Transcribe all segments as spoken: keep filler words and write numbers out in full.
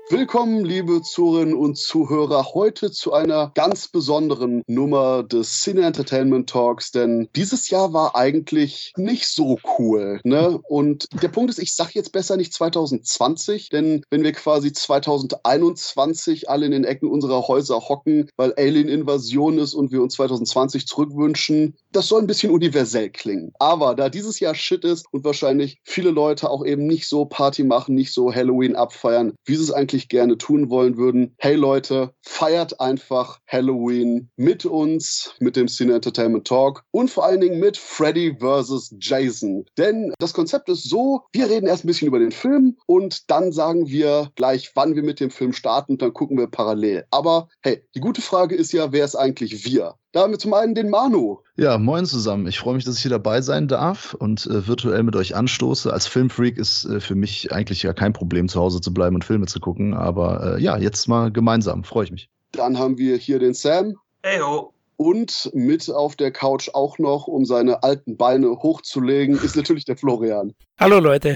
Willkommen, liebe Zuhörerinnen und Zuhörer, heute zu einer ganz besonderen Nummer des Cine Entertainment Talks, denn dieses Jahr war eigentlich nicht so cool, ne? Und der Punkt ist, ich sag jetzt besser nicht zwanzig zwanzig, denn wenn wir quasi zwanzig einundzwanzig alle in den Ecken unserer Häuser hocken, weil Alien-Invasion ist und wir uns zwanzig zwanzig zurückwünschen, das soll ein bisschen universell klingen. Aber da dieses Jahr Shit ist und wahrscheinlich viele Leute auch eben nicht so Party machen, nicht so Halloween abfeiern, wie sie es eigentlich gerne tun wollen würden. Hey Leute, feiert einfach Halloween mit uns, mit dem Cine Entertainment Talk und vor allen Dingen mit Freddy versus. Jason. Denn das Konzept ist so, wir reden erst ein bisschen über den Film und dann sagen wir gleich, wann wir mit dem Film starten und dann gucken wir parallel. Aber hey, die gute Frage ist ja, wer ist eigentlich wir? Da haben wir zum einen den Manu. Ja, moin zusammen. Ich freue mich, dass ich hier dabei sein darf und äh, virtuell mit euch anstoße. Als Filmfreak ist äh, für mich eigentlich ja kein Problem, zu Hause zu bleiben und Filme zu gucken. Aber äh, ja, jetzt mal gemeinsam. Freue ich mich. Dann haben wir hier den Sam. Eyo. Und mit auf der Couch auch noch, um seine alten Beine hochzulegen, ist natürlich der Florian. Hallo Leute.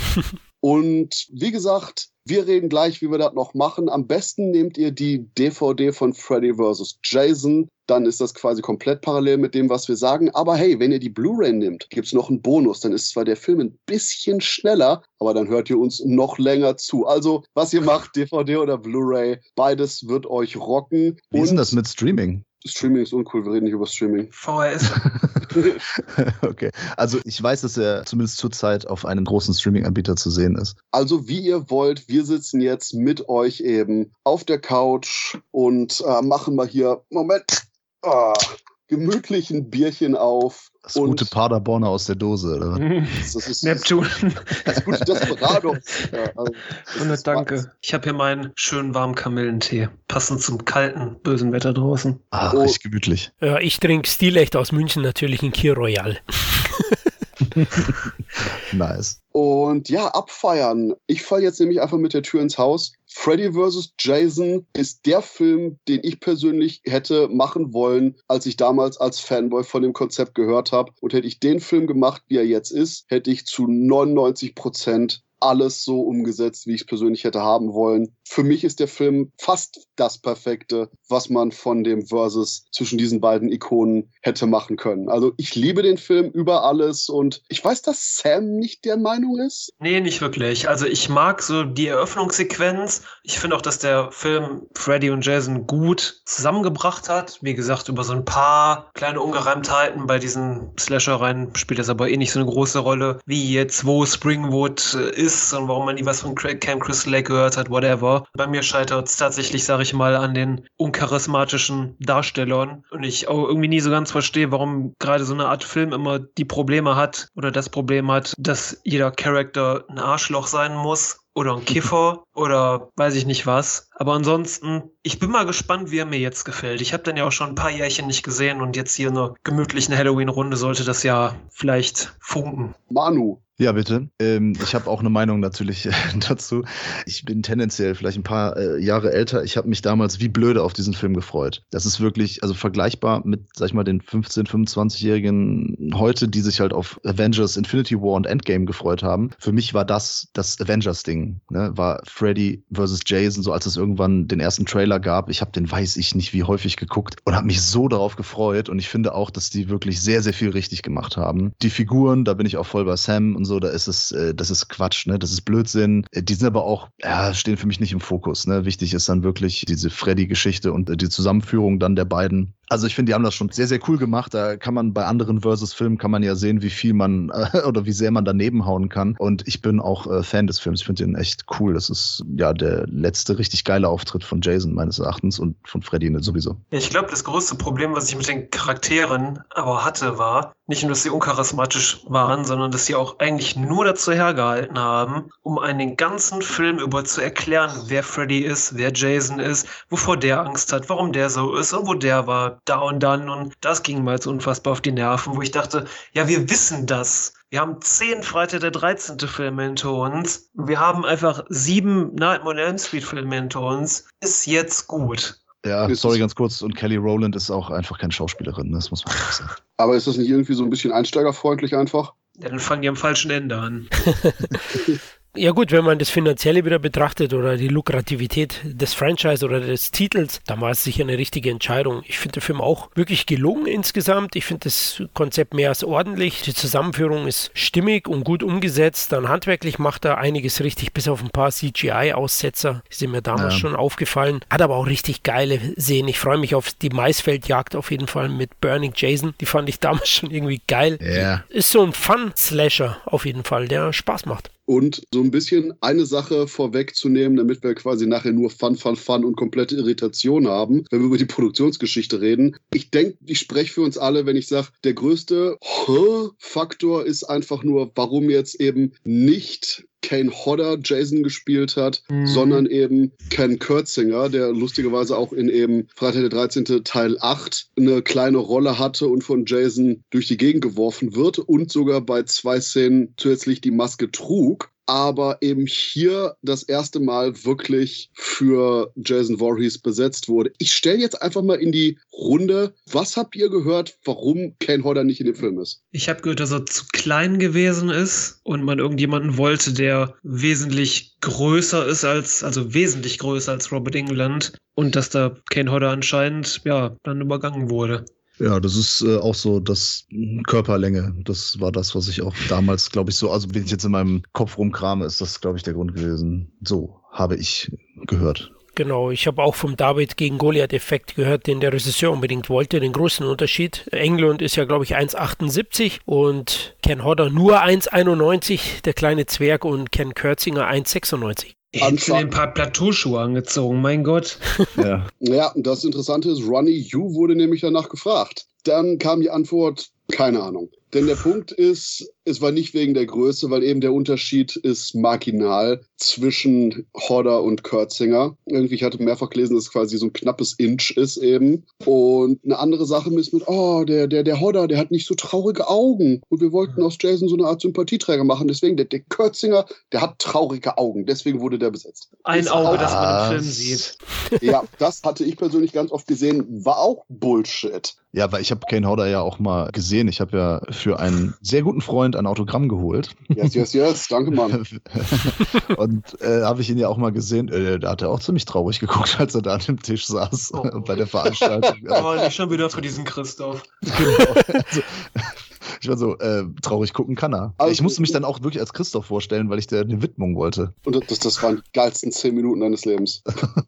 Und wie gesagt, wir reden gleich, wie wir das noch machen. Am besten nehmt ihr die D V D von Freddy versus. Jason. Dann ist das quasi komplett parallel mit dem, was wir sagen. Aber hey, wenn ihr die Blu-ray nehmt, gibt's noch einen Bonus. Dann ist zwar der Film ein bisschen schneller, aber dann hört ihr uns noch länger zu. Also, was ihr macht, D V D oder Blu-ray, beides wird euch rocken. Wie ist denn das mit Streaming? Streaming ist uncool, wir reden nicht über Streaming. V H S. Okay, also ich weiß, dass er zumindest zurzeit auf einem großen Streaming-Anbieter zu sehen ist. Also wie ihr wollt, wir sitzen jetzt mit euch eben auf der Couch und äh, machen mal hier, Moment, oh, gemütlich ein Bierchen auf. Das gute Paderborner aus der Dose, oder? Das ist, Neptun. Das gute Desperados. Ja, also, das danke. Ich habe hier meinen schönen warmen Kamillentee. Passend zum kalten, bösen Wetter draußen. Ah, oh. Richtig gemütlich. Ja, ich trinke Stilecht aus München, natürlich in Kir Royal. Nice. Und ja, abfeiern. Ich falle jetzt nämlich einfach mit der Tür ins Haus. Freddy versus. Jason ist der Film, den ich persönlich hätte machen wollen, als ich damals als Fanboy von dem Konzept gehört habe. Und hätte ich den Film gemacht, wie er jetzt ist, hätte ich zu neunundneunzig Prozent alles so umgesetzt, wie ich es persönlich hätte haben wollen. Für mich ist der Film fast das Perfekte, was man von dem Versus zwischen diesen beiden Ikonen hätte machen können. Also ich liebe den Film über alles und ich weiß, dass Sam nicht der Meinung ist. Nee, nicht wirklich. Also ich mag so die Eröffnungssequenz. Ich finde auch, dass der Film Freddy und Jason gut zusammengebracht hat. Wie gesagt, über so ein paar kleine Ungereimtheiten bei diesen Slasher-Reihen spielt das aber eh nicht so eine große Rolle, wie jetzt, wo Springwood ist und warum man nie was von Camp Crystal Lake gehört hat, whatever. Bei mir scheitert es tatsächlich, sage ich mal, an den uncharismatischen Darstellern und ich auch irgendwie nie so ganz verstehe, warum gerade so eine Art Film immer die Probleme hat oder das Problem hat, dass jeder Charakter ein Arschloch sein muss. Oder ein Kiffer oder weiß ich nicht was. Aber ansonsten, ich bin mal gespannt, wie er mir jetzt gefällt. Ich habe den ja auch schon ein paar Jährchen nicht gesehen und jetzt hier in einer gemütlichen Halloween-Runde sollte das ja vielleicht funken. Manu. Ja, bitte. Ähm, ich habe auch eine Meinung natürlich äh, dazu. Ich bin tendenziell vielleicht ein paar äh, Jahre älter. Ich habe mich damals wie blöde auf diesen Film gefreut. Das ist wirklich, also vergleichbar mit, sag ich mal, den fünfzehn-, fünfundzwanzigjährigen heute, die sich halt auf Avengers Infinity War und Endgame gefreut haben. Für mich war das das Avengers-Ding, ne? War Freddy versus. Jason, so als es irgendwann den ersten Trailer gab. Ich habe den, weiß ich nicht, wie häufig geguckt und habe mich so darauf gefreut. Und ich finde auch, dass die wirklich sehr, sehr viel richtig gemacht haben. Die Figuren, da bin ich auch voll bei Sam und so, da ist es, äh, das ist Quatsch, ne? Das ist Blödsinn. Äh, die sind aber auch, ja, stehen für mich nicht im Fokus, ne? Wichtig ist dann wirklich diese Freddy-Geschichte und äh, die Zusammenführung dann der beiden. Also ich finde, die haben das schon sehr, sehr cool gemacht. Da kann man bei anderen Versus-Filmen kann man ja sehen, wie viel man äh, oder wie sehr man daneben hauen kann. Und ich bin auch äh, Fan des Films. Ich finde den echt cool. Das ist ja der letzte richtig geile Auftritt von Jason meines Erachtens und von Freddy sowieso. Ich glaube, das größte Problem, was ich mit den Charakteren aber hatte, war nicht nur, dass sie uncharismatisch waren, sondern dass sie auch eigentlich nur dazu hergehalten haben, um einen ganzen Film über zu erklären, wer Freddy ist, wer Jason ist, wovor der Angst hat, warum der so ist und wo der war, da und dann. Und das ging mir jetzt unfassbar auf die Nerven, wo ich dachte, ja, wir wissen das. Wir haben zehn Freitag der dreizehnte Filme hinter uns. Wir haben einfach sieben Nightmare on Elm Street Filme hinter uns. Ist jetzt gut. Ja, sorry, ganz kurz. Und Kelly Rowland ist auch einfach keine Schauspielerin, das muss man auch sagen. Aber ist das nicht irgendwie so ein bisschen einsteigerfreundlich einfach? Ja, dann fangen die am falschen Ende an. Ja gut, wenn man das Finanzielle wieder betrachtet oder die Lukrativität des Franchise oder des Titels, dann war es sicher eine richtige Entscheidung. Ich finde den Film auch wirklich gelungen insgesamt. Ich finde das Konzept mehr als ordentlich. Die Zusammenführung ist stimmig und gut umgesetzt. Dann handwerklich macht er einiges richtig, bis auf ein paar C G I-Aussetzer. Die sind mir damals ja. schon aufgefallen. Hat aber auch richtig geile Szenen. Ich freue mich auf die Maisfeldjagd auf jeden Fall mit Burning Jason. Die fand ich damals schon irgendwie geil. Yeah. Ist so ein Fun-Slasher auf jeden Fall, der Spaß macht. Und so ein bisschen eine Sache vorwegzunehmen, damit wir quasi nachher nur Fun, Fun, Fun und komplette Irritation haben, wenn wir über die Produktionsgeschichte reden. Ich denke, ich spreche für uns alle, wenn ich sage, der größte Faktor ist einfach nur, warum jetzt eben nicht Kane Hodder Jason gespielt hat, mhm. sondern eben Ken Kurtzinger, der lustigerweise auch in eben Freitag der dreizehnte Teil acht eine kleine Rolle hatte und von Jason durch die Gegend geworfen wird und sogar bei zwei Szenen zusätzlich die Maske trug. Aber eben hier das erste Mal wirklich für Jason Voorhees besetzt wurde. Ich stelle jetzt einfach mal in die Runde, was habt ihr gehört, warum Kane Hodder nicht in dem Film ist? Ich habe gehört, dass er zu klein gewesen ist und man irgendjemanden wollte, der wesentlich größer ist als, also wesentlich größer als Robert Englund und dass da Kane Hodder anscheinend, ja, dann übergangen wurde. Ja, das ist äh, auch so das Körperlänge. Das war das, was ich auch damals, glaube ich, so, also wenn ich jetzt in meinem Kopf rumkrame, ist das, glaube ich, der Grund gewesen. So habe ich gehört. Genau, ich habe auch vom David gegen Goliath-Effekt gehört, den der Regisseur unbedingt wollte, den großen Unterschied. Englund ist ja, glaube ich, eins Komma achtundsiebzig und Ken Hodder nur eins Komma einundneunzig, der kleine Zwerg, und Ken Kurtzinger eins Komma sechsundneunzig. Hätten ein paar Plateauschuhe angezogen, mein Gott. Ja. Ja, und das Interessante ist, Ronnie Yu wurde nämlich danach gefragt. Dann kam die Antwort, keine Ahnung. Denn der Punkt ist, es war nicht wegen der Größe, weil eben der Unterschied ist marginal zwischen Hodder und Kurtzinger. Irgendwie, ich hatte mehrfach gelesen, dass es quasi so ein knappes Inch ist eben. Und eine andere Sache ist mit, oh, der, der, der Hodder, der hat nicht so traurige Augen. Und wir wollten aus Jason so eine Art Sympathieträger machen. Deswegen, der, der Kurtzinger, der hat traurige Augen. Deswegen wurde der besetzt. Ein ist Auge, auch, das man im Film sieht. Ja, das hatte ich persönlich ganz oft gesehen. War auch Bullshit. Ja, weil ich habe Kane Hodder ja auch mal gesehen. Ich habe ja für einen sehr guten Freund ein Autogramm geholt. Yes, yes, yes. Danke, Mann. Und äh, habe ich ihn ja auch mal gesehen. Äh, da hat er auch ziemlich traurig geguckt, als er da an dem Tisch saß oh. bei der Veranstaltung. Aber nicht schon wieder für diesen Christoph. Genau. Also, ich war so, äh, traurig gucken kann er. Also, ich musste mich dann auch wirklich als Christoph vorstellen, weil ich dir eine Widmung wollte. Und das, das waren die geilsten zehn Minuten deines Lebens.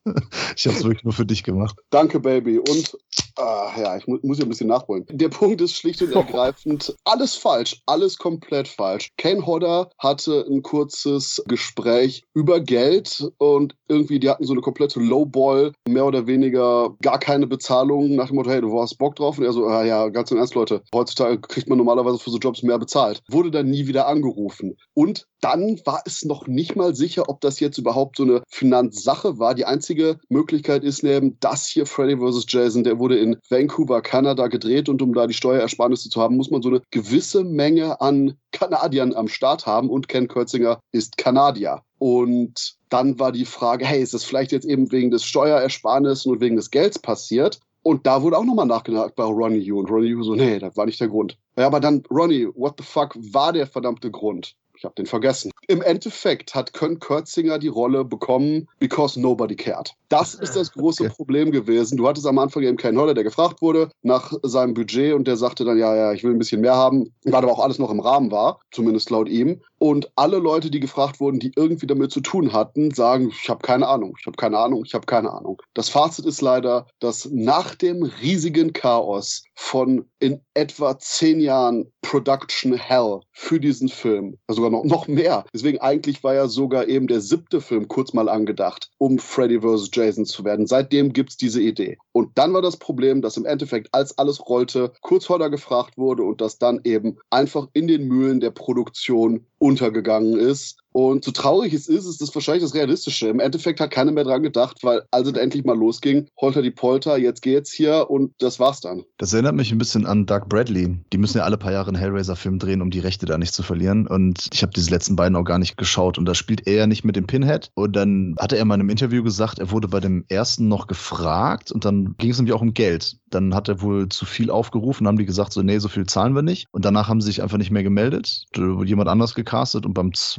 Ich habe es wirklich nur für dich gemacht. Danke, Baby. Und ah, ja, ich mu- muss ja ein bisschen nachholen. Der Punkt ist schlicht und ergreifend alles falsch. Alles komplett falsch. Kane Hodder hatte ein kurzes Gespräch über Geld und irgendwie, die hatten so eine komplette Lowball, mehr oder weniger gar keine Bezahlung, nach dem Motto, hey, du hast Bock drauf? Und er so, ah, ja, ganz im Ernst, Leute, heutzutage kriegt man normalerweise für so Jobs mehr bezahlt. Wurde dann nie wieder angerufen. Und dann war es noch nicht mal sicher, ob das jetzt überhaupt so eine Finanzsache war. Die einzige Möglichkeit ist neben das hier, Freddy versus. Jason, der wurde in Vancouver, Kanada gedreht und um da die Steuerersparnisse zu haben, muss man so eine gewisse Menge an Kanadiern am Start haben und Ken Kurtzinger ist Kanadier. Und dann war die Frage, hey, ist das vielleicht jetzt eben wegen des Steuerersparnisses und wegen des Gelds passiert? Und da wurde auch nochmal nachgedacht bei Ronnie Yu. Und Ronnie Yu so, nee, das war nicht der Grund. Ja, aber dann, Ronnie, what the fuck war der verdammte Grund? Ich habe den vergessen. Im Endeffekt hat Ken Kurtzinger die Rolle bekommen, because nobody cared. Das ist das große okay. Problem gewesen. Du hattest am Anfang eben Kane Hodder, der gefragt wurde nach seinem Budget und der sagte dann, ja, ja, ich will ein bisschen mehr haben, weil aber auch alles noch im Rahmen war, zumindest laut ihm. Und alle Leute, die gefragt wurden, die irgendwie damit zu tun hatten, sagen, ich habe keine Ahnung, ich habe keine Ahnung, ich habe keine Ahnung. Das Fazit ist leider, dass nach dem riesigen Chaos von in etwa zehn Jahren Production Hell für diesen Film, also sogar noch, noch mehr, deswegen eigentlich war ja sogar eben der siebte Film kurz mal angedacht, um Freddy versus. Jason zu werden. Seitdem gibt es diese Idee. Und dann war das Problem, dass im Endeffekt, als alles rollte, kurz Hodder gefragt wurde und das dann eben einfach in den Mühlen der Produktion untergegangen ist. Und so traurig es ist, ist das wahrscheinlich das Realistische. Im Endeffekt hat keiner mehr dran gedacht, weil als es endlich mal losging, holter die Polter, jetzt geht's hier und das war's dann. Das erinnert mich ein bisschen an Doug Bradley. Die müssen ja alle paar Jahre einen Hellraiser-Film drehen, um die Rechte da nicht zu verlieren. Und ich habe diese letzten beiden auch gar nicht geschaut. Und da spielt er ja nicht mit dem Pinhead. Und dann hatte er mal in einem Interview gesagt, er wurde bei dem ersten noch gefragt und dann ging es nämlich auch um Geld. Dann hat er wohl zu viel aufgerufen, haben die gesagt, so nee, so viel zahlen wir nicht. Und danach haben sie sich einfach nicht mehr gemeldet. Da wurde jemand anders gecastet und beim zweiten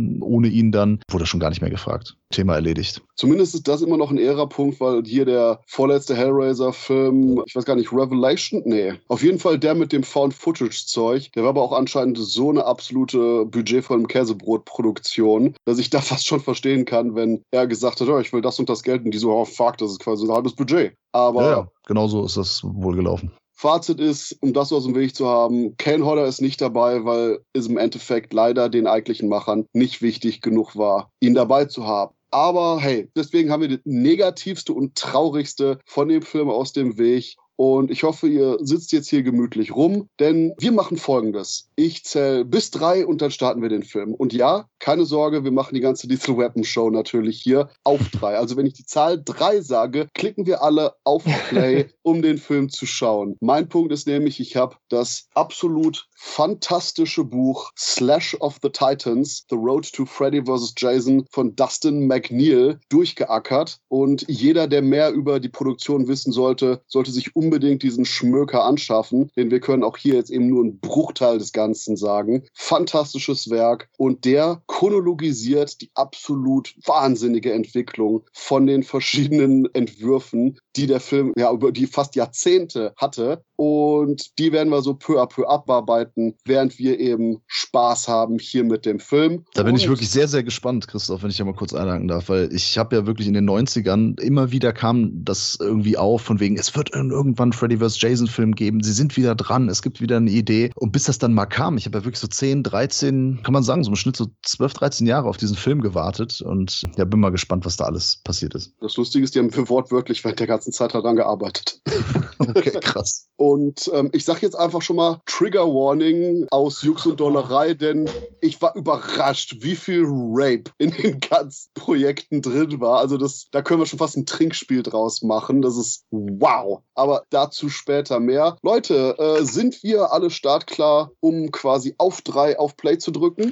ähm, ohne ihn dann, wurde schon gar nicht mehr gefragt. Thema erledigt. Zumindest ist das immer noch ein Ära-Punkt, weil hier der vorletzte Hellraiser-Film, ich weiß gar nicht, Revelation? Nee. Auf jeden Fall der mit dem Found-Footage-Zeug, der war aber auch anscheinend so eine absolute Budget von Käsebrot-Produktion, dass ich da fast schon verstehen kann, wenn er gesagt hat, oh, ich will das und das Geld und die so, oh fuck, das ist quasi ein halbes Budget. Aber ja, ja, genau so ist das wohl gelaufen. Fazit ist, um das aus dem Weg zu haben, Kane Hodder ist nicht dabei, weil es im Endeffekt leider den eigentlichen Machern nicht wichtig genug war, ihn dabei zu haben. Aber hey, deswegen haben wir das negativste und traurigste von dem Film aus dem Weg. Und ich hoffe, ihr sitzt jetzt hier gemütlich rum, denn wir machen Folgendes. Ich zähle bis drei und dann starten wir den Film. Und ja, keine Sorge, wir machen die ganze Lethal Weapon Show natürlich hier auf drei. Also wenn ich die Zahl drei sage, klicken wir alle auf Play, um den Film zu schauen. Mein Punkt ist nämlich, ich habe das absolut fantastische Buch Slash of the Titans, The Road to Freddy versus. Jason von Dustin McNeil durchgeackert. Und jeder, der mehr über die Produktion wissen sollte, sollte sich unbedingt diesen Schmöker anschaffen, denn wir können auch hier jetzt eben nur einen Bruchteil des Ganzen sagen. Fantastisches Werk und der chronologisiert die absolut wahnsinnige Entwicklung von den verschiedenen Entwürfen, die der Film ja über die fast Jahrzehnte hatte. Und die werden wir so peu à peu abarbeiten, während wir eben Spaß haben hier mit dem Film. Da bin und ich wirklich sehr, sehr gespannt, Christoph, wenn ich da mal kurz einhaken darf, weil ich habe ja wirklich in den neunzigern immer wieder kam das irgendwie auf, von wegen, es wird irgendwann Freddy versus. Jason Film geben, sie sind wieder dran, es gibt wieder eine Idee. Und bis das dann mal kam, ich habe ja wirklich so zehn, dreizehn, kann man sagen, so im Schnitt so zwölf, dreizehn Jahre auf diesen Film gewartet und ja, bin mal gespannt, was da alles passiert ist. Das Lustige ist, die haben für wortwörtlich während der ganzen Zeit daran gearbeitet. Okay, krass. Und ähm, ich sag jetzt einfach schon mal Trigger Warning aus Jux und Dollerei, denn ich war überrascht, wie viel Rape in den ganzen Projekten drin war. Also das, da können wir schon fast ein Trinkspiel draus machen. Das ist wow. Aber dazu später mehr. Leute, äh, sind wir alle startklar, um quasi auf drei auf Play zu drücken?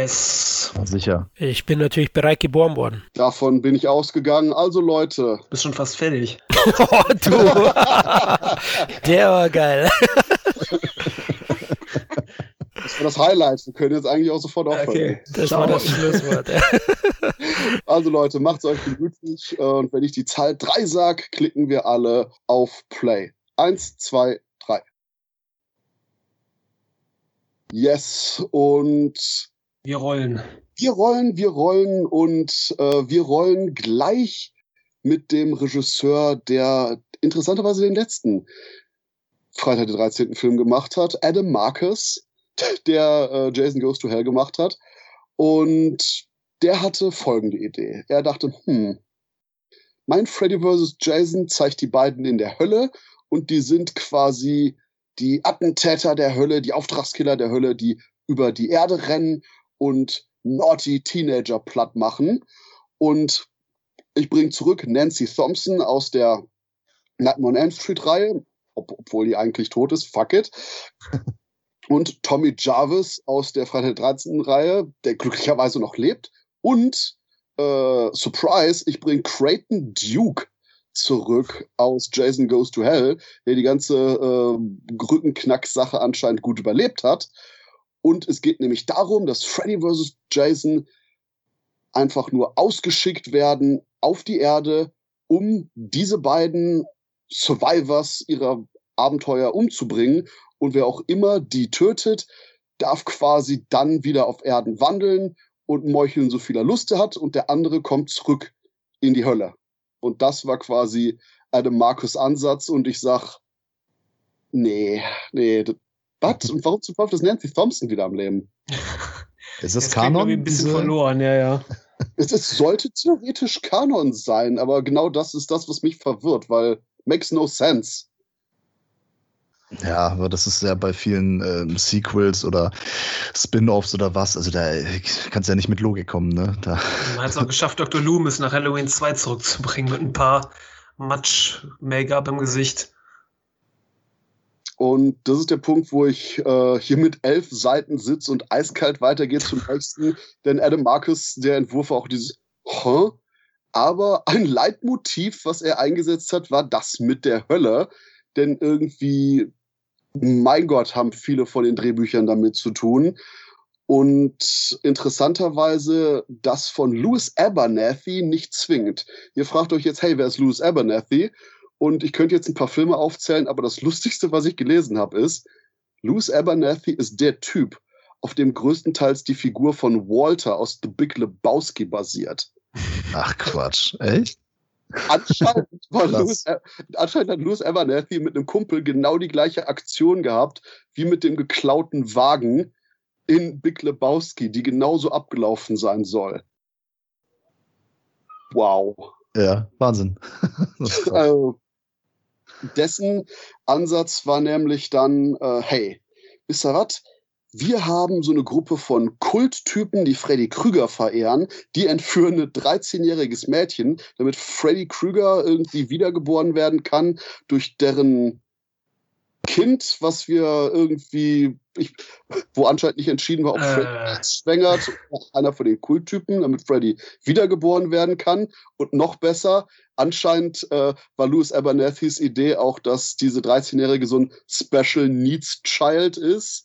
Yes. Ja, sicher. Ich bin natürlich bereit geboren worden. Davon bin ich ausgegangen. Also Leute. Bist schon fast fertig. Oh, du. Der war geil. Das war das Highlight. Wir können jetzt eigentlich auch sofort aufhören. Okay. Das war das Schlusswort. Also Leute, macht's euch gemütlich. Und wenn ich die Zahl drei sage, klicken wir alle auf Play. Eins, zwei, drei. Yes. Und Wir rollen. wir rollen, wir rollen und äh, wir rollen gleich mit dem Regisseur, der interessanterweise den letzten Freitag den dreizehnten Film gemacht hat, Adam Marcus, der äh, Jason Goes to Hell gemacht hat. Und der hatte folgende Idee. Er dachte, hm, mein Freddy versus. Jason zeigt die beiden in der Hölle und die sind quasi die Attentäter der Hölle, die Auftragskiller der Hölle, die über die Erde rennen und naughty Teenager platt machen. Und ich bringe zurück Nancy Thompson aus der Nightmare on Elm Street Reihe, ob, obwohl die eigentlich tot ist, fuck it. Und Tommy Jarvis aus der Freitag der dreizehnten Reihe, der glücklicherweise noch lebt. Und, äh, Surprise, ich bringe Creighton Duke zurück aus Jason Goes to Hell, der die ganze äh, Rückenknack-Sache anscheinend gut überlebt hat. Und es geht nämlich darum, dass Freddy versus. Jason einfach nur ausgeschickt werden auf die Erde, um diese beiden Survivors ihrer Abenteuer umzubringen. Und wer auch immer die tötet, darf quasi dann wieder auf Erden wandeln und meucheln, so viel er Lust hat. Und der andere kommt zurück in die Hölle. Und das war quasi Adam Marcus' Ansatz. Und ich sag, nee, nee, was? Und warum zum Teufel ist Nancy Thompson wieder am Leben? Ist das Jetzt Kanon? Ein bisschen diese- verloren, ja, ja. Es, es sollte theoretisch Kanon sein, aber genau das ist das, was mich verwirrt, weil makes no sense. Ja, aber das ist ja bei vielen ähm, Sequels oder Spin-Offs oder was, also da kannst du ja nicht mit Logik kommen, ne? Da. Man hat es auch geschafft, Doktor Loomis nach Halloween zwei zurückzubringen mit ein paar Matsch-Make-up im Gesicht. Und das ist der Punkt, wo ich äh, hier mit elf Seiten sitze und eiskalt weitergehe zum nächsten, denn Adam Marcus, der Entwurf war auch dieses huh? Aber ein Leitmotiv, was er eingesetzt hat, war das mit der Hölle, denn irgendwie, mein Gott, haben viele von den Drehbüchern damit zu tun. Und interessanterweise das von Louis Abernathy nicht zwingend. Ihr fragt euch jetzt, hey, wer ist Louis Abernathy? Und ich könnte jetzt ein paar Filme aufzählen, aber das Lustigste, was ich gelesen habe, ist, Louis Abernathy ist der Typ, auf dem größtenteils die Figur von Walter aus The Big Lebowski basiert. Ach Quatsch, echt? Anscheinend, war Louis, anscheinend hat Louis Abernathy mit einem Kumpel genau die gleiche Aktion gehabt, wie mit dem geklauten Wagen in Big Lebowski, die genauso abgelaufen sein soll. Wow. Ja, Wahnsinn. Also, dessen Ansatz war nämlich dann, äh, hey, wisst ihr was? Wir haben so eine Gruppe von Kulttypen, die Freddy Krüger verehren, die entführen ein dreizehnjähriges Mädchen, damit Freddy Krüger irgendwie wiedergeboren werden kann durch deren Kind, was wir irgendwie, ich, wo anscheinend nicht entschieden war, ob Äh. Freddy schwängert, einer von den Kulttypen, damit Freddy wiedergeboren werden kann. Und noch besser, anscheinend äh, war Louis Abernathys Idee auch, dass diese dreizehnjährige so ein Special Needs Child ist.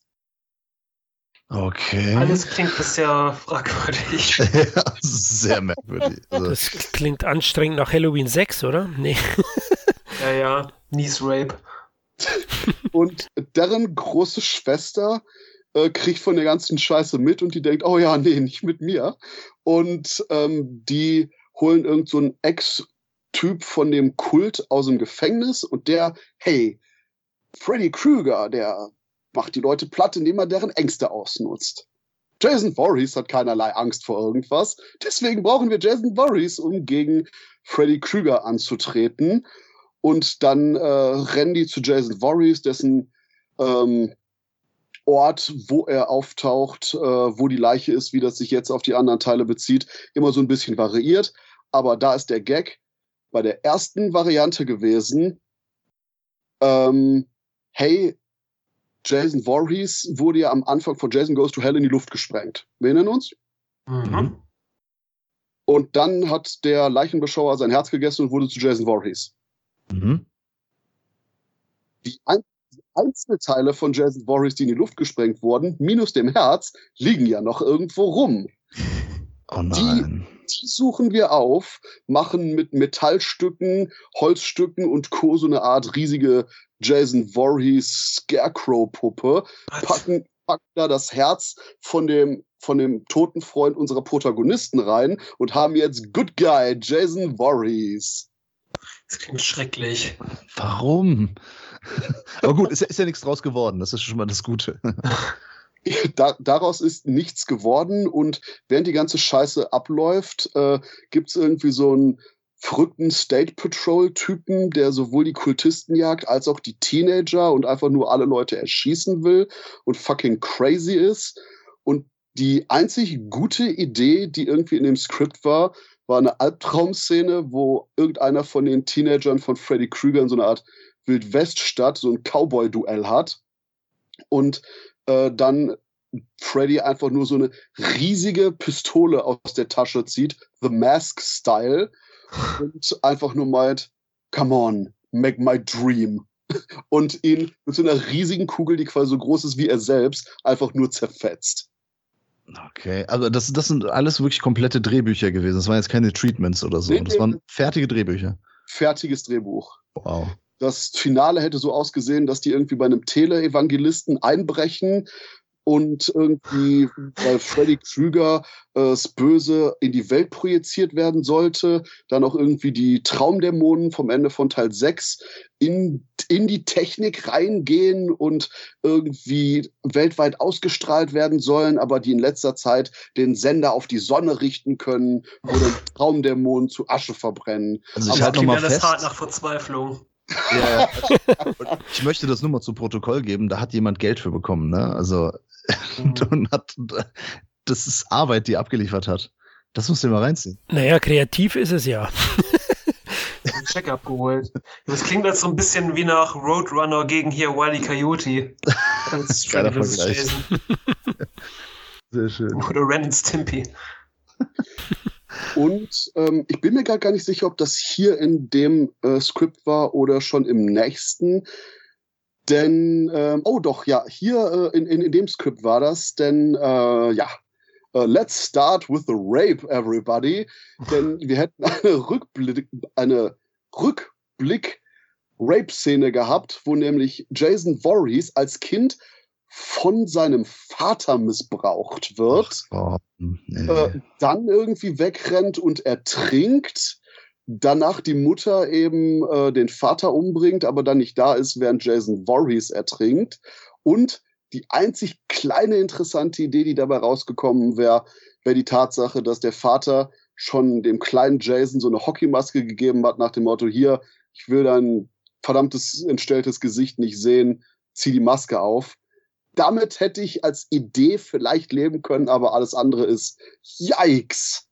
Okay. Alles klingt bisher fragwürdig. Ja, sehr merkwürdig. Also, Das klingt anstrengend nach Halloween sechs, oder? Nee. Ja, ja, Niece Rape. Und deren große Schwester äh, kriegt von der ganzen Scheiße mit und die denkt, oh ja, nee, nicht mit mir. Und ähm, die holen irgend so einen Ex-Typ von dem Kult aus dem Gefängnis und der, hey, Freddy Krüger, der macht die Leute platt, indem er deren Ängste ausnutzt. Jason Voorhees hat keinerlei Angst vor irgendwas. Deswegen brauchen wir Jason Voorhees, um gegen Freddy Krüger anzutreten. Und dann äh, rennen die zu Jason Voorhees, dessen ähm, Ort, wo er auftaucht, äh, wo die Leiche ist, wie das sich jetzt auf die anderen Teile bezieht, immer so ein bisschen variiert. Aber da ist der Gag bei der ersten Variante gewesen, ähm, hey, Jason Voorhees wurde ja am Anfang von Jason Goes to Hell in die Luft gesprengt. Wir erinnern uns? Mhm. Und dann hat der Leichenbeschauer sein Herz gegessen und wurde zu Jason Voorhees. mhm. Die, Ein die Einzelteile von Jason Voorhees, die in die Luft gesprengt wurden, minus dem Herz, liegen ja noch irgendwo rum. Oh nein. Die suchen wir auf, machen mit Metallstücken, Holzstücken und Co. so eine Art riesige Jason Voorhees Scarecrow-Puppe, packen, packen da das Herz von dem, von dem toten Freund unserer Protagonisten rein und haben jetzt Good Guy Jason Voorhees. Das klingt schrecklich. Warum? Aber gut, ist, ja- ist ja nichts draus geworden. Das ist schon mal das Gute. Da, daraus ist nichts geworden und während die ganze Scheiße abläuft, äh, gibt es irgendwie so einen verrückten State Patrol-Typen, der sowohl die Kultisten jagt, als auch die Teenager und einfach nur alle Leute erschießen will und fucking crazy ist. Und die einzig gute Idee, die irgendwie in dem Skript war, war eine Albtraumszene, wo irgendeiner von den Teenagern von Freddy Krüger in so einer Art Wildweststadt so ein Cowboy-Duell hat. Und äh, dann Freddy einfach nur so eine riesige Pistole aus der Tasche zieht, The Mask-Style, und einfach nur meint, come on, make my dream. Und ihn mit so einer riesigen Kugel, die quasi so groß ist wie er selbst, einfach nur zerfetzt. Okay, also das, das sind alles wirklich komplette Drehbücher gewesen. Das waren jetzt keine Treatments oder so. Nee, Das nee. waren fertige Drehbücher. Fertiges Drehbuch. Wow. Das Finale hätte so ausgesehen, dass die irgendwie bei einem Tele-Evangelisten einbrechen und irgendwie, weil Freddy Krüger äh, das Böse in die Welt projiziert werden sollte, dann auch irgendwie die Traumdämonen vom Ende von Teil sechs in, in die Technik reingehen und irgendwie weltweit ausgestrahlt werden sollen, aber die in letzter Zeit den Sender auf die Sonne richten können oder die Traumdämonen zu Asche verbrennen. Also ich Aber halte Klingt nochmal alles fest. hart nach Verzweiflung. Ja, und ich möchte das nur mal zu Protokoll geben, da hat jemand Geld für bekommen, ne? Also und hat, das ist Arbeit, die abgeliefert hat. Das musst du dir mal reinziehen. Naja, kreativ ist es ja. Ein Check abgeholt. Das klingt jetzt so ein bisschen wie nach Roadrunner gegen hier Wile E. Coyote. Als Geiler Freddy versus. Vergleich. Jason. Sehr schön. Oder Ren and Stimpy. Und ähm, ich bin mir gar, gar nicht sicher, ob das hier in dem äh, Skript war oder schon im nächsten. Denn, ähm, oh doch, ja, hier äh, in, in, in dem Skript war das, denn, äh, ja, uh, let's start with the rape, everybody. Denn wir hätten eine Rückblick, eine Rückblick-Rape-Szene gehabt, wo nämlich Jason Voorhees als Kind von seinem Vater missbraucht wird, Ach, nee. äh, dann irgendwie wegrennt und ertrinkt, danach die Mutter eben äh, den Vater umbringt, aber dann nicht da ist, während Jason Voorhees ertrinkt. Und die einzig kleine interessante Idee, die dabei rausgekommen wäre, wäre die Tatsache, dass der Vater schon dem kleinen Jason so eine Hockeymaske gegeben hat nach dem Motto, hier, ich will dein verdammtes, entstelltes Gesicht nicht sehen, zieh die Maske auf. Damit hätte ich als Idee vielleicht leben können, aber alles andere ist Yikes.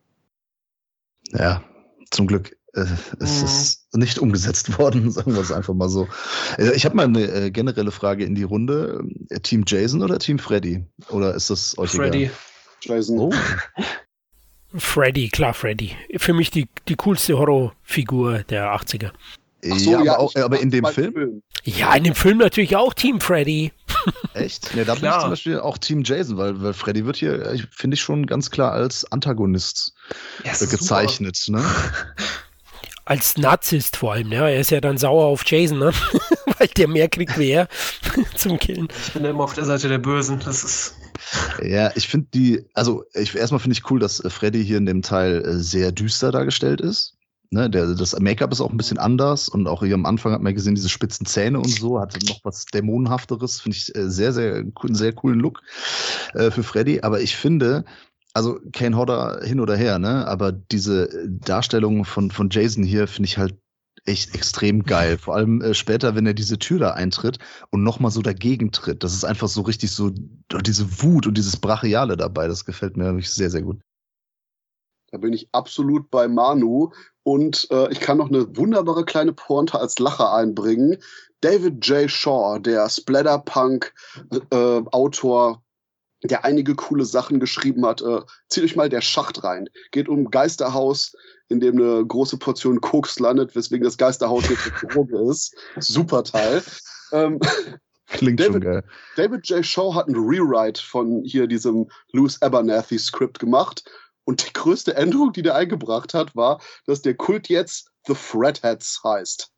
Ja, zum Glück äh, ist es mhm. nicht umgesetzt worden, sagen wir es einfach mal so. Ich habe mal eine äh, generelle Frage in die Runde. Team Jason oder Team Freddy? Oder ist das euch Freddy. egal? Jason. Oh. Freddy, klar Freddy. Für mich die, die coolste Horrorfigur der achtziger. Ach so, ja, ja, aber, auch, aber in dem Film? Film? Ja, in dem Film natürlich auch Team Freddy. Echt? Ne, da bin Klar. ich zum Beispiel auch Team Jason, weil, weil Freddy wird hier, finde ich, schon ganz klar als Antagonist Ja, äh, gezeichnet. Ne? Als Narzisst vor allem, ja. Er ist ja dann sauer auf Jason, ne? Weil der mehr kriegt wie er zum Killen. Ich bin ja immer auf der Seite der Bösen. Das ist. Ja, ich finde die, also ich, erstmal finde ich cool, dass äh, Freddy hier in dem Teil äh, sehr düster dargestellt ist. Ne, der, das Make-up ist auch ein bisschen anders und auch hier am Anfang hat man gesehen, diese spitzen Zähne und so, hatte noch was Dämonenhafteres, finde ich äh, sehr, sehr, einen sehr coolen Look äh, für Freddy. Aber ich finde, also Kane Hodder hin oder her, ne, aber diese Darstellung von, von Jason hier finde ich halt echt extrem geil. Vor allem äh, später, wenn er diese Tür da eintritt und nochmal so dagegen tritt. Das ist einfach so richtig so, diese Wut und dieses Brachiale dabei, das gefällt mir wirklich sehr, sehr gut. Da bin ich absolut bei Manu. Und äh, ich kann noch eine wunderbare kleine Pointe als Lacher einbringen. David J. Shaw, der Splatterpunk-Autor, äh, der einige coole Sachen geschrieben hat. Äh, zieht euch mal Der Schacht rein. Geht um ein Geisterhaus, in dem eine große Portion Koks landet, weswegen das Geisterhaus jetzt eine Droge ist. Super Teil. Ähm, Klingt David, schon geil. David J. Shaw hat einen Rewrite von hier diesem Louis Abernathy-Skript gemacht. Und die größte Änderung, die der eingebracht hat, war, dass der Kult jetzt The Fredheads heißt.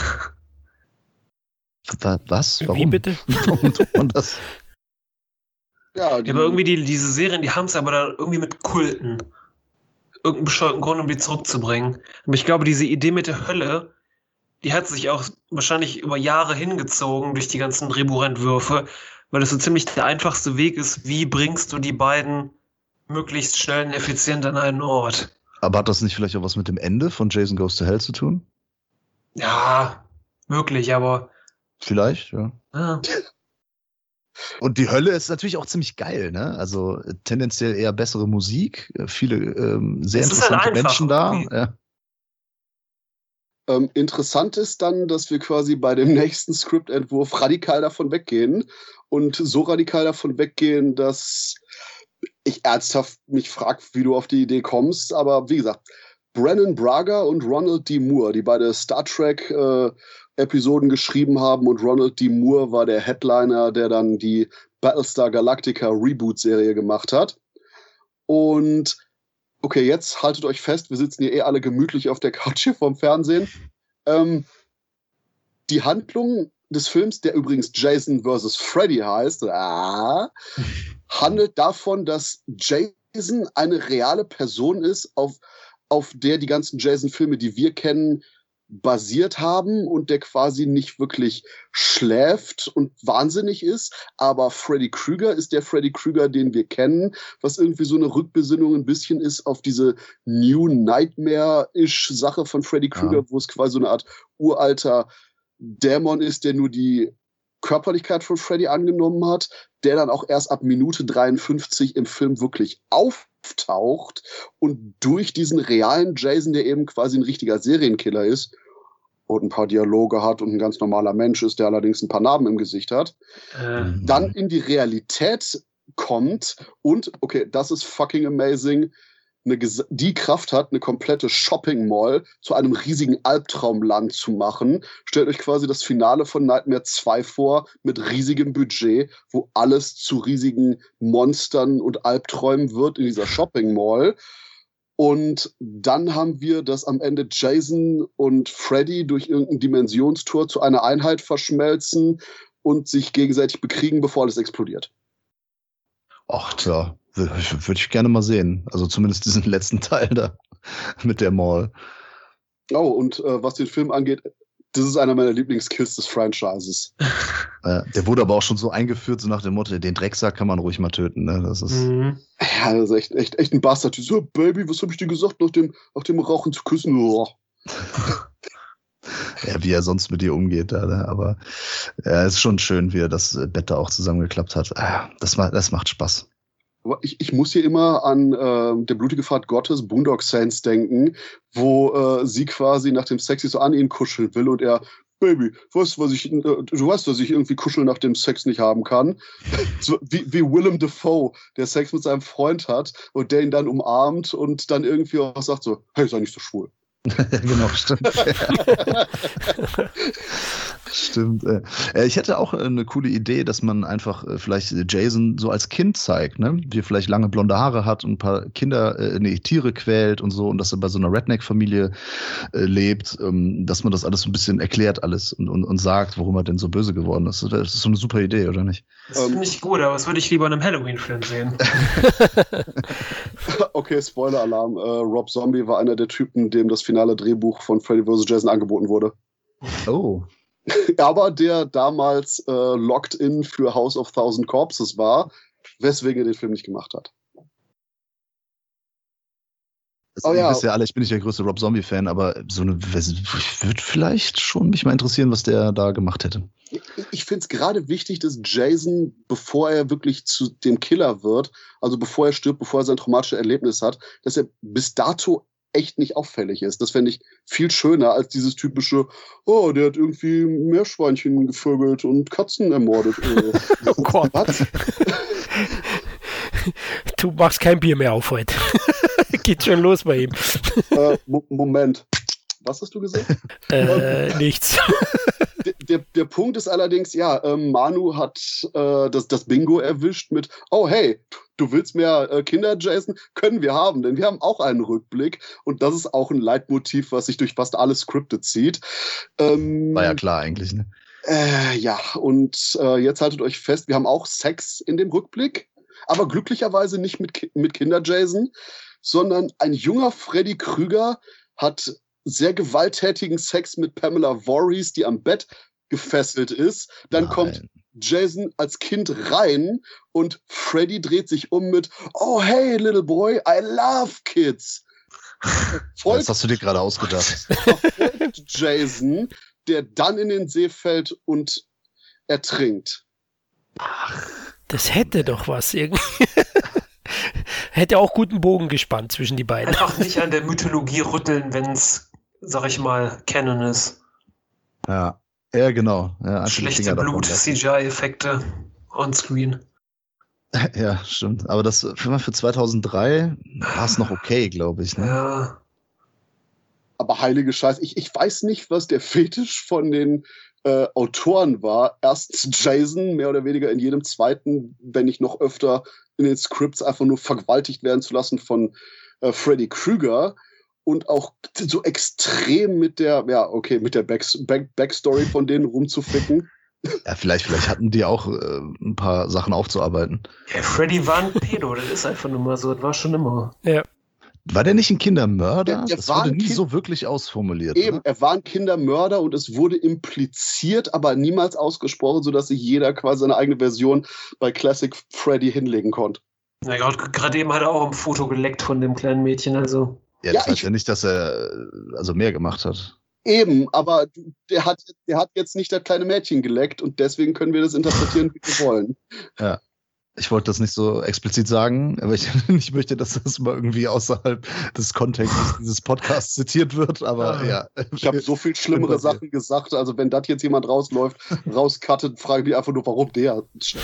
Was? Warum? Wie bitte? Warum tut man das? Ja, die, Ja, aber irgendwie die, diese Serien, die haben es aber dann irgendwie mit Kulten. Irgendeinen bescheuerten Grund, um die zurückzubringen. Aber ich glaube, diese Idee mit der Hölle, die hat sich auch wahrscheinlich über Jahre hingezogen durch die ganzen Drehbuchentwürfe, weil das so ziemlich der einfachste Weg ist, wie bringst du die beiden möglichst schnell und effizient an einen Ort. Aber hat das nicht vielleicht auch was mit dem Ende von Jason Goes to Hell zu tun? Ja, möglich, aber Vielleicht, ja. ja. Und die Hölle ist natürlich auch ziemlich geil, ne? Also äh, tendenziell eher bessere Musik, äh, viele ähm, sehr Es ist halt interessante einfach Menschen da. irgendwie. Ja. ähm, interessant ist dann, dass wir quasi bei dem nächsten Skriptentwurf radikal davon weggehen. Und so radikal davon weggehen, dass ich ernsthaft mich frage, wie du auf die Idee kommst. Aber wie gesagt, Brannon Braga und Ronald D. Moore, die beide Star Trek äh, Episoden geschrieben haben, und Ronald D. Moore war der Headliner, der dann die Battlestar Galactica Reboot-Serie gemacht hat. Und okay, jetzt haltet euch fest, wir sitzen hier eh alle gemütlich auf der Couch hier vorm Fernsehen. Ähm, die Handlung des Films, der übrigens Jason versus. Freddy heißt, ah, handelt davon, dass Jason eine reale Person ist, auf, auf der die ganzen Jason-Filme, die wir kennen, basiert haben, und der quasi nicht wirklich schläft und wahnsinnig ist, aber Freddy Krueger ist der Freddy Krueger, den wir kennen, was irgendwie so eine Rückbesinnung ein bisschen ist auf diese New Nightmare-ish Sache von Freddy Krueger, ja, wo es quasi so eine Art uralter Dämon ist, der nur die Körperlichkeit von Freddy angenommen hat, der dann auch erst ab Minute dreiundfünfzig im Film wirklich auftaucht und durch diesen realen Jason, der eben quasi ein richtiger Serienkiller ist und ein paar Dialoge hat und ein ganz normaler Mensch ist, der allerdings ein paar Narben im Gesicht hat, Äh, dann in die Realität kommt und, okay, das ist fucking amazing, eine, die Kraft hat, eine komplette Shopping Mall zu einem riesigen Albtraumland zu machen. Stellt euch quasi das Finale von Nightmare zwei vor mit riesigem Budget, wo alles zu riesigen Monstern und Albträumen wird in dieser Shopping Mall. Und dann haben wir, dass am Ende Jason und Freddy durch irgendein Dimensionstor zu einer Einheit verschmelzen und sich gegenseitig bekriegen, bevor alles explodiert. Ach, tja, würde ich gerne mal sehen. Also zumindest diesen letzten Teil da mit der Mall. Oh, und äh, was den Film angeht, das ist einer meiner Lieblingskills des Franchises. Äh, der wurde aber auch schon so eingeführt, so nach dem Motto, den Drecksack kann man ruhig mal töten. Ne? Das ist Mhm. Ja, das ist echt, echt, echt ein Bastard. So, Baby, was hab ich dir gesagt, nach dem, nach dem Rauchen zu küssen? Oh. ja, wie er sonst mit dir umgeht. Da, ne? Aber ja, es ist schon schön, wie er das Bett da auch zusammengeklappt hat. Ah, das, ma- das macht Spaß. Aber ich, ich muss hier immer an äh, der blutige Pfad Gottes, Boondock Saints denken, wo äh, sie quasi nach dem Sex sich so an ihn kuscheln will und er, Baby, weißt du, was ich, äh, du weißt, dass ich irgendwie Kuscheln nach dem Sex nicht haben kann. So, wie, wie Willem Dafoe, der Sex mit seinem Freund hat und der ihn dann umarmt und dann irgendwie auch sagt so, hey, sei nicht so schwul. genau, stimmt. stimmt. Äh, ich hätte auch eine coole Idee, dass man einfach äh, vielleicht Jason so als Kind zeigt, ne? Wie er vielleicht lange blonde Haare hat und ein paar Kinder, äh, nee, Tiere quält und so und dass er bei so einer Redneck-Familie äh, lebt, ähm, dass man das alles so ein bisschen erklärt alles und, und, und sagt, warum er denn so böse geworden ist. Das ist so eine super Idee, oder nicht? Das finde ich gut, aber das würde ich lieber in einem Halloween-Film sehen. Okay, Spoiler-Alarm. Äh, Rob Zombie war einer der Typen, dem das finale Drehbuch von Freddy versus. Jason angeboten wurde. Oh. Aber der damals äh, Locked-In für House of Thousand Corpses war, weswegen er den Film nicht gemacht hat. Also, Oh ihr ja. wisst ja alle, ich bin nicht der größte Rob Zombie-Fan, aber so eine, ich würde vielleicht schon mich mal interessieren, was der da gemacht hätte. Ich, ich finde es gerade wichtig, dass Jason, bevor er wirklich zu dem Killer wird, also bevor er stirbt, bevor er sein traumatisches Erlebnis hat, dass er bis dato echt nicht auffällig ist. Das fände ich viel schöner als dieses typische, oh, der hat irgendwie Meerschweinchen gevögelt und Katzen ermordet. Oh Gott. Was? Du machst kein Bier mehr auf heute. Geht schon los bei ihm. äh, Mo- Moment. Was hast du gesagt? Äh, nichts. Der, der, der Punkt ist allerdings, ja, ähm, Manu hat äh, das, das Bingo erwischt mit, oh hey, du willst mehr äh, Kinder, Jason? Können wir haben, denn wir haben auch einen Rückblick und das ist auch ein Leitmotiv, was sich durch fast alle Skripte zieht. Ähm, War ja klar eigentlich, ne? Äh, ja, und äh, jetzt haltet euch fest, wir haben auch Sex in dem Rückblick, aber glücklicherweise nicht mit, Ki- mit Kinder-Jason, sondern ein junger Freddy Krüger hat sehr gewalttätigen Sex mit Pamela Voorhees, die am Bett gefesselt ist. Dann Nein. kommt Jason als Kind rein und Freddy dreht sich um mit Oh, hey, little boy, I love kids. Das Folgt, hast du dir gerade ausgedacht. verfolgt Jason, der dann in den See fällt und ertrinkt. Das hätte doch was irgendwie. Hätte auch guten Bogen gespannt zwischen die beiden. Einfach nicht an der Mythologie rütteln, wenn es, sag ich mal, Canon ist. Ja, ja genau. Ja, einfach die Schlechte Finger davon Blut-C lassen. G I-Effekte on-screen. Ja, stimmt. Aber das für, für zweitausenddrei war es noch okay, glaube ich. Ne? Ja. Aber heilige Scheiße, ich, ich weiß nicht, was der Fetisch von den äh, Autoren war. Erstens Jason, mehr oder weniger in jedem zweiten, wenn nicht noch öfter, in den Scripts einfach nur vergewaltigt werden zu lassen von äh, Freddy Krüger. Und auch so extrem mit der, ja, okay, mit der Back, Back, Backstory von denen rumzuficken. Ja, vielleicht, vielleicht hatten die auch äh, ein paar Sachen aufzuarbeiten. Ja, Freddy war ein Pedo, das ist einfach nur mal so, das war schon immer. Ja. War der nicht ein Kindermörder? Der- der das war wurde ein nie Kind- so wirklich ausformuliert. Eben, Oder? er war ein Kindermörder und es wurde impliziert, aber niemals ausgesprochen, sodass sich jeder quasi seine eigene Version bei Classic Freddy hinlegen konnte. Ja, gerade gerade eben hat er auch ein Foto geleckt von dem kleinen Mädchen, also. Ja, Ja, das heißt ich- ja nicht, dass er äh, also mehr gemacht hat. Eben, aber der hat, der hat jetzt nicht das kleine Mädchen geleckt und deswegen können wir das interpretieren, wie wir wollen. Ich wollte das nicht so explizit sagen, aber ich, ich möchte, dass das mal irgendwie außerhalb des Kontextes dieses Podcasts zitiert wird, aber ja. Ich habe so viel schlimmere Sachen gesagt, also wenn das jetzt jemand rausläuft, rauskattet, frage ich mich einfach nur, warum der.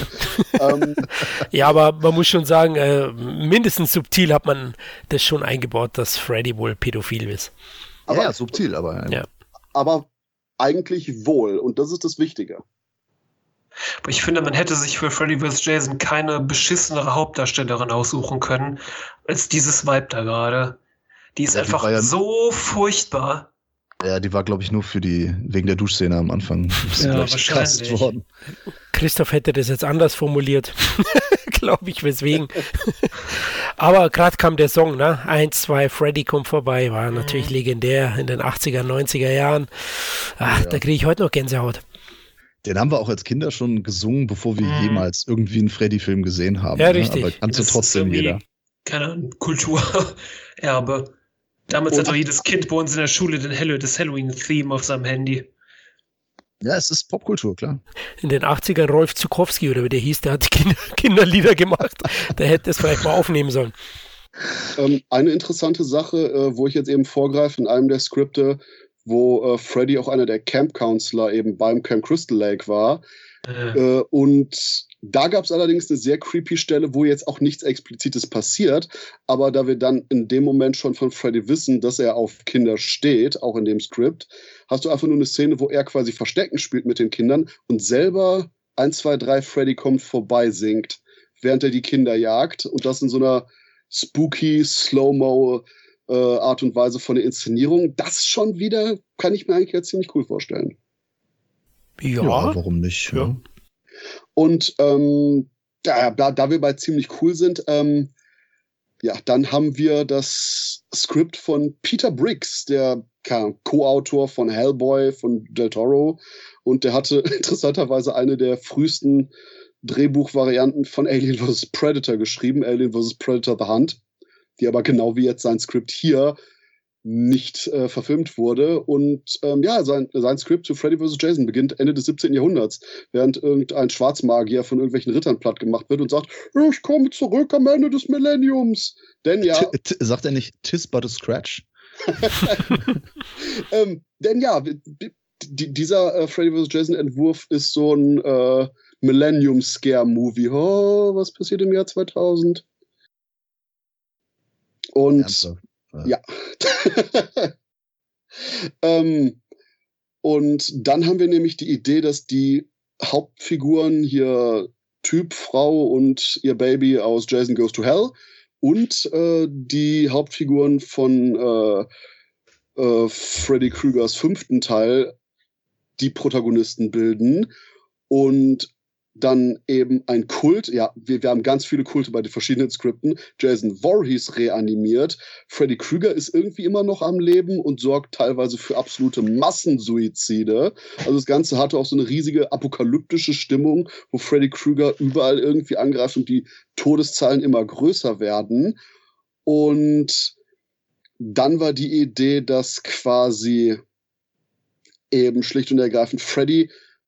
ähm, ja, aber man muss schon sagen, äh, mindestens subtil hat man das schon eingebaut, dass Freddy wohl pädophil ist. Aber, ja, subtil, aber. Ja. Aber eigentlich wohl, und das ist das Wichtige. Aber ich finde, man hätte sich für Freddy versus. Jason keine beschissenere Hauptdarstellerin aussuchen können, als dieses Vibe da gerade. Die ist ja, die einfach ja, so furchtbar. Ja, die war, glaube ich, nur für die, wegen der Duschszene am Anfang. Ja, wahrscheinlich. Worden. Christoph hätte das jetzt anders formuliert. Glaube ich, weswegen. Aber gerade kam der Song, ne? Eins, zwei, Freddy kommt vorbei, war natürlich mhm. legendär in den achtziger, neunziger Jahren. Ach, ja. Da kriege ich heute noch Gänsehaut. Den haben wir auch als Kinder schon gesungen, bevor wir mhm. jemals irgendwie einen Freddy-Film gesehen haben. Ja, ne? richtig. Aber kannst du trotzdem jeder. Keine Kulturerbe. Damals hat doch jedes Kind bei uns in der Schule den Hello, das Halloween-Theme auf seinem Handy. Ja, es ist Popkultur, klar. In den achtzigern Rolf Zukowski, oder wie der hieß, der hat Kinder, Kinderlieder gemacht. Der hätte das vielleicht mal aufnehmen sollen. Ähm, eine interessante Sache, äh, wo ich jetzt eben vorgreife in einem der Skripte, wo äh, Freddy auch einer der Camp-Counselor eben beim Camp Crystal Lake war. Äh. Äh, und da gab es allerdings eine sehr creepy Stelle, wo jetzt auch nichts Explizites passiert, aber da wir dann in dem Moment schon von Freddy wissen, dass er auf Kinder steht, auch in dem Skript, hast du einfach nur eine Szene, wo er quasi Verstecken spielt mit den Kindern und selber eins, zwei, drei Freddy kommt vorbei singt, während er die Kinder jagt, und das in so einer spooky, slow-mo äh, Art und Weise von der Inszenierung. Das schon wieder kann ich mir eigentlich jetzt ziemlich cool vorstellen. Ja, ja warum nicht? Ja. Ne? Und ähm, da, da, da wir bei ziemlich cool sind, ähm, ja, dann haben wir das Skript von Peter Briggs, der Co-Autor von Hellboy, von Del Toro. Und der hatte interessanterweise eine der frühesten Drehbuchvarianten von Alien versus. Predator geschrieben, Alien versus. Predator The Hunt, die aber genau wie jetzt sein Skript hier nicht äh, verfilmt wurde. Und ähm, ja, sein, sein Skript zu Freddy versus. Jason beginnt Ende des siebzehnten. Jahrhunderts, während irgendein Schwarzmagier von irgendwelchen Rittern platt gemacht wird und sagt, ich komme zurück am Ende des Millenniums. Denn ja... T- t- sagt er nicht, tis but a scratch? ähm, denn ja, d- dieser äh, Freddy versus. Jason-Entwurf ist so ein äh, Millennium-Scare-Movie. Oh, was passiert im Jahr zweitausend? Und... Ernsthaft? Ja. ähm, und dann haben wir nämlich die Idee, dass die Hauptfiguren hier Typ, Frau und ihr Baby aus Jason Goes to Hell und äh, die Hauptfiguren von äh, äh, Freddy Krügers fünften Teil die Protagonisten bilden und dann eben ein Kult, ja, wir, wir haben ganz viele Kulte bei den verschiedenen Skripten. Jason Voorhees reanimiert. Freddy Krüger ist irgendwie immer noch am Leben und sorgt teilweise für absolute Massensuizide. Also das Ganze hatte auch so eine riesige apokalyptische Stimmung, wo Freddy Krüger überall irgendwie angreift und die Todeszahlen immer größer werden. Und dann war die Idee, dass quasi eben schlicht und ergreifend Freddy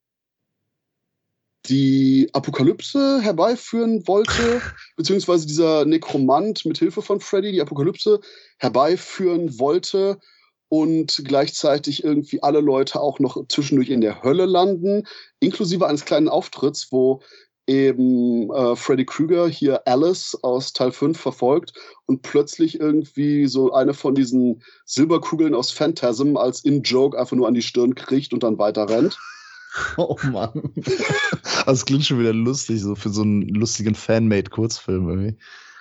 die Apokalypse herbeiführen wollte, beziehungsweise dieser Nekromant mit Hilfe von Freddy die Apokalypse herbeiführen wollte und gleichzeitig irgendwie alle Leute auch noch zwischendurch in der Hölle landen, inklusive eines kleinen Auftritts, wo eben äh, Freddy Krüger hier Alice aus Teil fünf verfolgt und plötzlich irgendwie so eine von diesen Silberkugeln aus Phantasm als In-Joke einfach nur an die Stirn kriegt und dann weiter rennt. Oh Mann. Das klingt schon wieder lustig, so für so einen lustigen Fanmade-Kurzfilm irgendwie.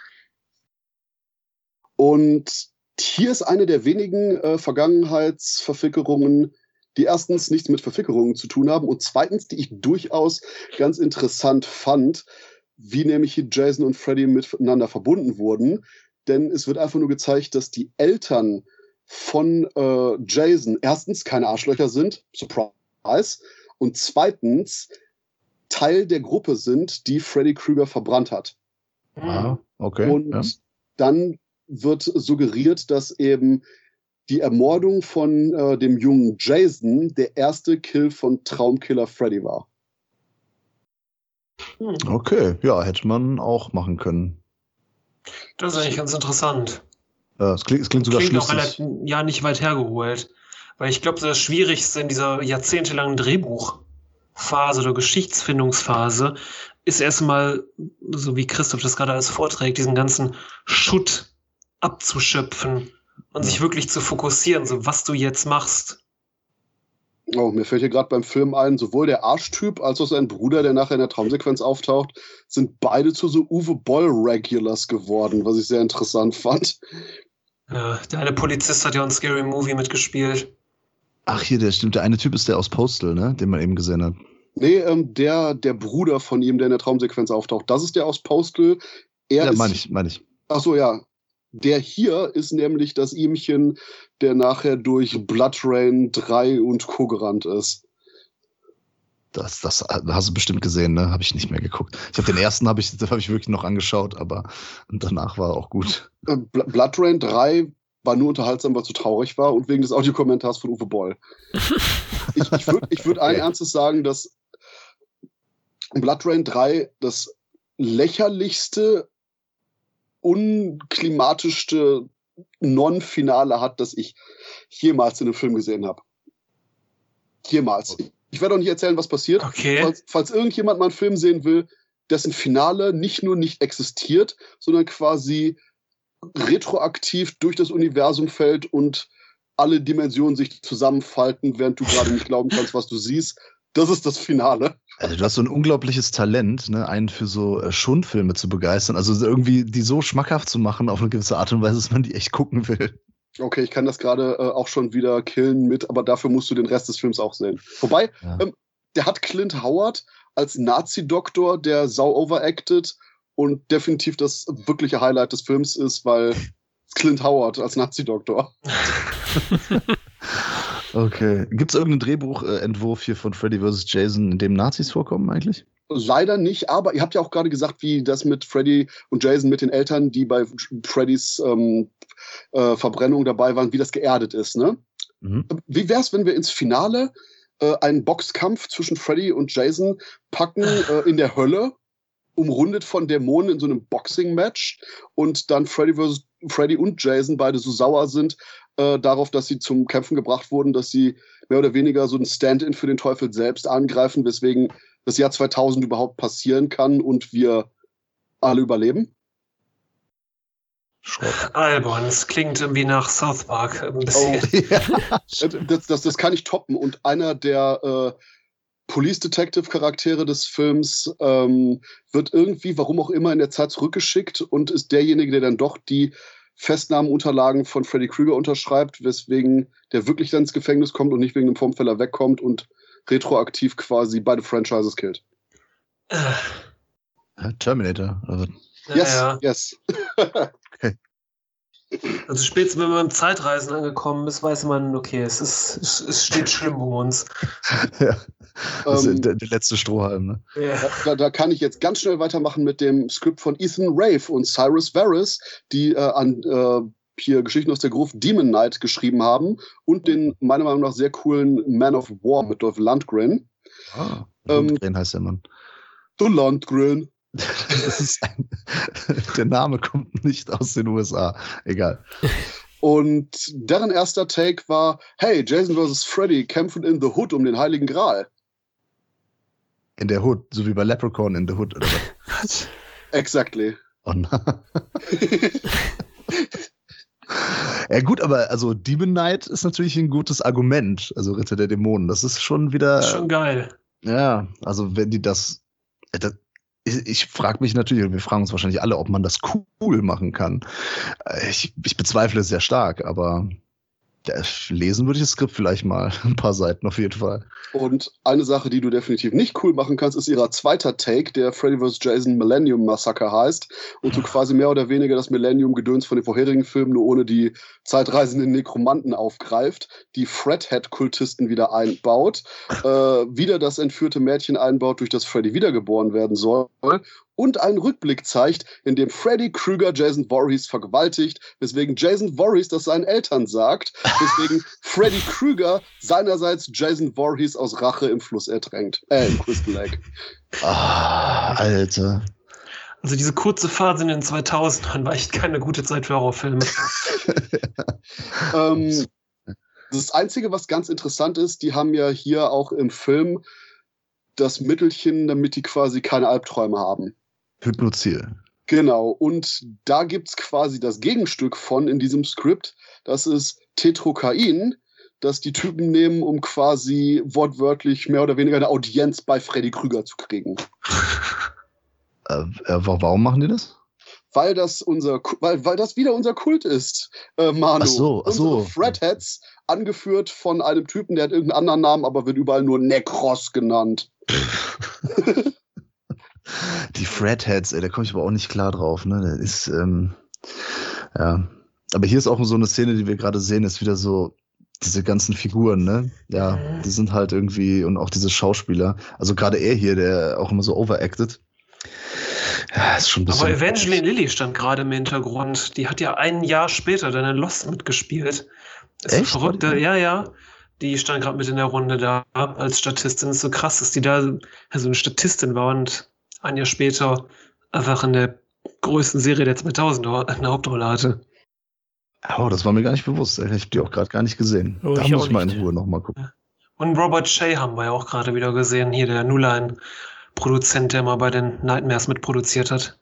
Und hier ist eine der wenigen äh, Vergangenheitsverfickerungen, die erstens nichts mit Verfickerungen zu tun haben und zweitens, die ich durchaus ganz interessant fand, wie nämlich hier Jason und Freddy miteinander verbunden wurden. Denn es wird einfach nur gezeigt, dass die Eltern von äh, Jason erstens keine Arschlöcher sind, Surprise, und zweitens Teil der Gruppe sind, die Freddy Krüger verbrannt hat. Ah, okay. Und ja. dann wird suggeriert, dass eben die Ermordung von äh, dem jungen Jason der erste Kill von Traumkiller Freddy war. Hm. Okay, ja, hätte man auch machen können. Das ist eigentlich ganz interessant. Ja, es klingt, es klingt sogar Klingt auch schlüssig. relativ, ja, nicht weit hergeholt. Weil ich glaube, das Schwierigste in dieser jahrzehntelangen Drehbuchphase oder Geschichtsfindungsphase ist erstmal, so wie Christoph das gerade alles vorträgt, diesen ganzen Schutt abzuschöpfen und Ja. sich wirklich zu fokussieren, so was du jetzt machst. Oh, mir fällt hier gerade beim Film ein, sowohl der Arschtyp als auch sein Bruder, der nachher in der Traumsequenz auftaucht, sind beide zu so Uwe Boll-Regulars geworden, was ich sehr interessant fand. Ja, der eine Polizist hat ja in Scary Movie mitgespielt. Ach, hier, der stimmt. Der eine Typ ist der aus Postal, ne? Den man eben gesehen hat. Nee, ähm, der, der Bruder von ihm, der in der Traumsequenz auftaucht, das ist der aus Postal. Er Ja, ist, meine ich, meine ich. Ach so, ja. Der hier ist nämlich das Ihmchen, der nachher durch Blood Rain drei und Co. gerannt ist. Das, das hast du bestimmt gesehen, ne? Habe ich nicht mehr geguckt. Ich habe den ersten, habe ich, hab ich wirklich noch angeschaut, aber danach war er auch gut. Äh, Bl- Blood Rain drei war nur unterhaltsam, weil es so traurig war und wegen des Audiokommentars von Uwe Boll. ich ich würde ich würd allen Okay. Ernstes sagen, dass Blood Rain drei das lächerlichste, unklimatischste Non-Finale hat, das ich jemals in einem Film gesehen habe. Jemals. Ich werde auch nicht erzählen, was passiert. Okay. Falls, falls irgendjemand mal einen Film sehen will, dessen Finale nicht nur nicht existiert, sondern quasi retroaktiv durch das Universum fällt und alle Dimensionen sich zusammenfalten, während du gerade nicht glauben kannst, was du siehst. Das ist das Finale. Also du hast so ein unglaubliches Talent, ne, einen für so äh, Schundfilme zu begeistern. Also irgendwie die so schmackhaft zu machen auf eine gewisse Art und Weise, dass man die echt gucken will. Okay, ich kann das gerade äh, auch schon wieder killen mit, aber dafür musst du den Rest des Films auch sehen. Wobei, Ja. ähm, der hat Clint Howard als Nazi-Doktor, der sau overacted und definitiv das wirkliche Highlight des Films ist, weil Clint Howard als Nazi-Doktor. Okay. Gibt es irgendeinen Drehbuchentwurf hier von Freddy versus. Jason, in dem Nazis vorkommen eigentlich? Leider nicht, aber ihr habt ja auch gerade gesagt, wie das mit Freddy und Jason, mit den Eltern, die bei Freddys ähm, äh, Verbrennung dabei waren, wie das geerdet ist, ne? Mhm. Wie wär's, wenn wir ins Finale äh, einen Boxkampf zwischen Freddy und Jason packen äh, in der Hölle, umrundet von Dämonen in so einem Boxing-Match und dann Freddy versus. Freddy und Jason beide so sauer sind äh, darauf, dass sie zum Kämpfen gebracht wurden, dass sie mehr oder weniger so ein Stand-in für den Teufel selbst angreifen, weswegen das Jahr zweitausend überhaupt passieren kann und wir alle überleben. Schrott. Albon, es klingt irgendwie nach South Park ein bisschen. Ja. Äh, Das, das, das kann ich toppen. Und einer der äh, Police Detective Charaktere des Films ähm, wird irgendwie, warum auch immer, in der Zeit zurückgeschickt und ist derjenige, der dann doch die Festnahmenunterlagen von Freddy Krueger unterschreibt, weswegen der wirklich dann ins Gefängnis kommt und nicht wegen einem Formfäller wegkommt und retroaktiv quasi beide Franchises killt. Äh, Terminator. Also, ja, Yes, ja. yes. Also spätestens, wenn man beim Zeitreisen angekommen ist, weiß man, okay, es ist, es, es steht schlimm um uns. ja. Das ist Ähm, der, der letzte Strohhalm, ne? Ja. Da, da kann ich jetzt ganz schnell weitermachen mit dem Skript von Ethan Rave und Cyrus Varys, die äh, an äh, hier Geschichten aus der Gruft Demon Knight geschrieben haben und den meiner Meinung nach sehr coolen Man of War mit Dolph Lundgren. Ah, Ähm, Lundgren heißt der Mann. Du Lundgren. Das ist ein, der Name kommt nicht aus den U S A. Egal. Und deren erster Take war, hey, Jason versus. Freddy kämpfen in the Hood um den Heiligen Gral. In der Hood, so wie bei Leprechaun in the Hood, oder was? Exactly. Oh nein. Ja gut, aber also Demon Knight ist natürlich ein gutes Argument, also Ritter der Dämonen. Das ist schon wieder. Das ist schon geil. Ja, also wenn die das. äh, das ich ich frage mich natürlich, und wir fragen uns wahrscheinlich alle, ob man das cool machen kann. Äh, Ich, ich bezweifle es sehr stark, aber ja, lesen würde ich das Skript vielleicht mal. Ein paar Seiten auf jeden Fall. Und eine Sache, die du definitiv nicht cool machen kannst, ist ihrer zweiter Take, der Freddy versus. Jason Millennium Massacre heißt und so quasi mehr oder weniger das Millennium-Gedöns von den vorherigen Filmen nur ohne die zeitreisenden Nekromanten aufgreift, die Fredhead-Kultisten wieder einbaut, äh, wieder das entführte Mädchen einbaut, durch das Freddy wiedergeboren werden soll und einen Rückblick zeigt, in dem Freddy Krueger Jason Voorhees vergewaltigt, weswegen Jason Voorhees das seinen Eltern sagt, weswegen Freddy Krueger seinerseits Jason Voorhees aus Rache im Fluss ertränkt. Äh, im Crystal Lake. Ah, Alter. Also diese kurze Phase in den zweitausendern war echt keine gute Zeit für Horrorfilme. ähm, das Einzige, was ganz interessant ist, die haben ja hier auch im Film das Mittelchen, damit die quasi keine Albträume haben. Hypnozil. Genau, und da gibt es quasi das Gegenstück von in diesem Skript. Das ist Tetrokain, das die Typen nehmen, um quasi wortwörtlich mehr oder weniger eine Audienz bei Freddy Krueger zu kriegen. Äh, warum machen die das? Weil das unser, weil, weil das wieder unser Kult ist, äh, Manu. Ach so, ach so. Unsere Fredheads, angeführt von einem Typen, der hat irgendeinen anderen Namen, aber wird überall nur Necros genannt. Die Fredheads, ey, da komme ich aber auch nicht klar drauf, ne? Das ist, ähm, ja. Aber hier ist auch so eine Szene, die wir gerade sehen, ist wieder so, diese ganzen Figuren, ne? Ja, die sind halt irgendwie, und auch diese Schauspieler, also gerade er hier, der auch immer so overacted. Ja, ist schon ein bisschen. Aber Evangeline Lilly stand gerade im Hintergrund. Die hat ja ein Jahr später dann in Lost mitgespielt. Ist Echt? So verrückte, ja, ja. Die stand gerade mit in der Runde da als Statistin. Das ist so krass, dass die da so eine Statistin war und ein Jahr später einfach in der größten Serie der zweitausender eine Hauptrolle hatte. Oh, das war mir gar nicht bewusst. Ich habe die auch gerade gar nicht gesehen. Oh, da ich muss auch ich mal nicht. in Ruhe nochmal gucken. Und Robert Shea haben wir ja auch gerade wieder gesehen. Hier der Nuline-Produzent, der mal bei den Nightmares mitproduziert hat.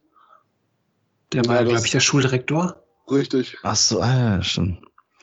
Der war Ja, ja, das- glaube ich, der Schuldirektor. Richtig. Ach so, ah, ja, stimmt.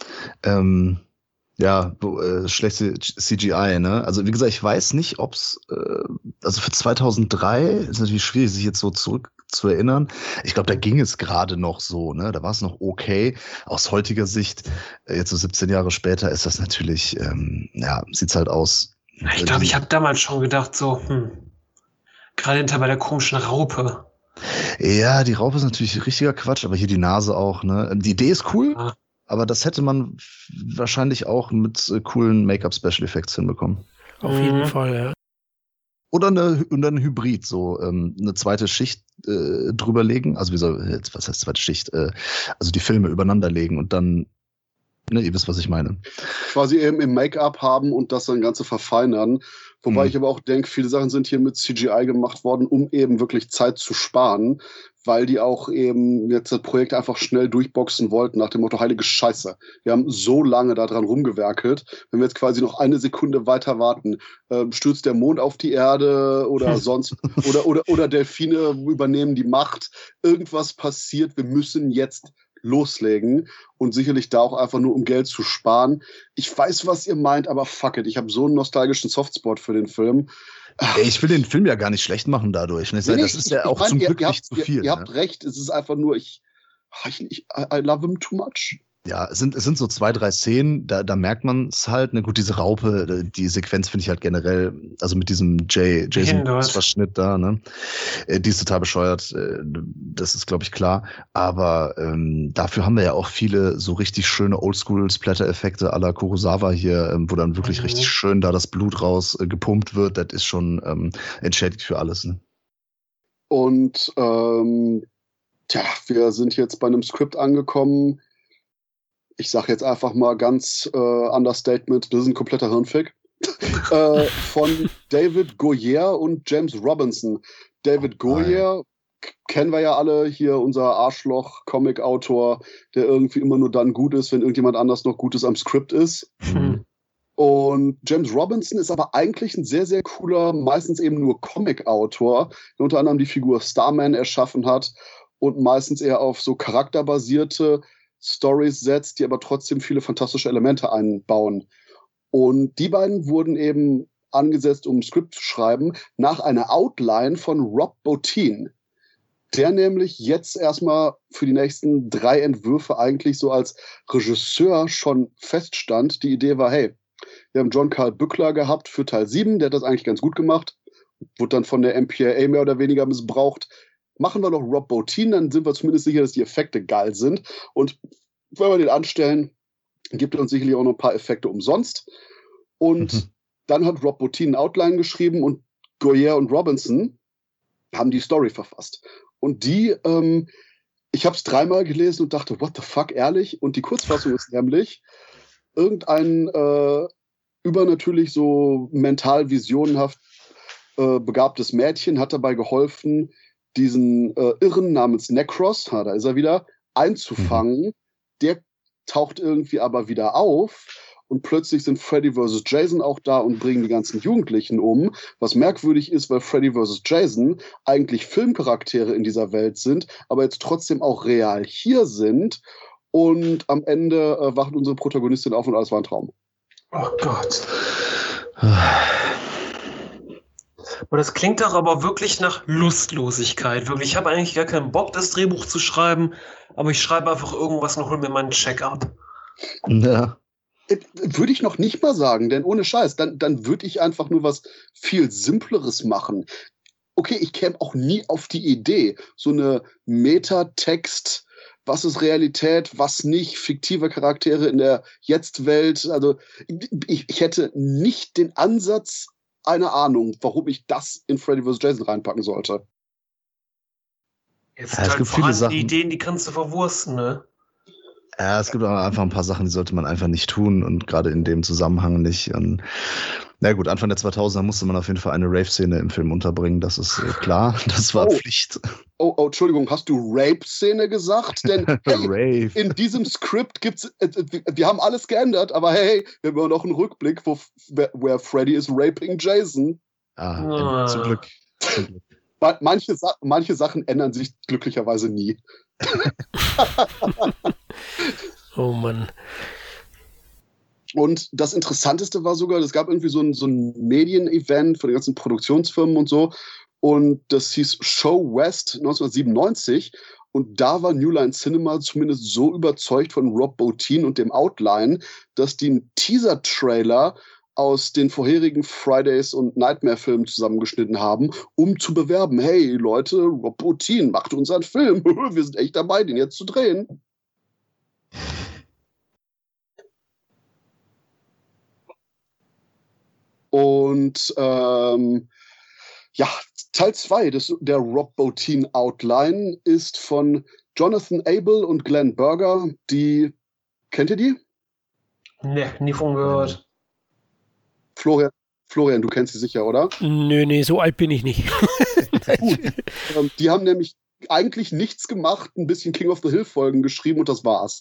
Ähm, ja, bo- äh, schlechte C G I, ne? Also wie gesagt, ich weiß nicht, ob's, äh, also für zweitausenddrei ist natürlich schwierig, sich jetzt so zurück zu erinnern. Ich glaube, da ging es gerade noch so, ne? Da war es noch okay. Aus heutiger Sicht, äh, jetzt so siebzehn Jahre später, ist das natürlich, ähm, ja, sieht's halt aus. Ich glaube, ich habe damals schon gedacht, so, hm, gerade hinter bei der komischen Raupe. Ja, die Raupe ist natürlich richtiger Quatsch, aber hier die Nase auch, ne? Die Idee ist cool, Ja. aber das hätte man f- wahrscheinlich auch mit äh, coolen Make-up-Special Effects hinbekommen. Auf Mhm. jeden Fall, ja. Oder eine, oder ein Hybrid, so ähm, eine zweite Schicht äh, drüberlegen. Also wie soll, jetzt, was heißt zweite Schicht? Äh, also die Filme übereinander legen und dann, ne, ihr wisst, was ich meine. Quasi eben im Make-up haben und das dann Ganze verfeinern. Wobei Mhm. ich aber auch denke, viele Sachen sind hier mit C G I gemacht worden, um eben wirklich Zeit zu sparen, weil die auch eben jetzt das Projekt einfach schnell durchboxen wollten, nach dem Motto, heilige Scheiße. Wir haben so lange daran rumgewerkelt. Wenn wir jetzt quasi noch eine Sekunde weiter warten, ähm, stürzt der Mond auf die Erde oder Hm. sonst, oder, oder, oder Delfine übernehmen die Macht. Irgendwas passiert, wir müssen jetzt loslegen und sicherlich da auch einfach nur, um Geld zu sparen. Ich weiß, was ihr meint, aber fuck it, ich habe so einen nostalgischen Softspot für den Film. Ey, ich will den Film ja gar nicht schlecht machen dadurch. Ne? Ich sag, Nee, das nee, ist ja ich auch mein, zum ihr- Glück ihr nicht habt, zu ihr- viel. Ihr habt ne? recht, es ist einfach nur, ich, ich, ich I, I love him too much. Ja, es sind, es sind so zwei, drei Szenen, da, da merkt man es halt. Ne? Gut, diese Raupe, die Sequenz finde ich halt generell, also mit diesem Jay, Jason Behindert. Verschnitt da, ne? Äh, Die ist total bescheuert, äh, das ist, glaube ich, klar. Aber ähm, dafür haben wir ja auch viele so richtig schöne Oldschool-Splatter-Effekte à la Kurosawa hier, ähm, wo dann wirklich Mhm. richtig schön da das Blut raus äh, gepumpt wird. Das ist schon ähm, entschädigt für alles. Ne? Und ähm, tja, wir sind jetzt bei einem Skript angekommen. Ich sage jetzt einfach mal ganz äh, Understatement, das ist ein kompletter Hirnfick. äh, von David Goyer und James Robinson. David Goyer k- kennen wir ja alle, hier unser Arschloch-Comic-Autor, der irgendwie immer nur dann gut ist, wenn irgendjemand anders noch Gutes am Skript ist. Hm. Und James Robinson ist aber eigentlich ein sehr, sehr cooler, meistens eben nur Comic-Autor, der unter anderem die Figur Starman erschaffen hat und meistens eher auf so charakterbasierte Stories setzt, die aber trotzdem viele fantastische Elemente einbauen. Und die beiden wurden eben angesetzt, um ein Skript zu schreiben, nach einer Outline von Rob Bottin, der nämlich jetzt erstmal für die nächsten drei Entwürfe eigentlich so als Regisseur schon feststand. Die Idee war, hey, wir haben John Carl Bückler gehabt für Teil sieben, der hat das eigentlich ganz gut gemacht, wurde dann von der M P A A mehr oder weniger missbraucht. Machen wir doch Rob Bottin, dann sind wir zumindest sicher, dass die Effekte geil sind. Und wenn wir den anstellen, gibt er uns sicherlich auch noch ein paar Effekte umsonst. Und Mhm. dann hat Rob Bottin ein Outline geschrieben und Goyer und Robinson haben die Story verfasst. Und die, ähm, ich habe es dreimal gelesen und dachte, what the fuck, ehrlich? Und die Kurzfassung ist nämlich, irgendein äh, übernatürlich so mental visionenhaft äh, begabtes Mädchen hat dabei geholfen, diesen äh, Irren namens Necros, ha, da ist er wieder, einzufangen. Mhm. Der taucht irgendwie aber wieder auf und plötzlich sind Freddy versus. Jason auch da und bringen die ganzen Jugendlichen um, was merkwürdig ist, weil Freddy versus. Jason eigentlich Filmcharaktere in dieser Welt sind, aber jetzt trotzdem auch real hier sind und am Ende äh, wacht unsere Protagonistin auf und alles war ein Traum. Oh Gott. Aber das klingt doch aber wirklich nach Lustlosigkeit. Wirklich, ich habe eigentlich gar keinen Bock, das Drehbuch zu schreiben, aber ich schreibe einfach irgendwas und hole mir meinen Check ab. Ja. Würde ich noch nicht mal sagen, denn ohne Scheiß, dann, dann würde ich einfach nur was viel Simpleres machen. Okay, ich käme auch nie auf die Idee, so eine Metatext, was ist Realität, was nicht, fiktive Charaktere in der Jetzt-Welt. Also ich, ich hätte nicht den Ansatz, eine Ahnung, warum ich das in Freddy versus. Jason reinpacken sollte. Jetzt ja, es halt gibt viele Sachen. Die Ideen, die kannst du verwursten, ne? Ja, es gibt aber einfach ein paar Sachen, die sollte man einfach nicht tun und gerade in dem Zusammenhang nicht. Und na gut, Anfang der zweitausender musste man auf jeden Fall eine Rave-Szene im Film unterbringen, das ist äh, klar, das war oh. Pflicht. Oh, oh, Entschuldigung, hast du Rape-Szene gesagt? Denn hey, Rave. In diesem Skript gibt's, äh, wir haben alles geändert, aber hey, wir haben noch einen Rückblick, wo where Freddy is raping Jason. Ah, oh. zum Glück. Zum Glück. Manche, manche Sachen ändern sich glücklicherweise nie. Oh Mann. Und das Interessanteste war sogar, es gab irgendwie so ein, so ein Medien-Event von den ganzen Produktionsfirmen und so. Und das hieß Show West neunzehnhundertsiebenundneunzig. Und da war New Line Cinema zumindest so überzeugt von Rob Bottin und dem Outline, dass die einen Teaser-Trailer aus den vorherigen Fridays- und Nightmare-Filmen zusammengeschnitten haben, um zu bewerben, hey Leute, Rob Bottin macht unseren Film, wir sind echt dabei, den jetzt zu drehen. Und ähm, ja, Teil zwei der Rob Bottin Outline ist von Jonathan Abel und Glenn Berger. Die, kennt ihr die? Ne, nie von gehört. Florian, Florian, du kennst sie sicher, oder? Nö, nee, so alt bin ich nicht. Gut. Ähm, die haben nämlich eigentlich nichts gemacht, ein bisschen King of the Hill Folgen geschrieben und das war's.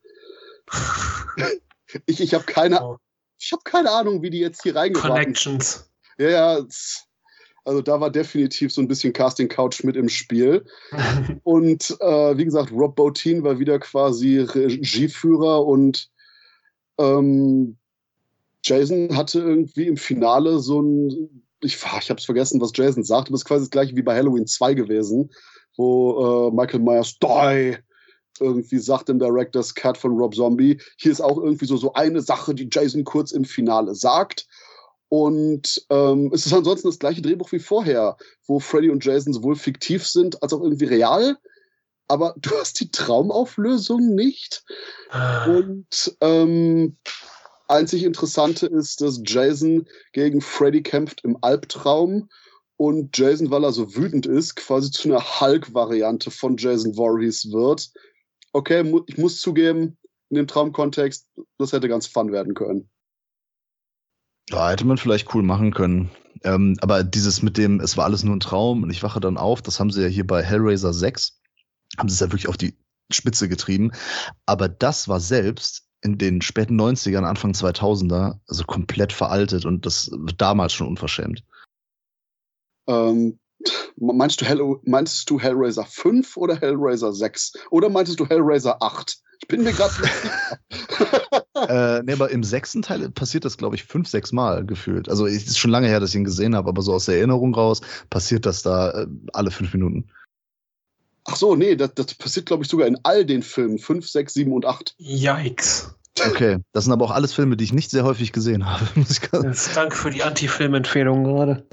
ich ich habe keine, oh. ich hab keine Ahnung, wie die jetzt hier reingeraten. Connections. Ja, ja. Also da war definitiv so ein bisschen Casting Couch mit im Spiel. Und äh, wie gesagt, Rob Bottin war wieder quasi Regieführer und ähm, Jason hatte irgendwie im Finale so ein, ich, ich habe es vergessen, was Jason sagt, aber es ist quasi das gleiche wie bei Halloween zwei gewesen, wo äh, Michael Myers die irgendwie sagt im Director's Cut von Rob Zombie. Hier ist auch irgendwie so, so eine Sache, die Jason kurz im Finale sagt. Und ähm, es ist ansonsten das gleiche Drehbuch wie vorher, wo Freddy und Jason sowohl fiktiv sind als auch irgendwie real. Aber du hast die Traumauflösung nicht. Und ähm, einzig Interessante ist, dass Jason gegen Freddy kämpft im Albtraum und Jason, weil er so wütend ist, quasi zu einer Hulk-Variante von Jason Voorhees wird. Okay, mu- ich muss zugeben, in dem Traumkontext, das hätte ganz fun werden können. Ja, hätte man vielleicht cool machen können. Ähm, aber dieses mit dem, es war alles nur ein Traum und ich wache dann auf, das haben sie ja hier bei Hellraiser sechs, haben sie es ja wirklich auf die Spitze getrieben. Aber das war selbst in den späten neunzigern, Anfang zweitausender, also komplett veraltet und das damals schon unverschämt. Ähm, meinst du, Hell, meinst du Hellraiser fünf oder Hellraiser sechs? Oder meintest du Hellraiser acht? Ich bin mir gerade nicht sicher. äh, nee, aber im sechsten Teil passiert das, glaube ich, fünf, sechs Mal gefühlt. Also es ist schon lange her, dass ich ihn gesehen habe, aber so aus der Erinnerung raus passiert das da äh, alle fünf Minuten. Ach so, nee, das, das passiert, glaube ich, sogar in all den Filmen. fünf, sechs, sieben und acht. Yikes. Okay, das sind aber auch alles Filme, die ich nicht sehr häufig gesehen habe. Danke für die Anti-Film-Empfehlung gerade.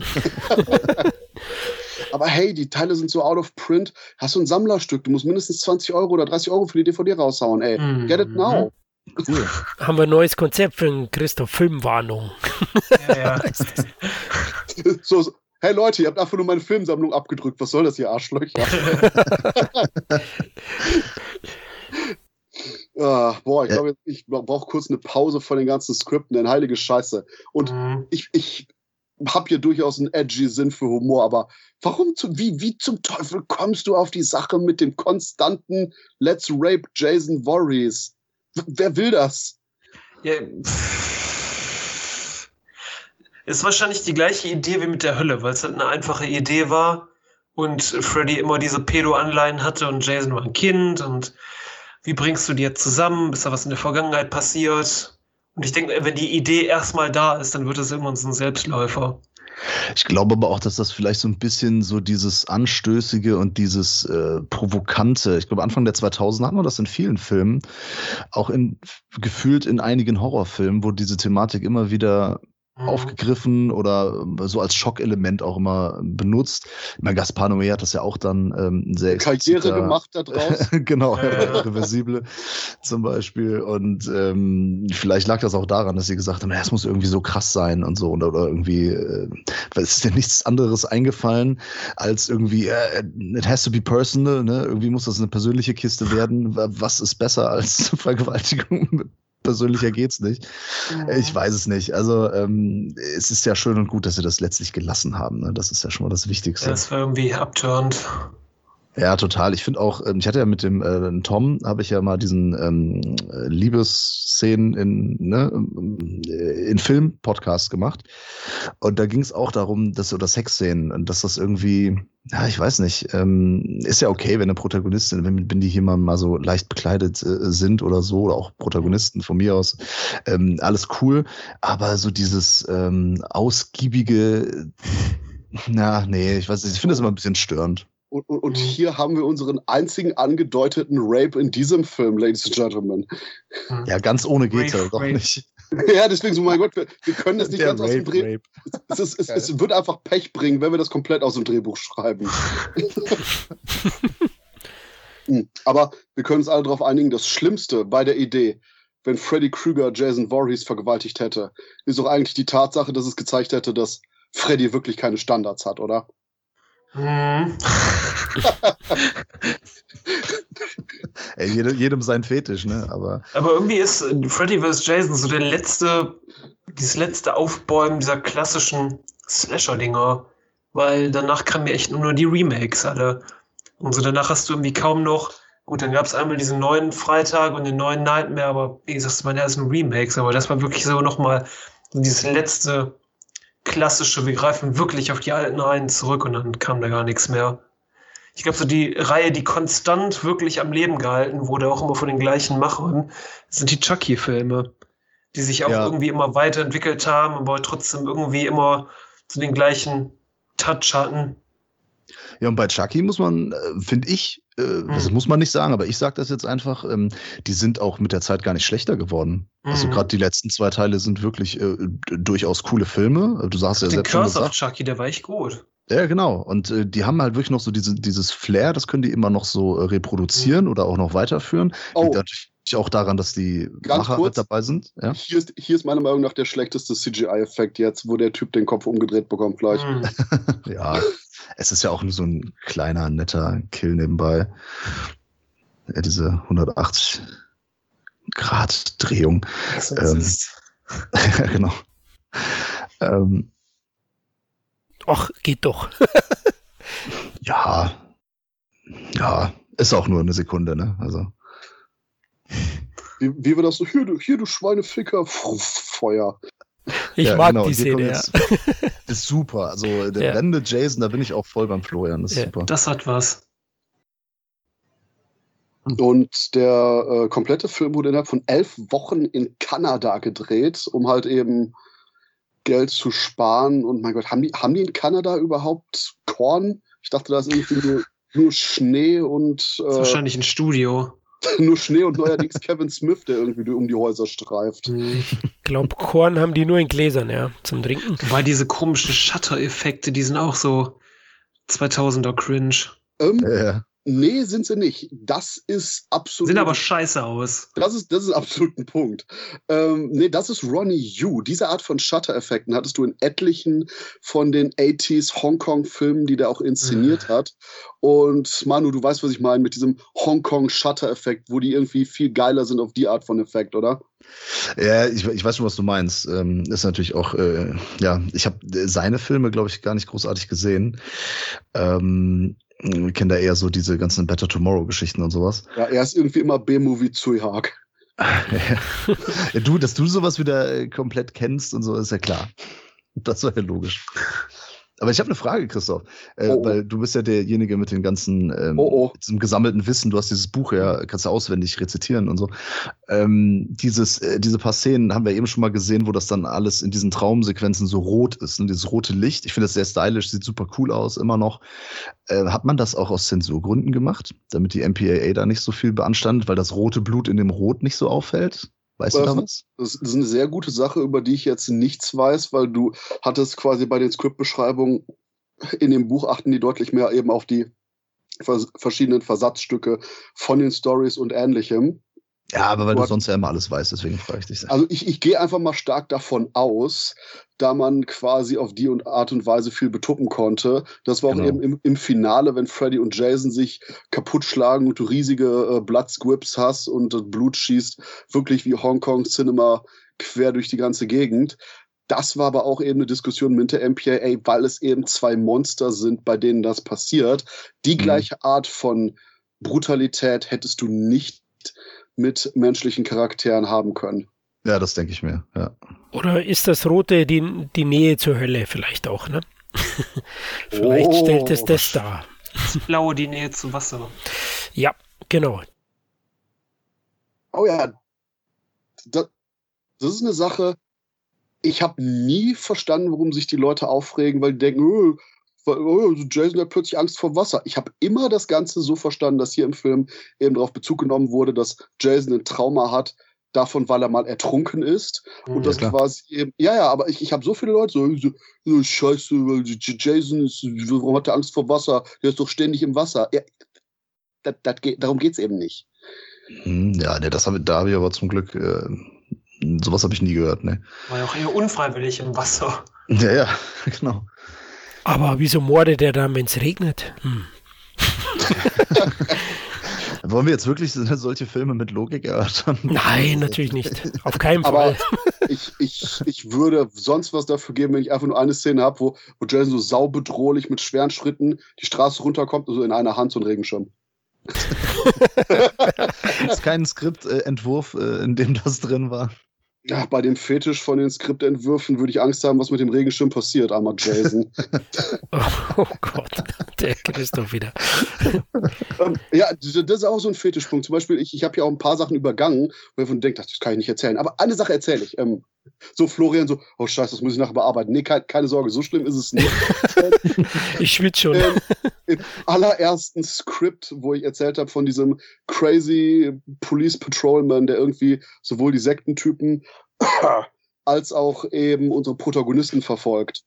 Aber hey, die Teile sind so out of print. Hast du ein Sammlerstück? Du musst mindestens zwanzig Euro oder dreißig Euro für die D V D raushauen, ey. Mm-hmm. Get it now. Cool. Haben wir ein neues Konzept für einen Christoph Filmwarnung. Ja, ja. so, Hey Leute, ihr habt einfach nur meine Filmsammlung abgedrückt. Was soll das, ihr Arschlöcher? ah, boah, ich glaube, ich brauche kurz eine Pause von den ganzen Skripten, denn heilige Scheiße. Und mhm. ich, ich habe hier durchaus einen edgy Sinn für Humor, aber warum, zu, wie, wie zum Teufel kommst du auf die Sache mit dem konstanten Let's Rape Jason Voorhees? W- wer will das? Ja, ist wahrscheinlich die gleiche Idee wie mit der Hölle, weil es halt eine einfache Idee war und Freddy immer diese Pedo-Anleihen hatte und Jason war ein Kind und wie bringst du die jetzt zusammen? Ist da was in der Vergangenheit passiert? Und ich denke, wenn die Idee erstmal da ist, dann wird das irgendwann so ein Selbstläufer. Ich glaube aber auch, dass das vielleicht so ein bisschen so dieses Anstößige und dieses äh, Provokante, ich glaube Anfang der zweitausender hatten wir das in vielen Filmen, auch in gefühlt in einigen Horrorfilmen, wo diese Thematik immer wieder aufgegriffen oder so als Schockelement auch immer benutzt. Ich meine, Gaspar Noé hat das ja auch dann ähm, sehr Karriere gemacht da draußen. Genau, Reversible zum Beispiel. Und ähm, vielleicht lag das auch daran, dass sie gesagt haben, es muss irgendwie so krass sein und so. Oder, oder irgendwie, äh, weil es ist ja nichts anderes eingefallen, als irgendwie, äh, it has to be personal, ne? Irgendwie muss das eine persönliche Kiste werden. Was ist besser als Vergewaltigung? Persönlicher geht's nicht. Ja. Ich weiß es nicht. Also ähm, es ist ja schön und gut, dass sie das letztlich gelassen haben. Ne? Das ist ja schon mal das Wichtigste. Ja, das war irgendwie abturnt. Ja, total. Ich finde auch, ich hatte ja mit dem äh, Tom, habe ich ja mal diesen ähm, Liebesszenen in, ne, in Film-Podcast gemacht. Und da ging es auch darum, dass oder Sexszenen und dass das irgendwie, ja, ich weiß nicht, ähm, ist ja okay, wenn eine Protagonistin, wenn, wenn die hier mal, mal so leicht bekleidet äh, sind oder so, oder auch Protagonisten von mir aus, ähm, alles cool. Aber so dieses ähm, ausgiebige, na, nee, ich weiß nicht, ich finde das immer ein bisschen störend. Und, und, und hier haben wir unseren einzigen angedeuteten Rape in diesem Film, Ladies and Gentlemen. Ja, ganz ohne geht's ja doch nicht. Ja, deswegen so, mein Gott, wir, wir können das nicht Der ganz Rape, aus dem Drehbuch. Es, es, es, es wird einfach Pech bringen, wenn wir das komplett aus dem Drehbuch schreiben. Aber wir können uns alle darauf einigen, das Schlimmste bei der Idee, wenn Freddy Krueger Jason Voorhees vergewaltigt hätte, ist doch eigentlich die Tatsache, dass es gezeigt hätte, dass Freddy wirklich keine Standards hat, oder? Hm. Ey, jedem, jedem sein Fetisch, ne? Aber, Aber irgendwie ist Freddy versus. Jason so der letzte, dieses letzte Aufbäumen dieser klassischen Slasher-Dinger, weil danach kamen ja echt nur die Remakes alle. Und so danach hast du irgendwie kaum noch, gut, dann gab es einmal diesen neuen Freitag und den neuen Nightmare, aber wie gesagt, das waren ja erst Remakes, aber das war wirklich so nochmal so dieses letzte klassische, wir greifen wirklich auf die alten Reihen zurück und dann kam da gar nichts mehr. Ich glaube, so die Reihe, die konstant wirklich am Leben gehalten wurde, auch immer von den gleichen Machern, sind die Chucky-Filme, die sich auch ja. irgendwie immer weiterentwickelt haben, aber trotzdem irgendwie immer zu den gleichen Touch hatten. Ja, und bei Chucky muss man, äh, finde ich, äh, mhm. das muss man nicht sagen, aber ich sage das jetzt einfach, ähm, die sind auch mit der Zeit gar nicht schlechter geworden. Mhm. Also gerade die letzten zwei Teile sind wirklich äh, durchaus coole Filme. Du sagst ja selbst schon gesagt. Den Curse of Chucky, der war echt gut. Ja, genau. Und äh, die haben halt wirklich noch so diese, dieses Flair, das können die immer noch so äh, reproduzieren mhm. oder auch noch weiterführen. Oh. Liegt natürlich auch daran, dass die Ganz Macher kurz, mit dabei sind. Ja? Hier, ist, hier ist meiner Meinung nach der schlechteste C G I-Effekt jetzt, wo der Typ den Kopf umgedreht bekommt gleich. Mhm. Ja, es ist ja auch nur so ein kleiner, netter Kill nebenbei. Ja, diese hundertachtzig Grad Drehung. Das ähm, ist genau. Ähm, Ach, geht doch. ja. Ja, ist auch nur eine Sekunde, ne? Also. Wie, wie wir das so, hier, du, hier, du Schweineficker, Feuer. Ich ja, mag genau. die Szene, ja. Jetzt, ist super. Also der ja. brennende Jason, da bin ich auch voll beim Florian. Das ist ja. super. Das hat was. Und der äh, komplette Film wurde innerhalb von elf Wochen in Kanada gedreht, um halt eben Geld zu sparen. Und mein Gott, haben die, haben die in Kanada überhaupt Korn? Ich dachte, da ist irgendwie nur, nur Schnee und äh, Das ist wahrscheinlich ein Studio. nur Schnee und neuerdings Kevin Smith, der irgendwie um die Häuser streift. Ich glaube, Korn haben die nur in Gläsern, ja, zum Trinken. Weil diese komischen Shutter-Effekte, die sind auch so zweitausender Cringe. Ähm, Ja, ja. Nee, sind sie nicht. Das ist absolut. Sehen aber scheiße aus. Das ist, das ist absolut ein Punkt. Ähm, nee, das ist Ronnie Yu. Diese Art von Shutter-Effekten hattest du in etlichen von den achtziger Hongkong-Filmen, die der auch inszeniert hat. Und Manu, du weißt, was ich meine, mit diesem Hongkong-Shutter-Effekt, wo die irgendwie viel geiler sind auf die Art von Effekt, oder? Ja, ich, ich weiß schon, was du meinst. Ähm, ist natürlich auch, äh, ja, ich habe seine Filme, glaube ich, gar nicht großartig gesehen. Ähm, Wir kennen da eher so diese ganzen Better Tomorrow-Geschichten und sowas. Ja, er ist irgendwie immer B-Movie Tsui Hark. Ja, du, dass du sowas wieder komplett kennst und so, ist ja klar. Das war ja logisch. Aber ich habe eine Frage, Christoph, äh, oh, oh. weil du bist ja derjenige mit den ganzen, ähm, oh, oh. diesem gesammelten Wissen. Du hast dieses Buch ja, kannst du auswendig rezitieren und so. Ähm, dieses, äh, diese paar Szenen haben wir eben schon mal gesehen, wo das dann alles in diesen Traumsequenzen so rot ist, ne? Dieses rote Licht. Ich finde das sehr stylisch, sieht super cool aus, immer noch. Äh, hat man das auch aus Zensurgründen gemacht, damit die M P A A da nicht so viel beanstandet, weil das rote Blut in dem Rot nicht so auffällt? Weißt du da was? Das ist eine sehr gute Sache, über die ich jetzt nichts weiß, weil du hattest quasi bei den Skriptbeschreibungen in dem Buch achten die deutlich mehr eben auf die vers- verschiedenen Versatzstücke von den Stories und Ähnlichem. Ja, aber weil du du sonst ja immer alles weißt, deswegen frage ich dich. Also ich, ich gehe einfach mal stark davon aus, da man quasi auf die Art und Weise viel betuppen konnte. Das war auch Genau. eben im, im Finale, wenn Freddy und Jason sich kaputt schlagen und du riesige äh, Blood-Squibs hast und das Blut schießt wirklich wie Hongkong-Cinema quer durch die ganze Gegend. Das war aber auch eben eine Diskussion mit der M P A A, weil es eben zwei Monster sind, bei denen das passiert. Die Mhm. gleiche Art von Brutalität hättest du nicht mit menschlichen Charakteren haben können. Ja, das denke ich mir, ja. Oder ist das Rote die, die Nähe zur Hölle vielleicht auch, ne? Vielleicht Oh. stellt es das dar. Das Blaue die Nähe zu Wasser. Ja, genau. Oh ja, das, das ist eine Sache, ich habe nie verstanden, warum sich die Leute aufregen, weil die denken, oh, oh, Jason hat plötzlich Angst vor Wasser. Ich habe immer das Ganze so verstanden, dass hier im Film eben darauf Bezug genommen wurde, dass Jason ein Trauma hat, davon, weil er mal ertrunken ist. Mhm, und das klar. quasi eben, ja, ja, aber ich, ich habe so viele Leute so, so, so scheiße, weil Jason ist, warum hat er Angst vor Wasser? Der ist doch ständig im Wasser. Ja, das, das geht, darum geht es eben nicht. Hm, ja, ne, das hab, da habe ich aber zum Glück, äh, sowas habe ich nie gehört, ne. War ja auch eher unfreiwillig im Wasser. Ja, ja, genau. Aber wieso mordet er dann, wenn es regnet? Hm. Wollen wir jetzt wirklich solche Filme mit Logik erörtern? Nein, natürlich nicht. Auf keinen Aber Fall. ich, ich, ich würde sonst was dafür geben, wenn ich einfach nur eine Szene habe, wo, wo Jason so saubedrohlich mit schweren Schritten die Straße runterkommt und so in einer Hand so ein Regenschirm. Ist kein Skriptentwurf, äh, in dem das drin war. Ja, bei dem Fetisch von den Skriptentwürfen würde ich Angst haben, was mit dem Regenschirm passiert, armer Jason. Oh, oh Gott, der Christoph wieder. ähm, ja, das ist auch so ein Fetischpunkt. Zum Beispiel, ich, ich habe ja auch ein paar Sachen übergangen, wo ich von denke, das kann ich nicht erzählen. Aber eine Sache erzähle ich. Ähm, so Florian so, oh Scheiße, das muss ich nachher bearbeiten. Nee, keine, keine Sorge, so schlimm ist es nicht. Ich schwitze schon. Ähm, Im allerersten Skript, wo ich erzählt habe von diesem crazy Police Patrolman, der irgendwie sowohl die Sektentypen als auch eben unsere Protagonisten verfolgt.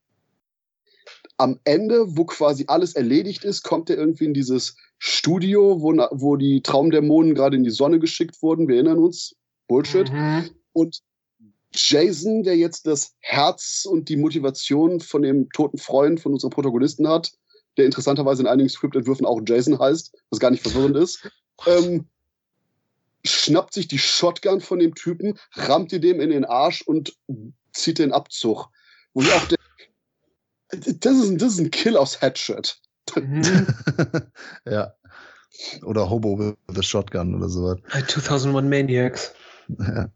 Am Ende, wo quasi alles erledigt ist, kommt er irgendwie in dieses Studio, wo, wo die Traumdämonen gerade in die Sonne geschickt wurden. Wir erinnern uns. Bullshit. Mhm. Und Jason, der jetzt das Herz und die Motivation von dem toten Freund von unserem Protagonisten hat, der interessanterweise in einigen Skriptentwürfen auch Jason heißt, was gar nicht verwirrend ist, ähm, schnappt sich die Shotgun von dem Typen, rammt die dem in den Arsch und zieht den Abzug. Wo ich auch denke, das ist, das ist ein Kill aus Headshot. Mhm. Ja. Oder Hobo with a Shotgun oder sowas. zweitausendeins Maniacs. Ja.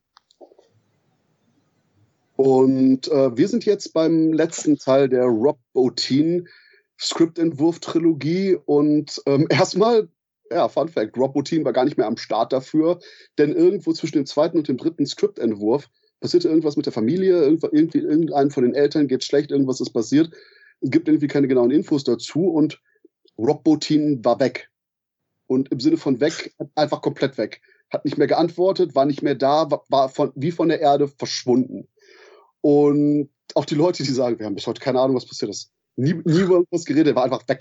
Und äh, wir sind jetzt beim letzten Teil der Rob Bottin Skriptentwurf-Trilogie und ähm, erstmal, ja, Fun Fact, Rob Bottin war gar nicht mehr am Start dafür, denn irgendwo zwischen dem zweiten und dem dritten Skriptentwurf passierte irgendwas mit der Familie, irgendwie irgendeinem von den Eltern geht schlecht, irgendwas ist passiert, es gibt irgendwie keine genauen Infos dazu und Rob Bottin war weg. Und im Sinne von weg, einfach komplett weg. Hat nicht mehr geantwortet, war nicht mehr da, war, war von, wie von der Erde verschwunden. Und auch die Leute, die sagen, wir haben bis heute keine Ahnung, was passiert ist. Nie, nie über was geredet, er war einfach weg.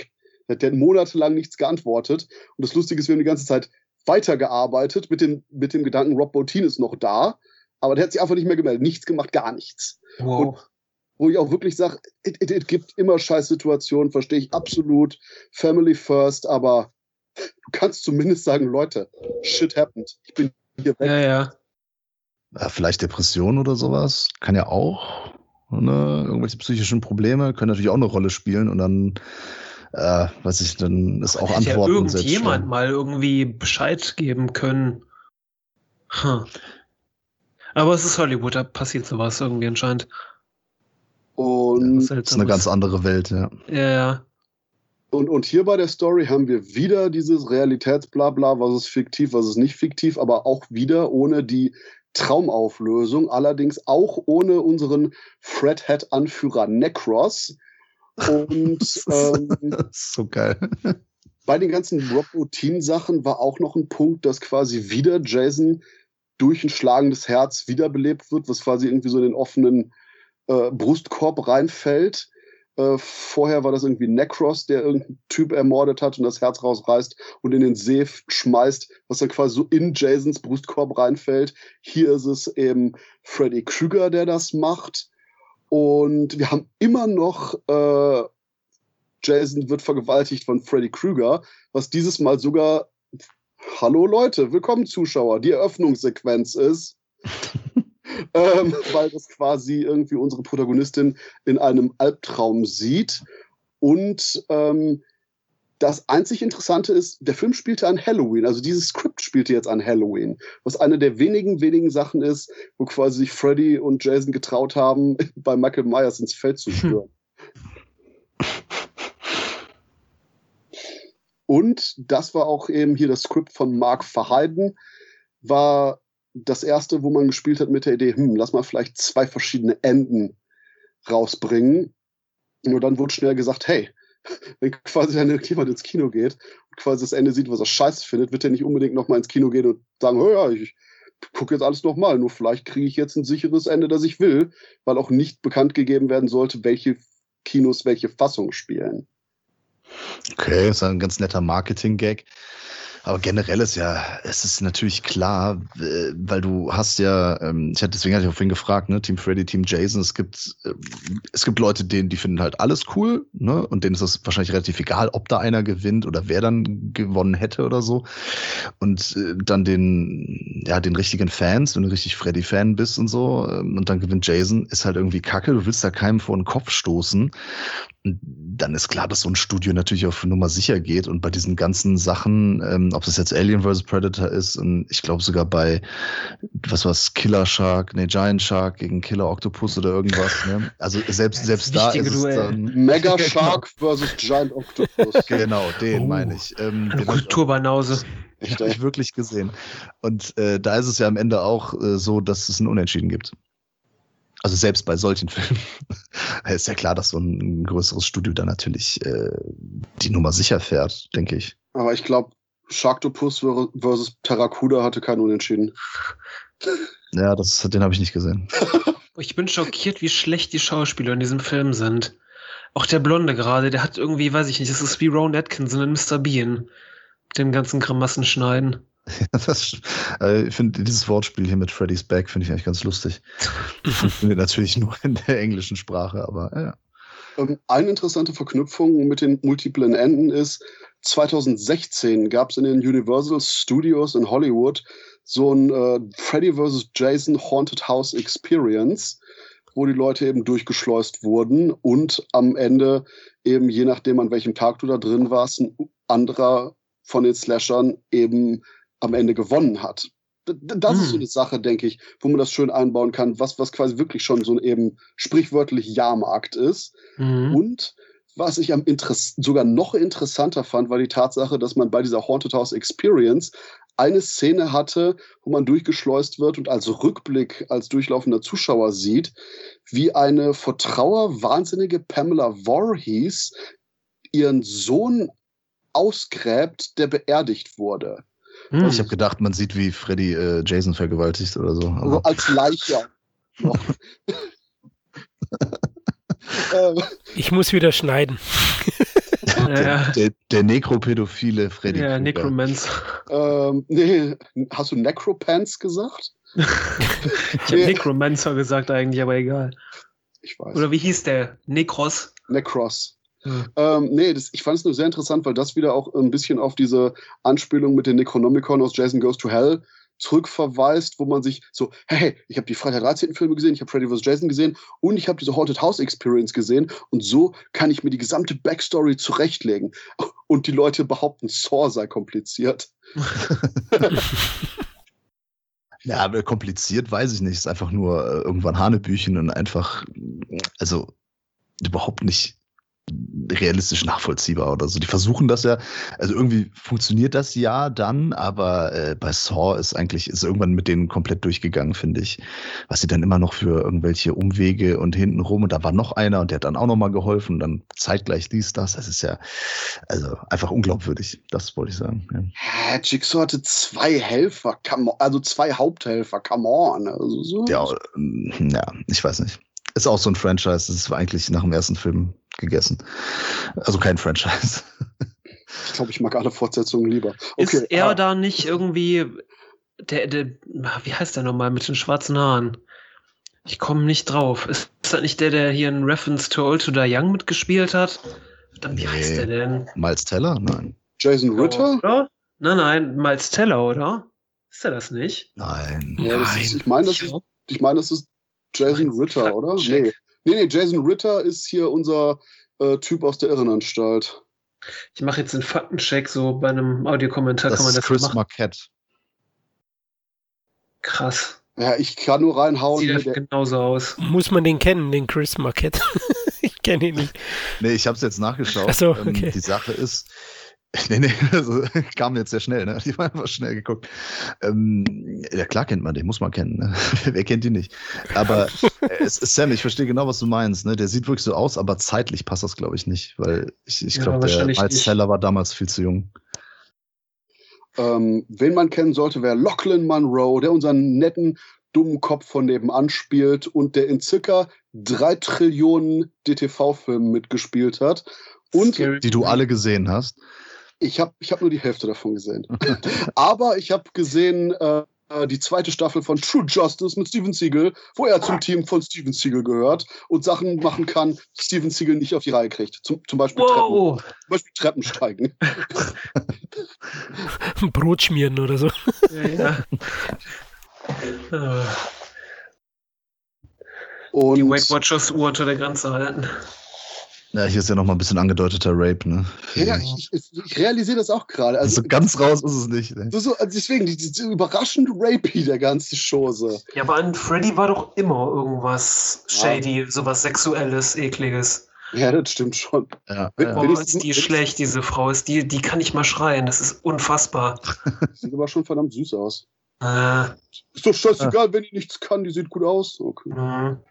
Der hat monatelang nichts geantwortet. Und das Lustige ist, wir haben die ganze Zeit weitergearbeitet mit dem, mit dem Gedanken, Rob Bottin ist noch da, aber der hat sich einfach nicht mehr gemeldet. Nichts gemacht, gar nichts. Wow. Und wo ich auch wirklich sage, es gibt immer Scheißsituationen, verstehe ich absolut, Family first, aber du kannst zumindest sagen, Leute, shit happened. Ich bin hier weg. Ja, ja. Ja, vielleicht Depression oder sowas. Kann ja auch. Ne? Irgendwelche psychischen Probleme können natürlich auch eine Rolle spielen und dann, äh, weiß ich, dann ist auch Hätte Antworten ja irgendjemand mal irgendwie Bescheid geben können. Hm. Aber es ist Hollywood, da passiert sowas irgendwie anscheinend. Und, das ist eine ganz andere Welt, ja. Ja, ja. Und, und hier bei der Story haben wir wieder dieses Realitätsblabla, was ist fiktiv, was ist nicht fiktiv, aber auch wieder ohne die Traumauflösung, allerdings auch ohne unseren Fredhead-Anführer Necros. Und ähm, so geil. Bei den ganzen Rob Bottin-Sachen war auch noch ein Punkt, dass quasi wieder Jason durch ein schlagendes Herz wiederbelebt wird, was quasi irgendwie so in den offenen äh, Brustkorb reinfällt. Äh, vorher war das irgendwie Necros, der irgendeinen Typ ermordet hat und das Herz rausreißt und in den See schmeißt, was dann quasi so in Jasons Brustkorb reinfällt. Hier ist es eben Freddy Krueger, der das macht. Und wir haben immer noch äh, Jason wird vergewaltigt von Freddy Krueger, was dieses Mal sogar, hallo Leute, willkommen Zuschauer, die Eröffnungssequenz ist. ähm, weil das quasi irgendwie unsere Protagonistin in einem Albtraum sieht. Und ähm, das einzig Interessante ist, der Film spielte an Halloween, also dieses Skript spielte jetzt an Halloween, was eine der wenigen, wenigen Sachen ist, wo quasi sich Freddy und Jason getraut haben, bei Michael Myers ins Feld zu führen. Und das war auch eben hier das Skript von Mark Verheiden, war das erste, wo man gespielt hat mit der Idee, hm, lass mal vielleicht zwei verschiedene Enden rausbringen. Und dann wurde schnell gesagt, hey, wenn quasi dann jemand ins Kino geht und quasi das Ende sieht, was er scheiße findet, wird er nicht unbedingt nochmal ins Kino gehen und sagen, oh ja, ich gucke jetzt alles nochmal, nur vielleicht kriege ich jetzt ein sicheres Ende, das ich will, weil auch nicht bekannt gegeben werden sollte, welche Kinos welche Fassung spielen. Okay, das ist ein ganz netter Marketing-Gag. Aber generell ist ja, es ist natürlich klar, weil du hast ja, ich hatte deswegen hatte ich auch vorhin gefragt, ne, Team Freddy, Team Jason, es gibt, es gibt Leute, denen, die finden halt alles cool, ne, und denen ist das wahrscheinlich relativ egal, ob da einer gewinnt oder wer dann gewonnen hätte oder so. Und dann den, ja, den richtigen Fans, wenn du richtig Freddy-Fan bist und so, und dann gewinnt Jason, ist halt irgendwie kacke, du willst da keinem vor den Kopf stoßen. Und dann ist klar, dass so ein Studio natürlich auf Nummer sicher geht und bei diesen ganzen Sachen, ähm, ob das jetzt Alien versus. Predator ist und ich glaube sogar bei, was war's, Killer Shark, nee, Giant Shark gegen Killer Octopus oder irgendwas, ne? Also selbst, selbst da ist es dann... Mega Shark versus Giant Octopus. Genau, den oh, meine ich. Ähm, eine Kulturbanause. Den habe ich wirklich gesehen. Und äh, da ist es ja am Ende auch äh, so, dass es ein Unentschieden gibt. Also selbst bei solchen Filmen ist ja klar, dass so ein größeres Studio da natürlich äh, die Nummer sicher fährt, denke ich. Aber ich glaube, Sharktopus versus Terracuda hatte keinen Unentschieden. Ja, das, den habe ich nicht gesehen. Ich bin schockiert, wie schlecht die Schauspieler in diesem Film sind. Auch der Blonde gerade, der hat irgendwie, weiß ich nicht, das ist wie Rowan Atkinson in Mister Bean. Mit dem ganzen Grimassen schneiden. Ja, das, äh, ich finde dieses Wortspiel hier mit Freddy's Back finde ich eigentlich ganz lustig. Funktioniert natürlich nur in der englischen Sprache, aber ja. Ähm, eine interessante Verknüpfung mit den multiplen Enden ist, zwanzig sechzehn gab es in den Universal Studios in Hollywood so ein äh, Freddy versus. Jason Haunted House Experience, wo die Leute eben durchgeschleust wurden und am Ende eben, je nachdem an welchem Tag du da drin warst, ein anderer von den Slashern eben am Ende gewonnen hat. Das hm. ist so eine Sache, denke ich, wo man das schön einbauen kann, was, was quasi wirklich schon so ein eben sprichwörtlich Jahrmarkt ist. Mhm. Und was ich am Interess- sogar noch interessanter fand, war die Tatsache, dass man bei dieser Haunted House Experience eine Szene hatte, wo man durchgeschleust wird und als Rückblick, als durchlaufender Zuschauer sieht, wie eine vor Trauer wahnsinnige Pamela Voorhees ihren Sohn ausgräbt, der beerdigt wurde. Hm. Ich habe gedacht, man sieht, wie Freddy äh, Jason vergewaltigt oder so. Aber also als Leiche. Ich muss wieder schneiden. Der, der, der nekropädophile Freddy Ja, Krueger. Necromancer. Ähm, nee, hast du Necropants gesagt? Ich habe Nee. Necromancer gesagt eigentlich, aber egal. Ich weiß. Oder wie hieß der? Necros? Necros. Hm. Ähm, nee, das, ich fand es nur sehr interessant, weil das wieder auch ein bisschen auf diese Anspielung mit den Necronomicon aus Jason Goes to Hell zurückverweist, wo man sich so, hey, ich habe die Freitag dreizehnten Filme gesehen, ich habe Freddy versus. Jason gesehen und ich habe diese Haunted House Experience gesehen und so kann ich mir die gesamte Backstory zurechtlegen. Und die Leute behaupten, Saw sei kompliziert. Ja, aber kompliziert weiß ich nicht. Es ist einfach nur äh, irgendwann Hanebüchen und einfach, also überhaupt nicht realistisch nachvollziehbar oder so. Die versuchen das ja, also irgendwie funktioniert das ja dann, aber äh, bei Saw ist eigentlich, ist irgendwann mit denen komplett durchgegangen, finde ich. Was sie dann immer noch für irgendwelche Umwege und hintenrum und da war noch einer und der hat dann auch nochmal geholfen und dann zeitgleich dies, das. Das ist ja, also einfach unglaubwürdig. Das wollte ich sagen. Ja. Hä, Jigsaw hatte zwei Helfer, come on, also zwei Haupthelfer, come on. Also so. Ja, äh, ja, ich weiß nicht. Ist auch so ein Franchise, das war eigentlich nach dem ersten Film gegessen. Also kein Franchise. Ich glaube, ich mag alle Fortsetzungen lieber. Okay, Ist er ah, da nicht irgendwie der, der, wie heißt der nochmal mit den schwarzen Haaren? Ich komme nicht drauf. Ist das nicht der, der hier in Reference to Old to Die Young mitgespielt hat? Dann, wie heißt der denn? Miles Teller? Nein. Jason Ritter? Oder? Nein, nein, Miles Teller, oder? Ist er das nicht? Nein. Ja, das ist, ich meine, das ist, ich meine, das ist Jason Mein Ritter, oder? Faktencheck. Nee. nee, nee, Jason Ritter ist hier unser äh, Typ aus der Irrenanstalt. Ich mache jetzt einen Faktencheck, so bei einem Audiokommentar Das kann man ist das Chris machen. Marquette. Krass. Ja, ich kann nur reinhauen. Sieht Hier, einfach der, genauso aus. Muss man den kennen, den Chris Marquette? Ich kenne ihn nicht. Nee, ich habe es jetzt nachgeschaut. Ach so, ähm, okay. die Sache ist, nee, nee, also, kam jetzt sehr schnell, ne? Die waren einfach schnell geguckt. Ähm, ja, klar kennt man den, muss man kennen. Ne? Wer kennt ihn nicht? Aber äh, es ist Sam, ich verstehe genau, was du meinst. Ne? Der sieht wirklich so aus, aber zeitlich passt das, glaube ich, nicht. Weil ich, ich Ja, glaube, der wahrscheinlich Miles nicht. Teller war damals viel zu jung. ähm, wen man kennen sollte, wäre Lachlan Monroe, der unseren netten, dummen Kopf von nebenan spielt und der in circa drei Trillionen D T V-Filmen mitgespielt hat. Und Scary Die du alle gesehen hast. ich habe ich hab nur die Hälfte davon gesehen. Aber ich habe gesehen äh, die zweite Staffel von True Justice mit Steven Seagal, wo er zum Team von Steven Seagal gehört und Sachen machen kann, die Steven Seagal nicht auf die Reihe kriegt. Zum, zum, Beispiel, Treppen, Wow! zum Beispiel Treppen steigen. Brot schmieren oder so. Ja, ja. Äh, Und Die Weight Watchers Uhr unter der Grenze halten. Ja, hier ist ja noch mal ein bisschen angedeuteter Rape, ne? ja, ich, ich, ich realisiere das auch gerade. Also Also, ganz raus ist es nicht. Ne? so, so, also deswegen, die, die, überraschend rapey, der ganze Chose. Ja, aber an Freddy war doch immer irgendwas shady, sowas Sexuelles, Ekliges. Ja, das stimmt schon. Ja, Wenn- ja. Boah, Wenigstens- ist die schlecht, diese Frau. Ist die, die kann nicht mal schreien. Das ist unfassbar. Sieht aber schon verdammt süß aus. Äh, Ist doch scheißegal, wenn die nichts kann, die sieht gut aus. Okay. mh.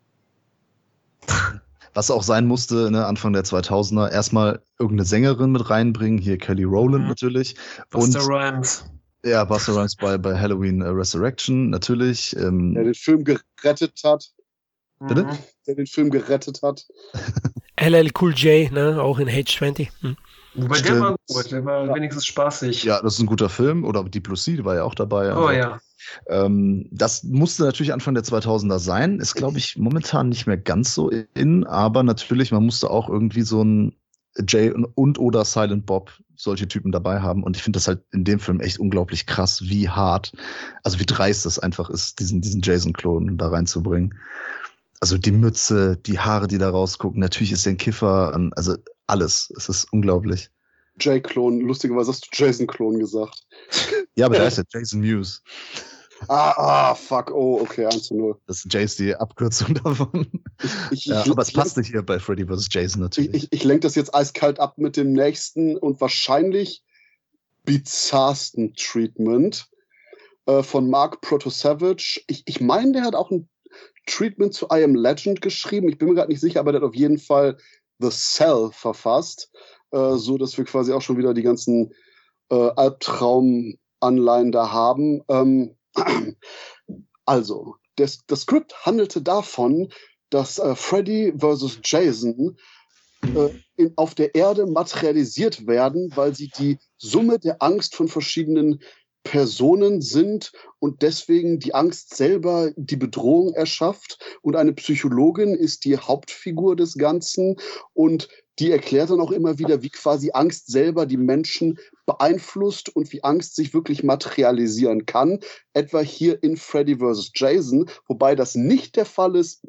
Was auch sein musste, ne, Anfang der zweitausender, erstmal irgendeine Sängerin mit reinbringen, hier Kelly Rowland Mhm. natürlich. Buster Und Rhymes. ja, Buster Rhymes bei, bei Halloween äh, Resurrection natürlich. Ähm, Der den Film gerettet hat. Bitte? Mhm. Der den Film gerettet hat. L L Cool J, ne, auch in H zwanzig. Hm. Wobei der Stimmt. war gut, der war wenigstens spaßig. ja, das ist ein guter Film. Oder Deep Blue Sea war ja auch dabei. Oh Also, ja. Ähm, das musste natürlich Anfang der zweitausender sein. Ist, glaube ich, momentan nicht mehr ganz so in. Aber natürlich, man musste auch irgendwie so ein Jay und, und oder Silent Bob solche Typen dabei haben. Und ich finde das halt in dem Film echt unglaublich krass, wie hart, also wie dreist es einfach ist, diesen, diesen Jason-Klon da reinzubringen. Also die Mütze, die Haare, die da rausgucken. Natürlich ist der ein Kiffer. Also alles. Es ist unglaublich. Jay-Klon, lustigerweise hast du Jason-Klon gesagt. Ja, aber da ist ja Jason Mewes. Ah, ah, fuck, oh, okay, eins zu null. Das ist Jay ist die Abkürzung davon. Ich, Ja, ich, aber es ich, passt nicht hier bei Freddy versus. Jason natürlich. Ich, ich, ich lenke das jetzt eiskalt ab mit dem nächsten und wahrscheinlich bizarrsten Treatment äh, von Mark Protosavage. Ich, ich meine, der hat auch ein Treatment zu I Am Legend geschrieben. Ich bin mir gerade nicht sicher, aber der hat auf jeden Fall The Cell verfasst, äh, so dass wir quasi auch schon wieder die ganzen äh, Albtraumanleihen da haben. Ähm, also, das, das Skript handelte davon, dass äh, Freddy versus. Jason äh, in, auf der Erde materialisiert werden, weil sie die Summe der Angst von verschiedenen Personen sind und deswegen die Angst selber die Bedrohung erschafft. Und eine Psychologin ist die Hauptfigur des Ganzen und die erklärt dann auch immer wieder, wie quasi Angst selber die Menschen beeinflusst und wie Angst sich wirklich materialisieren kann. Etwa hier in Freddy versus. Jason, wobei das nicht der Fall ist,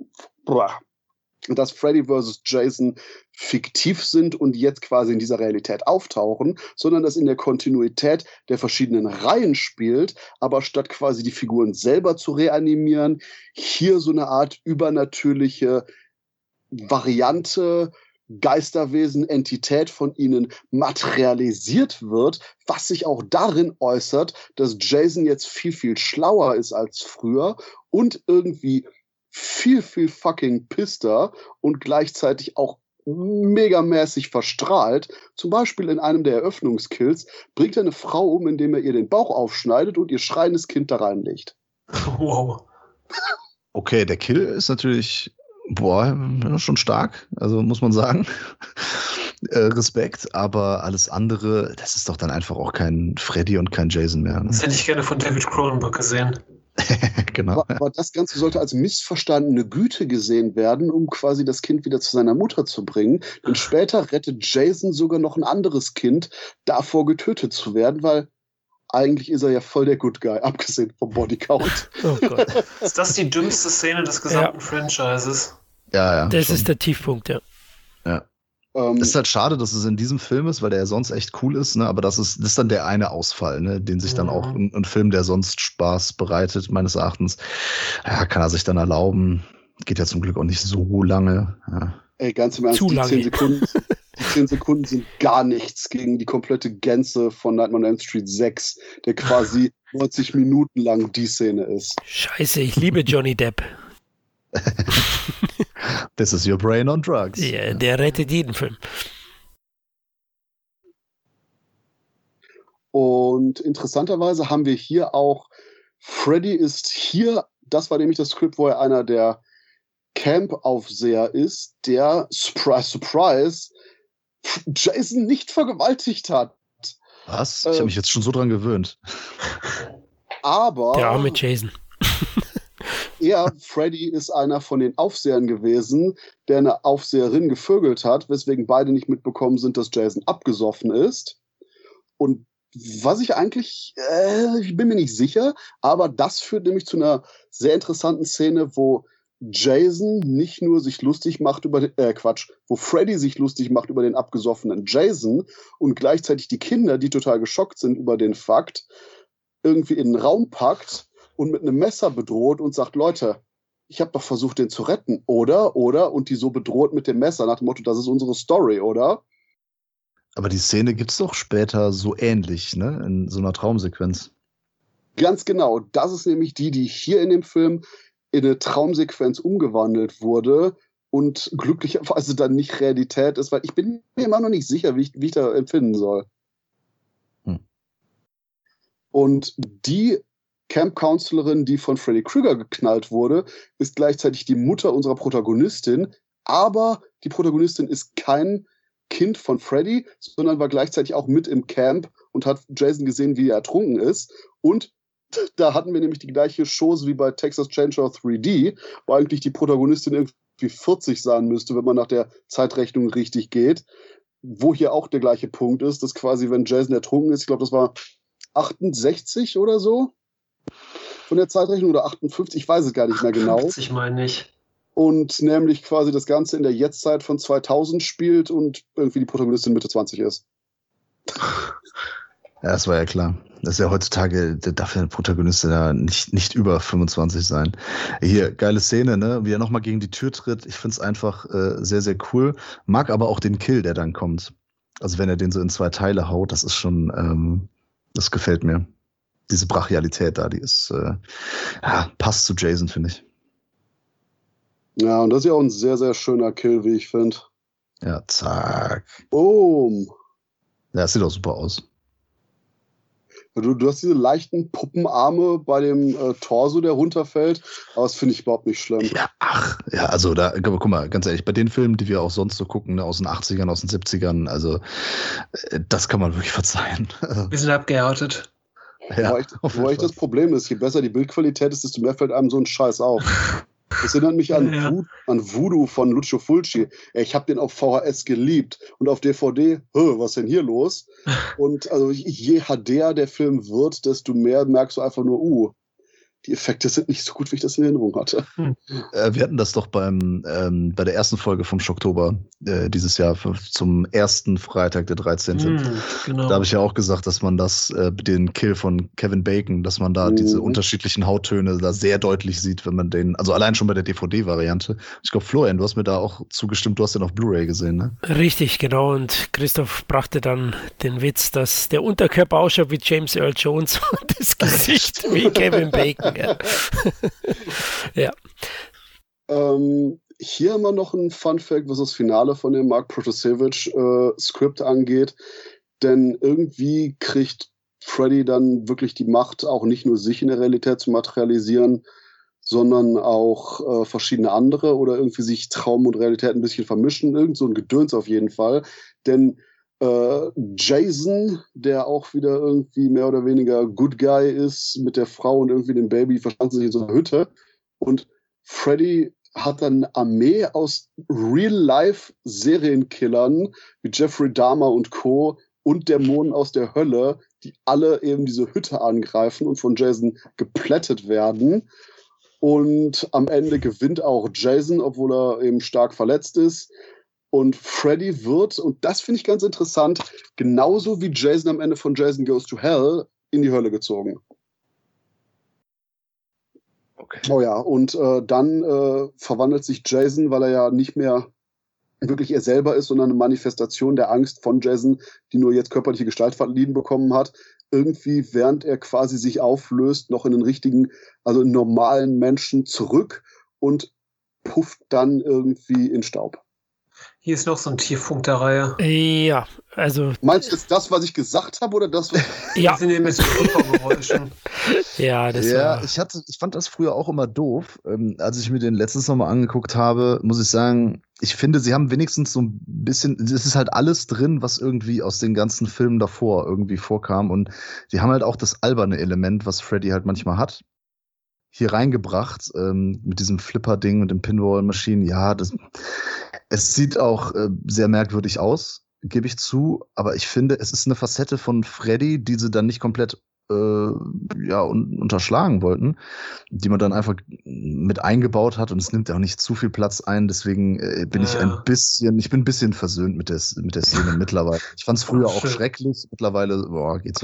dass Freddy versus. Jason fiktiv sind und jetzt quasi in dieser Realität auftauchen, sondern dass in der Kontinuität der verschiedenen Reihen spielt, aber statt quasi die Figuren selber zu reanimieren, hier so eine Art übernatürliche Variante, Geisterwesen, Entität von ihnen materialisiert wird, was sich auch darin äußert, dass Jason jetzt viel, viel schlauer ist als früher und irgendwie viel, viel fucking pisster und gleichzeitig auch megamäßig verstrahlt. Zum Beispiel in einem der Eröffnungskills bringt er eine Frau um, indem er ihr den Bauch aufschneidet und ihr schreiendes Kind da reinlegt. Wow. Okay, der Kill ist natürlich, boah, schon stark, also muss man sagen. äh, Respekt, aber alles andere, das ist doch dann einfach auch kein Freddy und kein Jason mehr. Ne? Das hätte ich gerne von David Cronenberg gesehen. Genau. Aber, aber das Ganze sollte als missverstandene Güte gesehen werden, um quasi das Kind wieder zu seiner Mutter zu bringen. Und später rettet Jason sogar noch ein anderes Kind davor, getötet zu werden, weil eigentlich ist er ja voll der Good Guy, abgesehen vom Bodycount. Oh Gott. Ist das die dümmste Szene des gesamten ja. Franchises? Ja, ja. Das schon. ist der Tiefpunkt, ja. Ja. Ähm, ist halt schade, dass es in diesem Film ist, weil der ja sonst echt cool ist, ne? Aber das ist, das ist dann der eine Ausfall, ne? Den sich dann mhm. auch ein, ein Film, der sonst Spaß bereitet, meines Erachtens, ja, kann er sich dann erlauben. Geht ja zum Glück auch nicht so lange. Ja. Ey, ganz im Ernst, Zu die lange. zehn Sekunden, die zehn Sekunden sind gar nichts gegen die komplette Gänze von Nightmare on Elm Street sechs, der quasi neunzig Minuten lang die Szene ist. Scheiße, ich liebe Johnny Depp. This is your brain on drugs. Ja, der rettet jeden Film. Und interessanterweise haben wir hier auch, Freddy ist hier, das war nämlich das Skript, wo er einer der Camp-Aufseher ist, der, surprise, surprise, Jason nicht vergewaltigt hat. Was? Äh, ich habe mich jetzt schon so dran gewöhnt. Aber Der arme Jason. er, Freddy, ist einer von den Aufsehern gewesen, der eine Aufseherin gevögelt hat, weswegen beide nicht mitbekommen sind, dass Jason abgesoffen ist. Und was ich eigentlich, äh, ich bin mir nicht sicher, aber das führt nämlich zu einer sehr interessanten Szene, wo Jason nicht nur sich lustig macht über den, äh, Quatsch, wo Freddy sich lustig macht über den abgesoffenen Jason und gleichzeitig die Kinder, die total geschockt sind über den Fakt, irgendwie in den Raum packt und mit einem Messer bedroht und sagt, Leute, ich habe doch versucht, den zu retten, oder? Oder? Und die so bedroht mit dem Messer, nach dem Motto, das ist unsere Story, oder? Aber die Szene gibt's doch später so ähnlich, ne? In so einer Traumsequenz. Ganz genau. Das ist nämlich die, die hier in dem Film in eine Traumsequenz umgewandelt wurde und glücklicherweise dann nicht Realität ist, weil ich bin mir immer noch nicht sicher, wie ich, wie ich da empfinden soll. Hm. Und die Camp-Counselorin, die von Freddy Krueger geknallt wurde, ist gleichzeitig die Mutter unserer Protagonistin, aber die Protagonistin ist kein Kind von Freddy, sondern war gleichzeitig auch mit im Camp und hat Jason gesehen, wie er ertrunken ist. Und da hatten wir nämlich die gleiche Chose wie bei Texas Chainsaw drei D, wo eigentlich die Protagonistin irgendwie vierzig sein müsste, wenn man nach der Zeitrechnung richtig geht. Wo hier auch der gleiche Punkt ist, dass quasi, wenn Jason ertrunken ist, ich glaube, das war achtundsechzig oder so von der Zeitrechnung oder achtundfünfzig, ich weiß es gar nicht mehr genau. achtundfünfzig meine ich. Und nämlich quasi das Ganze in der Jetztzeit von zweitausend spielt und irgendwie die Protagonistin Mitte zwanzig ist. Ja, das war ja klar. Das ist ja heutzutage, der darf ja ein Protagonist ja nicht, nicht über fünfundzwanzig sein. Hier, geile Szene, ne? Wie er nochmal gegen die Tür tritt. Ich find's einfach äh, sehr, sehr cool. Mag aber auch den Kill, der dann kommt. Also wenn er den so in zwei Teile haut, das ist schon, ähm, das gefällt mir. Diese Brachialität da, die ist, äh, ja, passt zu Jason, finde ich. Ja, und das ist ja auch ein sehr, sehr schöner Kill, wie ich finde. Ja, zack. Boom. Ja, das sieht auch super aus. Du, du hast diese leichten Puppenarme bei dem äh, Torso, der runterfällt, aber das finde ich überhaupt nicht schlimm. Ja, ach, ja, also da, guck mal, ganz ehrlich, bei den Filmen, die wir auch sonst so gucken, ne, aus den achtzigern, aus den siebzigern, also äh, das kann man wirklich verzeihen. Wir sind abgehärtet. Ja, wo echt, wo echt das Problem ist, je besser die Bildqualität ist, desto mehr fällt einem so ein Scheiß auf. Das erinnert mich an, Ja. Vo- an Voodoo von Lucio Fulci. Ey, ich habe den auf V H S geliebt und auf D V D, hö, was ist denn hier los? Und also je H D der Film wird, desto mehr merkst du einfach nur, uh, die Effekte sind nicht so gut, wie ich das in Erinnerung hatte. Äh, wir hatten das doch beim ähm, bei der ersten Folge vom Schocktober äh, dieses Jahr für, zum ersten Freitag der dreizehnten Hm, genau. Da habe ich ja auch gesagt, dass man das, äh, den Kill von Kevin Bacon, dass man da Mhm. diese unterschiedlichen Hauttöne da sehr deutlich sieht, wenn man den, also allein schon bei der D V D-Variante. Ich glaube, Florian, du hast mir da auch zugestimmt, du hast den auf Blu-ray gesehen, ne? Richtig, genau. Und Christoph brachte dann den Witz, dass der Unterkörper ausschaut wie James Earl Jones und das Gesicht wie Kevin Bacon. Ja. Ja. Ähm, hier haben wir noch ein Fun-Fact, was das Finale von dem Mark Protasevich-Skript angeht. Denn irgendwie kriegt Freddy dann wirklich die Macht, auch nicht nur sich in der Realität zu materialisieren, sondern auch äh, verschiedene andere oder irgendwie sich Traum und Realität ein bisschen vermischen. Irgend so ein Gedöns auf jeden Fall. Denn äh, Jason, der auch wieder irgendwie mehr oder weniger Good Guy ist, mit der Frau und irgendwie dem Baby, verstanden sich in so einer Hütte. Und Freddy hat dann eine Armee aus Real-Life-Serienkillern wie Jeffrey Dahmer und Co. und Dämonen aus der Hölle, die alle eben diese Hütte angreifen und von Jason geplättet werden. Und am Ende gewinnt auch Jason, obwohl er eben stark verletzt ist. Und Freddy wird, und das finde ich ganz interessant, genauso wie Jason am Ende von Jason Goes to Hell in die Hölle gezogen. Okay. Oh ja, und äh, dann äh, verwandelt sich Jason, weil er ja nicht mehr wirklich er selber ist, sondern eine Manifestation der Angst von Jason, die nur jetzt körperliche Gestalt verliehen bekommen hat, irgendwie, während er quasi sich auflöst, noch in den richtigen, also einen normalen Menschen zurück und pufft dann irgendwie in Staub. Hier ist noch so ein Tiefpunkt der Reihe. Ja, also Meinst du jetzt das, was ich gesagt habe, oder das, was... ja, Wir sind hier mit so Geräuschen. ja, das Ja, war ich hatte, ich fand das früher auch immer doof. Ähm, als ich mir den letztens nochmal angeguckt habe, muss ich sagen, ich finde, sie haben wenigstens so ein bisschen, es ist halt alles drin, was irgendwie aus den ganzen Filmen davor irgendwie vorkam. Und sie haben halt auch das alberne Element, was Freddy halt manchmal hat, hier reingebracht, ähm, mit diesem Flipper-Ding und dem Pinball-Maschinen. Ja, das, es sieht auch äh, sehr merkwürdig aus, gebe ich zu. Aber ich finde, es ist eine Facette von Freddy, die sie dann nicht komplett äh, ja, un unterschlagen wollten, die man dann einfach mit eingebaut hat. Und es nimmt auch nicht zu viel Platz ein. Deswegen äh, bin Ja. ich ein bisschen, ich bin ein bisschen versöhnt mit der, mit der Szene mittlerweile. Ich fand es früher Oh, auch schön. schrecklich. Mittlerweile, boah, geht so.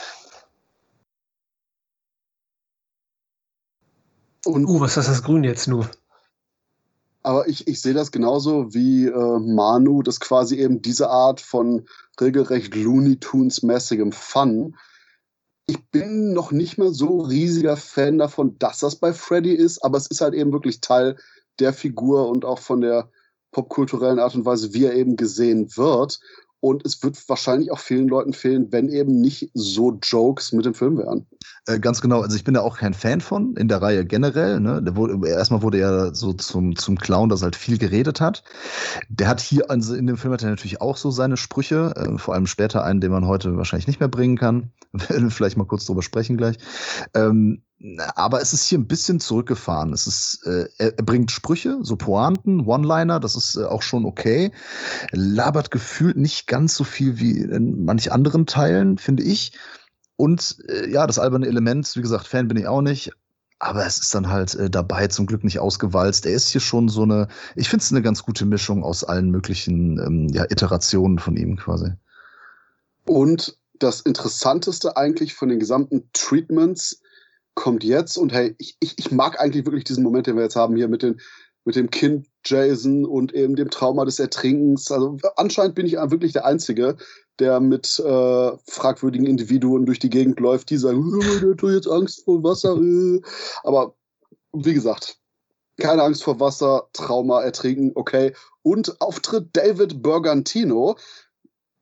Und Uh, was ist das Grün jetzt nur? Aber ich, ich sehe das genauso wie äh, Manu, dass quasi eben diese Art von regelrecht Looney Tunes-mäßigem Fun. Ich bin noch nicht mal so riesiger Fan davon, dass das bei Freddy ist, aber es ist halt eben wirklich Teil der Figur und auch von der popkulturellen Art und Weise, wie er eben gesehen wird. Und es wird wahrscheinlich auch vielen Leuten fehlen, wenn eben nicht so Jokes mit dem Film wären. Äh, ganz genau, also ich bin da auch kein Fan von, in der Reihe generell. Ne? Der wurde, erstmal wurde er so zum, zum Clown, dass er halt viel geredet hat. Der hat hier, also in dem Film hat er natürlich auch so seine Sprüche, äh, vor allem später einen, den man heute wahrscheinlich nicht mehr bringen kann. Werden wir vielleicht mal kurz drüber sprechen gleich. Ähm, aber es ist hier ein bisschen zurückgefahren. Es ist, äh, er, er bringt Sprüche, so Pointen, One-Liner, das ist äh, auch schon okay. Labert gefühlt nicht ganz so viel wie in manch anderen Teilen, finde ich. Und äh, ja, das alberne Element, wie gesagt, Fan bin ich auch nicht. Aber es ist dann halt äh, dabei zum Glück nicht ausgewalzt. Er ist hier schon so eine, ich finde es eine ganz gute Mischung aus allen möglichen ähm, ja, Iterationen von ihm quasi. Und das Interessanteste eigentlich von den gesamten Treatments kommt jetzt. Und hey, ich, ich, ich mag eigentlich wirklich diesen Moment, den wir jetzt haben hier mit, den, mit dem Kind Jason und eben dem Trauma des Ertrinkens. Also anscheinend bin ich wirklich der Einzige, der mit äh, fragwürdigen Individuen durch die Gegend läuft, die sagen, der hat jetzt Angst vor Wasser. Äh. Aber wie gesagt, keine Angst vor Wasser, Trauma, Ertrinken, okay. Und Auftritt David Bergantino.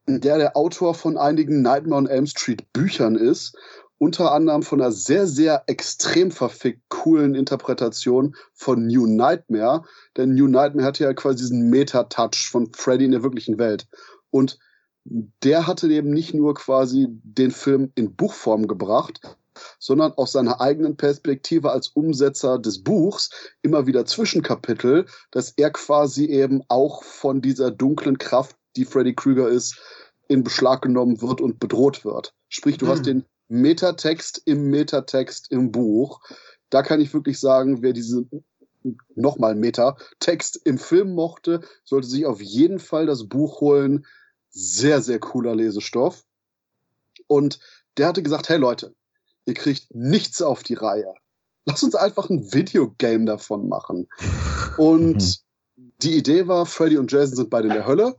der der Autor von einigen Nightmare on Elm Street Büchern ist, unter anderem von einer sehr, sehr extrem verfickt coolen Interpretation von New Nightmare. Denn New Nightmare hatte ja quasi diesen Meta-Touch von Freddy in der wirklichen Welt. Und der hatte eben nicht nur quasi den Film in Buchform gebracht, sondern aus seiner eigenen Perspektive als Umsetzer des Buchs immer wieder Zwischenkapitel, dass er quasi eben auch von dieser dunklen Kraft, die Freddy Krueger ist, in Beschlag genommen wird und bedroht wird. Sprich, du hm. hast den Metatext im Metatext im Buch. Da kann ich wirklich sagen, wer diese nochmal Metatext im Film mochte, sollte sich auf jeden Fall das Buch holen. Sehr, sehr cooler Lesestoff. Und der hatte gesagt, hey Leute, ihr kriegt nichts auf die Reihe. Lass uns einfach ein Videogame davon machen. Und mhm. die Idee war, Freddy und Jason sind beide in der Hölle.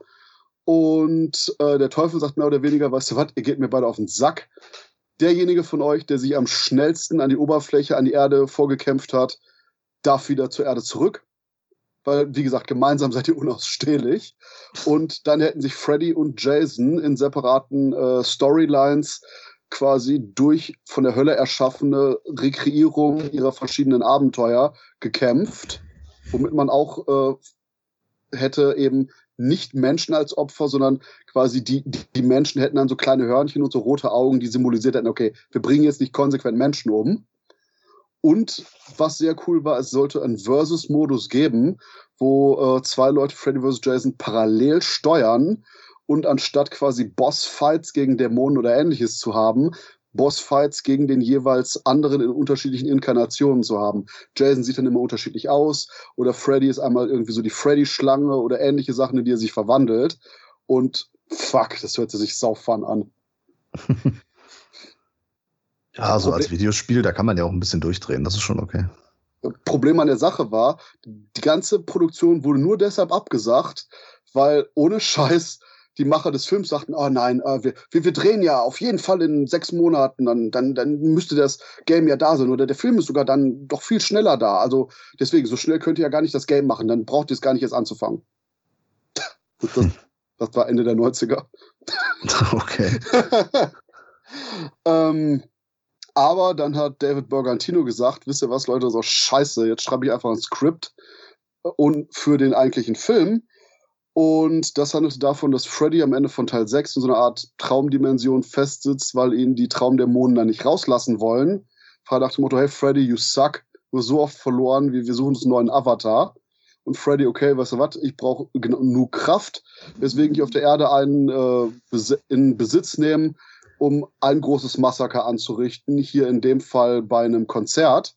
Und äh, der Teufel sagt mehr oder weniger, weißt du was, ihr geht mir beide auf den Sack. Derjenige von euch, der sich am schnellsten an die Oberfläche, an die Erde vorgekämpft hat, darf wieder zur Erde zurück. Weil, wie gesagt, gemeinsam seid ihr unausstehlich. Und dann hätten sich Freddy und Jason in separaten äh, Storylines quasi durch von der Hölle erschaffene Rekreierung ihrer verschiedenen Abenteuer gekämpft, womit man auch äh, hätte eben nicht Menschen als Opfer, sondern quasi die, die Menschen hätten dann so kleine Hörnchen und so rote Augen, die symbolisiert hätten, okay, wir bringen jetzt nicht konsequent Menschen um. Und was sehr cool war, es sollte einen Versus-Modus geben, wo äh, zwei Leute, Freddy versus. Jason, parallel steuern und anstatt quasi Bossfights gegen Dämonen oder Ähnliches zu haben, Bossfights gegen den jeweils anderen in unterschiedlichen Inkarnationen zu haben. Jason sieht dann immer unterschiedlich aus oder Freddy ist einmal irgendwie so die Freddy-Schlange oder ähnliche Sachen, in die er sich verwandelt. Und fuck, das hört sich saufun an. Ja, so als Videospiel, da kann man ja auch ein bisschen durchdrehen, das ist schon okay. Problem an der Sache war, die ganze Produktion wurde nur deshalb abgesagt, weil ohne Scheiß die Macher des Films sagten, oh nein, äh, wir, wir, wir drehen ja auf jeden Fall in sechs Monaten, dann, dann, dann müsste das Game ja da sein. Oder der Film ist sogar dann doch viel schneller da. Also deswegen, so schnell könnt ihr ja gar nicht das Game machen, dann braucht ihr es gar nicht erst anzufangen. Das, das war Ende der neunziger. Okay. ähm, aber dann hat David Bergantino gesagt, wisst ihr was, Leute, so scheiße, jetzt schreibe ich einfach ein Skript und für den eigentlichen Film. Und das handelte davon, dass Freddy am Ende von Teil sechs in so einer Art Traumdimension festsitzt, weil ihn die Traumdämonen da nicht rauslassen wollen. Frei nach dem Motto, hey Freddy, you suck. Du hast so oft verloren, wie wir suchen uns einen neuen Avatar. Und Freddy, okay, weißt du was, ich brauche genug Kraft, weswegen ich auf der Erde einen äh, in Besitz nehme, um ein großes Massaker anzurichten. Hier in dem Fall bei einem Konzert.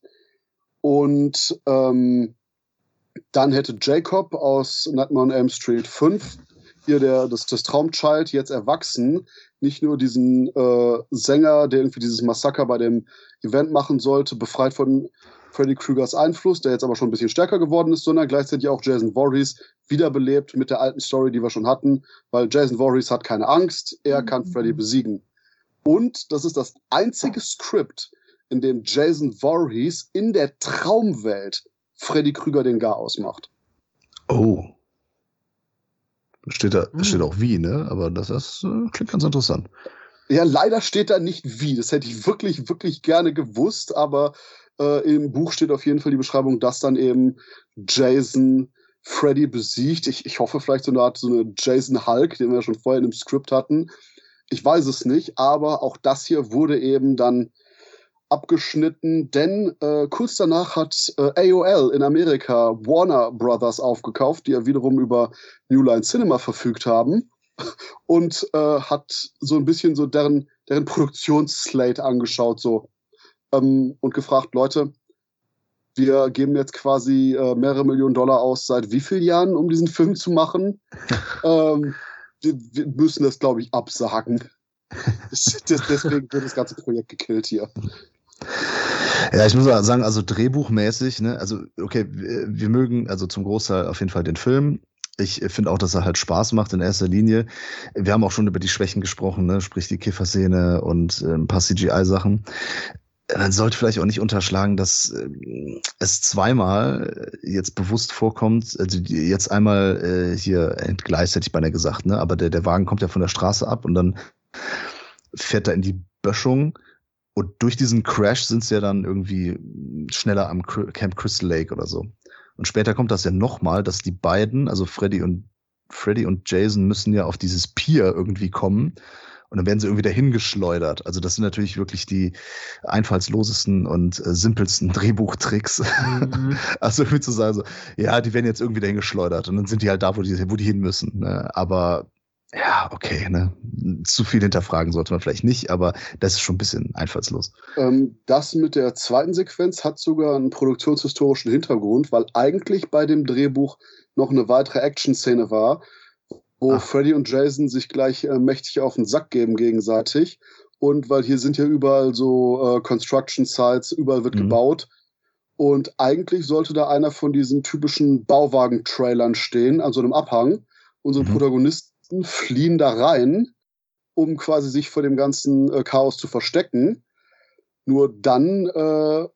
Und ähm, dann hätte Jacob aus Nightmare on Elm Street fünf, hier der, das, das Traumchild, jetzt erwachsen, nicht nur diesen äh, Sänger, der irgendwie dieses Massaker bei dem Event machen sollte, befreit von Freddy Krügers Einfluss, der jetzt aber schon ein bisschen stärker geworden ist, sondern gleichzeitig auch Jason Voorhees wiederbelebt mit der alten Story, die wir schon hatten, weil Jason Voorhees hat keine Angst, er kann Freddy besiegen. Und das ist das einzige Skript, in dem Jason Voorhees in der Traumwelt Freddy Krüger den Garaus macht. Oh. Steht da, steht auch wie, ne? Aber das, das äh, klingt ganz interessant. Ja, leider steht da nicht wie. Das hätte ich wirklich, wirklich gerne gewusst, aber äh, im Buch steht auf jeden Fall die Beschreibung, dass dann eben Jason Freddy besiegt. Ich, ich hoffe vielleicht so eine Art so eine Jason Hulk, den wir schon vorher in dem Skript hatten. Ich weiß es nicht, aber auch das hier wurde eben dann abgeschnitten, denn äh, kurz danach hat äh, A O L in Amerika Warner Brothers aufgekauft, die ja wiederum über New Line Cinema verfügt haben und äh, hat so ein bisschen so deren, deren Produktionsslate angeschaut so ähm, und gefragt, Leute, wir geben jetzt quasi äh, mehrere Millionen Dollar aus, seit wie vielen Jahren, um diesen Film zu machen? ähm, wir, wir müssen das, glaube ich, absagen. Deswegen wird das ganze Projekt gekillt hier. Ja, ich muss sagen, also drehbuchmäßig, ne, also okay, wir, wir mögen also zum Großteil auf jeden Fall den Film. Ich finde auch, dass er halt Spaß macht in erster Linie. Wir haben auch schon über die Schwächen gesprochen, ne, sprich die Kiffer-Szene und äh, ein paar C G I-Sachen. Man sollte vielleicht auch nicht unterschlagen, dass äh, es zweimal jetzt bewusst vorkommt, also die, jetzt einmal äh, hier entgleist, hätte ich beinahe gesagt, ne? Aber der, der Wagen kommt ja von der Straße ab und dann fährt er in die Böschung und durch diesen Crash sind sie ja dann irgendwie schneller am Camp Crystal Lake oder so. Und später kommt das ja nochmal, dass die beiden, also Freddy und Freddy und Jason müssen ja auf dieses Pier irgendwie kommen. Und dann werden sie irgendwie dahin geschleudert. Also das sind natürlich wirklich die einfallslosesten und äh, simpelsten Drehbuchtricks. Mhm. Also irgendwie zu sagen so, ja, die werden jetzt irgendwie dahin geschleudert und dann sind die halt da, wo die, wo die hin müssen. Ne? Aber ja, okay, ne? Zu viel hinterfragen sollte man vielleicht nicht, aber das ist schon ein bisschen einfallslos. Ähm, das mit der zweiten Sequenz hat sogar einen produktionshistorischen Hintergrund, weil eigentlich bei dem Drehbuch noch eine weitere Action-Szene war, wo Ach. Freddy und Jason sich gleich äh, mächtig auf den Sack geben gegenseitig. Und weil hier sind ja überall so äh, Construction Sites, überall wird mhm. gebaut. Und eigentlich sollte da einer von diesen typischen Bauwagen-Trailern stehen, an so einem Abhang. Unsere mhm. Protagonisten fliehen da rein, um quasi sich vor dem ganzen äh, Chaos zu verstecken. Nur dann, äh,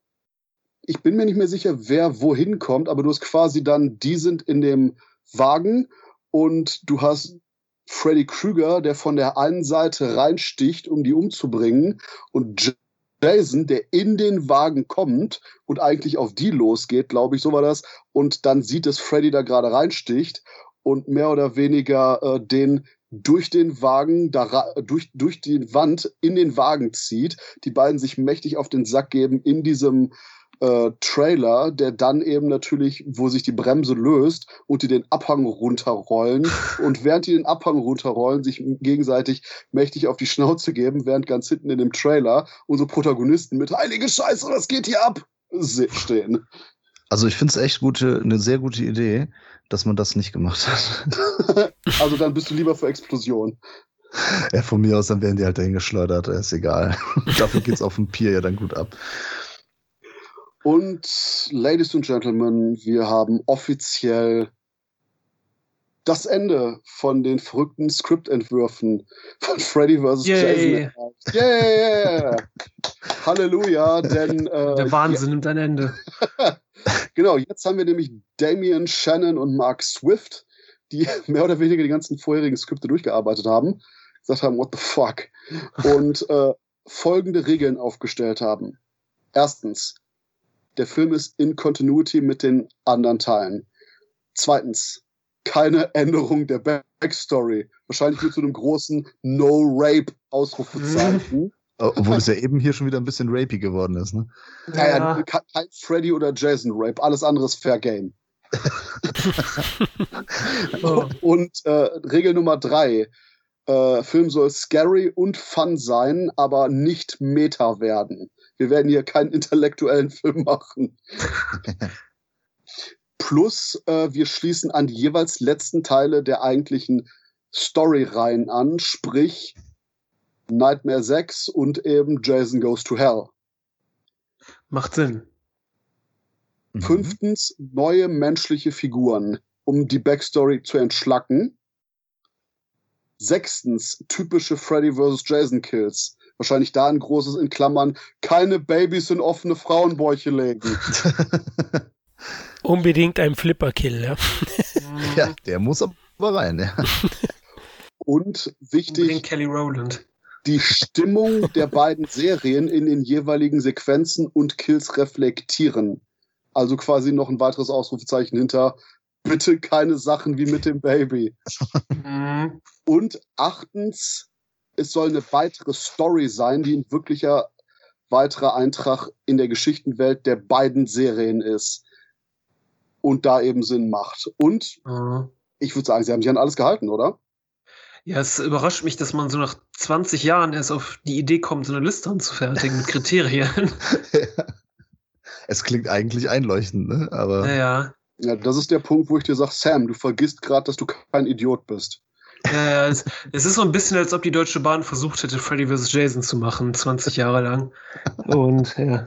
ich bin mir nicht mehr sicher, wer wohin kommt, aber du hast quasi dann, die sind in dem Wagen und du hast Freddy Krueger, der von der einen Seite reinsticht, um die umzubringen, und Jason, der in den Wagen kommt und eigentlich auf die losgeht, glaube ich, so war das, und dann sieht, dass Freddy da gerade reinsticht und mehr oder weniger äh, den durch den Wagen, da, durch, durch die Wand in den Wagen zieht, die beiden sich mächtig auf den Sack geben in diesem Äh, Trailer, der dann eben natürlich, wo sich die Bremse löst und die den Abhang runterrollen und während die den Abhang runterrollen, sich gegenseitig mächtig auf die Schnauze geben, während ganz hinten in dem Trailer unsere Protagonisten mit heilige Scheiße, was geht hier ab? stehen. Also ich finde es echt gute, eine sehr gute Idee, dass man das nicht gemacht hat. Also dann bist du lieber für Explosion. Ja, von mir aus, dann werden die halt dahin geschleudert, ist egal. Dafür geht's auf dem Pier ja dann gut ab. Und, Ladies and Gentlemen, wir haben offiziell das Ende von den verrückten Skriptentwürfen von Freddy versus. Yay. Jason. Yeah! Halleluja, denn äh, der Wahnsinn nimmt ein Ende. Genau, jetzt haben wir nämlich Damien Shannon und Mark Swift, die mehr oder weniger die ganzen vorherigen Skripte durchgearbeitet haben, gesagt haben, what the fuck? Und äh, folgende Regeln aufgestellt haben. Erstens, der Film ist in Continuity mit den anderen Teilen. Zweitens, keine Änderung der Backstory. Wahrscheinlich mit so einem großen No-Rape-Ausrufezeichen. Obwohl es ja eben hier schon wieder ein bisschen rapey geworden ist, ne? Ja, ja, kein Freddy oder Jason Rape. Alles andere ist Fair Game. oh. Und äh, Regel Nummer drei. Äh, Film soll scary und fun sein, aber nicht Meta werden. Wir werden hier keinen intellektuellen Film machen. Plus, äh, wir schließen an die jeweils letzten Teile der eigentlichen Storyreihen an, sprich Nightmare sechs und eben Jason Goes to Hell. Macht Sinn. Mhm. Fünftens, neue menschliche Figuren, um die Backstory zu entschlacken. Sechstens, typische Freddy versus. Jason Kills. Wahrscheinlich da ein großes in Klammern, keine Babys in offene Frauenbäuche legen. Unbedingt ein Flipper-Kill, ja. Ja, der muss aber rein, ja. Und wichtig, Unbedingt Kelly Rowland. Die Stimmung der beiden Serien in den jeweiligen Sequenzen und Kills reflektieren. Also quasi noch ein weiteres Ausrufezeichen hinter, bitte keine Sachen wie mit dem Baby. Mhm. Und achtens, es soll eine weitere Story sein, die ein wirklicher weiterer Eintrag in der Geschichtenwelt der beiden Serien ist. Und da eben Sinn macht. Und mhm. ich würde sagen, sie haben sich an alles gehalten, oder? Ja, es überrascht mich, dass man so nach zwanzig Jahren erst auf die Idee kommt, so eine Liste anzufertigen mit Kriterien. Ja. Es klingt eigentlich einleuchtend, ne? Aber ja, ja. Ja, das ist der Punkt, wo ich dir sage, Sam, du vergisst gerade, dass du kein Idiot bist. Ja, ja, es, es ist so ein bisschen, als ob die Deutsche Bahn versucht hätte, Freddy versus. Jason zu machen, zwanzig Jahre lang. Und ja.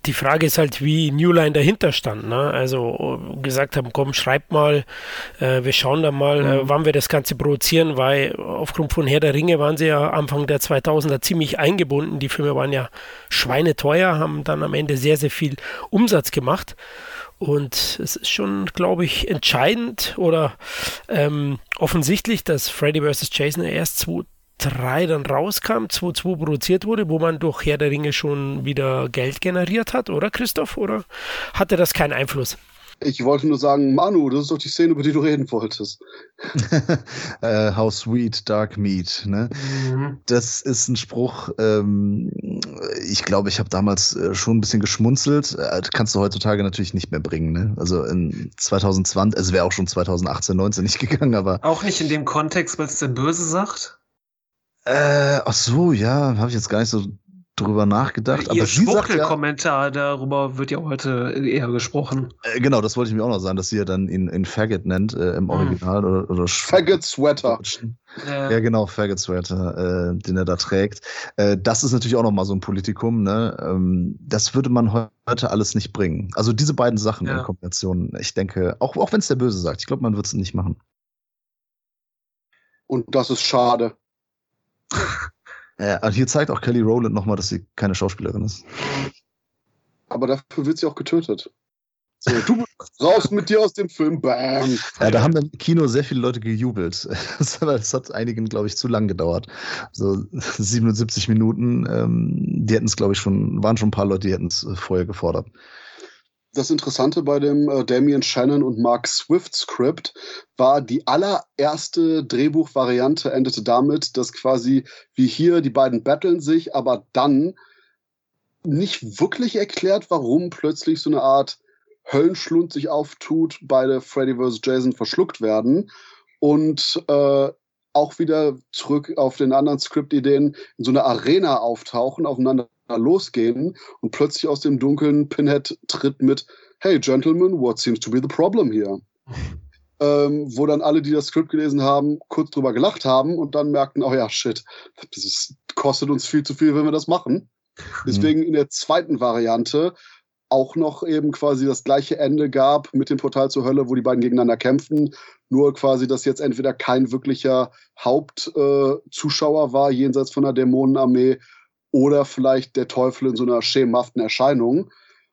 Die Frage ist halt, wie New Line dahinter stand. Ne? Also gesagt haben, komm, schreibt mal, äh, wir schauen dann mal, mhm. äh, wann wir das Ganze produzieren, weil aufgrund von Herr der Ringe waren sie ja Anfang der zweitausender ziemlich eingebunden. Die Filme waren ja schweineteuer, haben dann am Ende sehr, sehr viel Umsatz gemacht. Und es ist schon, glaube ich, entscheidend oder ähm, offensichtlich, dass Freddy versus. Jason erst zweitausenddrei dann rauskam, zweitausendzwei produziert wurde, wo man durch Herr der Ringe schon wieder Geld generiert hat, oder Christoph? Oder hatte das keinen Einfluss? Ich wollte nur sagen, Manu, das ist doch die Szene, über die du reden wolltest. uh, how sweet dark meat. Ne? Mhm. Das ist ein Spruch, ähm, ich glaube, ich habe damals äh, schon ein bisschen geschmunzelt. Äh, kannst du heutzutage natürlich nicht mehr bringen. Ne? Also in zwanzig zwanzig, es wäre auch schon zwanzig achtzehn, neunzehn nicht gegangen, aber... Auch nicht in dem Kontext, weil es der Böse sagt? Äh, ach so, ja, habe ich jetzt gar nicht so drüber nachgedacht. Ihr Schwuchtelkommentar, ja, darüber wird ja heute eher gesprochen. Äh, genau, das wollte ich mir auch noch sagen, dass sie ja dann ihn in Faggot nennt äh, im Original. Hm. Oder, oder Faggot Sweater. Ja. ja, genau, Faggot Sweater, äh, den er da trägt. Äh, das ist natürlich auch noch mal so ein Politikum. Ne? Ähm, das würde man heute alles nicht bringen. Also diese beiden Sachen ja. in Kombination, ich denke, auch, auch wenn es der Böse sagt, ich glaube, man wird es nicht machen. Und das ist schade. Ja, hier zeigt auch Kelly Rowland nochmal, dass sie keine Schauspielerin ist. Aber dafür wird sie auch getötet. So, du raus mit dir aus dem Film, bam. Ja, da haben im Kino sehr viele Leute gejubelt. Das hat einigen, glaube ich, zu lang gedauert. So siebenundsiebzig Minuten, ähm, die hätten es, glaube ich, schon, waren schon ein paar Leute, die hätten es vorher gefordert. Das Interessante bei dem äh, Damien Shannon und Mark Swift Skript war, die allererste Drehbuchvariante endete damit, dass quasi wie hier die beiden battlen sich, aber dann nicht wirklich erklärt, warum plötzlich so eine Art Höllenschlund sich auftut, beide Freddy versus. Jason verschluckt werden und äh, auch wieder zurück auf den anderen Skriptideen in so einer Arena auftauchen, aufeinander losgehen und plötzlich aus dem Dunkeln Pinhead tritt mit Hey Gentlemen, what seems to be the problem here? ähm, wo dann alle, die das Skript gelesen haben, kurz drüber gelacht haben und dann merkten, oh ja, shit, das ist, kostet uns viel zu viel, wenn wir das machen. Deswegen in der zweiten Variante auch noch eben quasi das gleiche Ende gab mit dem Portal zur Hölle, wo die beiden gegeneinander kämpften. Nur quasi, dass jetzt entweder kein wirklicher Hauptzuschauer äh, war, jenseits von einer Dämonenarmee, oder vielleicht der Teufel in so einer schemenhaften Erscheinung.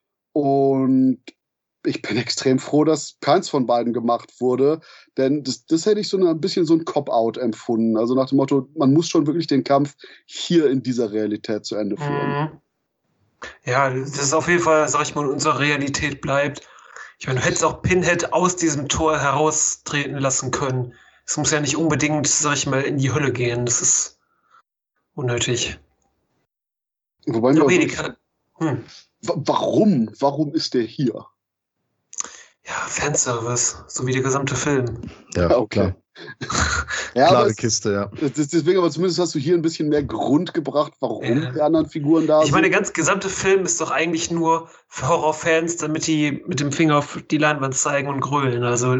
Und ich bin extrem froh, dass keins von beiden gemacht wurde, denn das, das hätte ich so ein bisschen so ein Cop-Out empfunden. Also nach dem Motto, man muss schon wirklich den Kampf hier in dieser Realität zu Ende führen. Mhm. Ja, das ist auf jeden Fall, sag ich mal, in unserer Realität bleibt. Ich meine, du hättest auch Pinhead aus diesem Tor heraustreten lassen können. Es muss ja nicht unbedingt, sag ich mal, in die Hölle gehen. Das ist unnötig. Wobei wir hm. Warum? Warum ist der hier? Ja, Fanservice, so wie der gesamte Film. Ja, okay. Ja, klare es, Kiste, ja. Deswegen, aber zumindest hast du hier ein bisschen mehr Grund gebracht, warum ja. die anderen Figuren da sind. Ich meine, der ganz gesamte Film ist doch eigentlich nur für Horrorfans, damit die mit dem Finger auf die Leinwand zeigen und grölen. Also.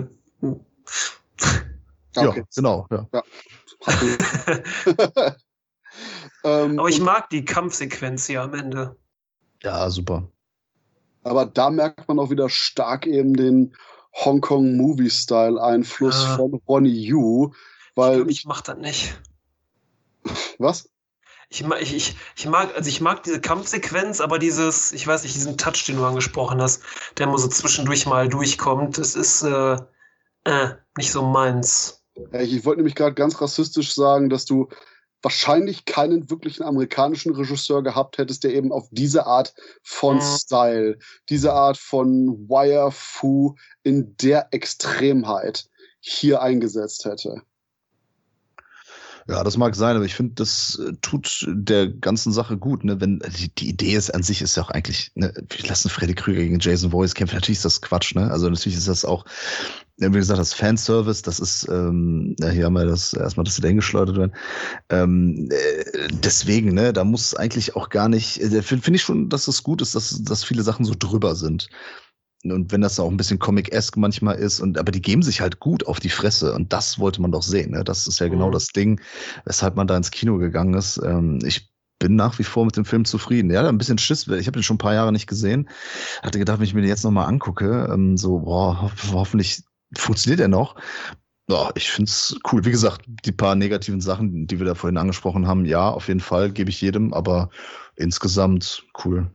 Ja, okay. Genau. Ja. Ja. ähm, aber ich mag die Kampfsequenz hier am Ende. Ja, super. Aber da merkt man auch wieder stark eben den Hongkong-Movie-Style-Einfluss ja. von Ronnie Yu. Weil ich, glaub, ich mach das nicht. Was? Ich, ich, ich, ich mag, also ich mag diese Kampfsequenz, aber dieses, ich weiß nicht, diesen Touch, den du angesprochen hast, der immer so zwischendurch mal durchkommt, das ist äh, äh, nicht so meins. Ja, ich, ich wollte nämlich gerade ganz rassistisch sagen, dass du wahrscheinlich keinen wirklichen amerikanischen Regisseur gehabt hättest, der eben auf diese Art von mhm. Style, diese Art von Wire-Fu in der Extremheit hier eingesetzt hätte. Ja, das mag sein, aber ich finde, das tut der ganzen Sache gut. Ne? Wenn die, die Idee ist an sich ist ja auch eigentlich, ne, wir lassen Freddy Krüger gegen Jason Voorhees kämpfen. Natürlich ist das Quatsch, ne? Also natürlich ist das auch, wie gesagt, das Fanservice. Das ist, ähm, ja, hier haben wir das erstmal, dass sie da hingeschleudert werden. Ähm, äh, deswegen, ne, da muss eigentlich auch gar nicht. Äh, finde find ich schon, dass es gut ist, dass, dass viele Sachen so drüber sind. Und wenn das auch ein bisschen Comic-esque manchmal ist, und aber die geben sich halt gut auf die Fresse und das wollte man doch sehen. Ne? Das ist ja genau mhm. das Ding, weshalb man da ins Kino gegangen ist. Ähm, ich bin nach wie vor mit dem Film zufrieden. Ja, ein bisschen Schiss, ich habe den schon ein paar Jahre nicht gesehen. Hatte gedacht, wenn ich mir den jetzt nochmal angucke, ähm, so, boah, ho hoffentlich funktioniert er noch. Ja, ich find's cool. Wie gesagt, die paar negativen Sachen, die wir da vorhin angesprochen haben, ja, auf jeden Fall, gebe ich jedem, aber insgesamt cool.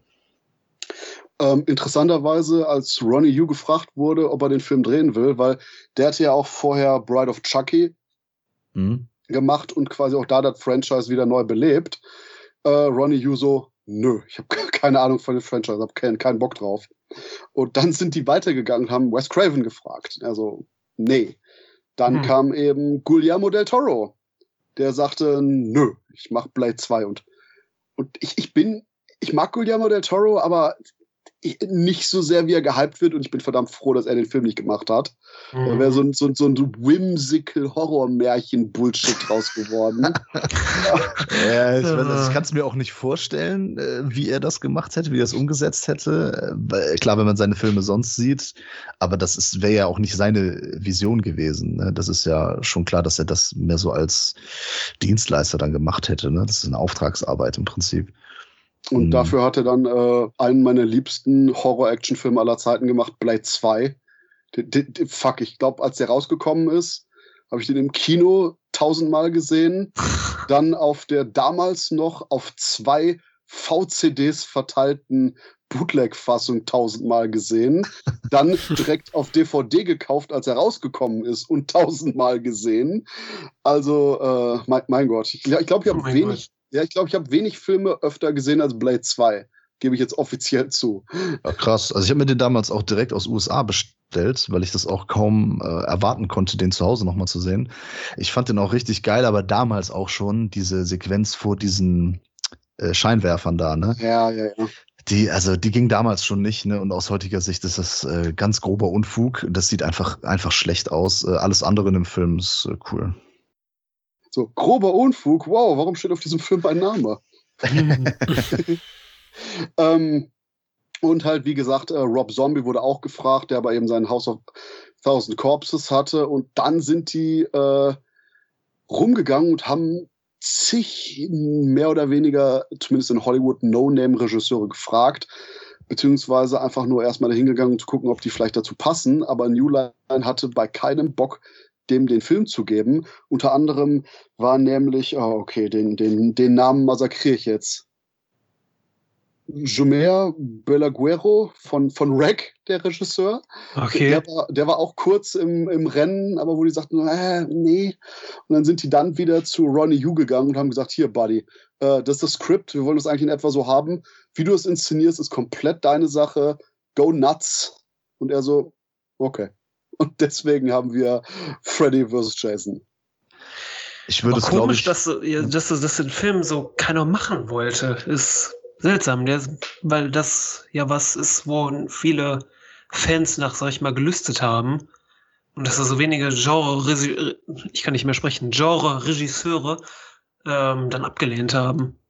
Ähm, interessanterweise, als Ronnie Yu gefragt wurde, ob er den Film drehen will, weil der hatte ja auch vorher Bride of Chucky mhm. gemacht und quasi auch da das Franchise wieder neu belebt. Äh, Ronnie Yu so, nö, ich habe keine Ahnung von dem Franchise, habe keinen, keinen Bock drauf. Und dann sind die weitergegangen und haben Wes Craven gefragt. Also, nee. Dann hm. kam eben Guillermo del Toro, der sagte, nö, ich mach Blade zwei. Und, und ich, ich bin, ich mag Guillermo del Toro, aber ich, nicht so sehr, wie er gehypt wird. Und ich bin verdammt froh, dass er den Film nicht gemacht hat. Mhm. Da wäre so ein, so, ein, so ein whimsical Horror-Märchen-Bullshit draus geworden. Ja, ich, also ich kann es mir auch nicht vorstellen, wie er das gemacht hätte, wie er es umgesetzt hätte. Klar, wenn man seine Filme sonst sieht, aber das wäre ja auch nicht seine Vision gewesen. Ne? Das ist ja schon klar, dass er das mehr so als Dienstleister dann gemacht hätte. Ne? Das ist eine Auftragsarbeit im Prinzip. Und mhm. dafür hat er dann äh, einen meiner liebsten Horror-Action-Filme aller Zeiten gemacht, Blade zwei. Die, die, die, fuck, ich glaube, als der rausgekommen ist, habe ich den im Kino tausendmal gesehen. Dann auf der damals noch auf zwei V C Ds verteilten Bootleg-Fassung tausendmal gesehen. Dann direkt auf D V D gekauft, als er rausgekommen ist und tausendmal gesehen. Also, äh, mein, mein Gott. Ich glaube, ich, glaub, ich habe oh wenig... Gott. Ja, ich glaube, ich habe wenig Filme öfter gesehen als Blade zwei. Gebe ich jetzt offiziell zu. Ja, krass. Also ich habe mir den damals auch direkt aus U S A bestellt, weil ich das auch kaum äh, erwarten konnte, den zu Hause nochmal zu sehen. Ich fand den auch richtig geil, aber damals auch schon diese Sequenz vor diesen äh, Scheinwerfern da, ne? Ja, ja, ja. Die, also die ging damals schon nicht, ne? Und aus heutiger Sicht ist das äh, ganz grober Unfug. Das sieht einfach, einfach schlecht aus. Äh, alles andere in dem Film ist äh, cool. So, grober Unfug, wow, warum steht auf diesem Film ein Name? ähm, und halt, wie gesagt, äh, Rob Zombie wurde auch gefragt, der aber eben sein House of Thousand Corpses hatte. Und dann sind die äh, rumgegangen und haben zig mehr oder weniger, zumindest in Hollywood, No-Name-Regisseure gefragt, beziehungsweise einfach nur erstmal dahin gegangen, um zu gucken, ob die vielleicht dazu passen. Aber New Line hatte bei keinem Bock, dem den Film zu geben. Unter anderem war nämlich, oh okay, den, den, den Namen massakriere ich jetzt. Jumer Belaguero von, von Rec, der Regisseur. Okay. Der war, der war auch kurz im, im Rennen, aber wo die sagten, äh, nee. Und dann sind die dann wieder zu Ronnie Yu gegangen und haben gesagt, hier, Buddy, äh, das ist das Skript, wir wollen das eigentlich in etwa so haben. Wie du es inszenierst, ist komplett deine Sache. Go nuts. Und er so, okay. Und deswegen haben wir Freddy versus. Jason. Ich würde Aber es, glaube komisch, ich... dass, dass, dass den Film so keiner machen wollte. Ist seltsam, der, weil das ja was ist, wo viele Fans nach, sag ich mal, gelüstet haben. Und dass da so wenige Genre, ich kann nicht mehr sprechen, Genre-Regisseure ähm, dann abgelehnt haben.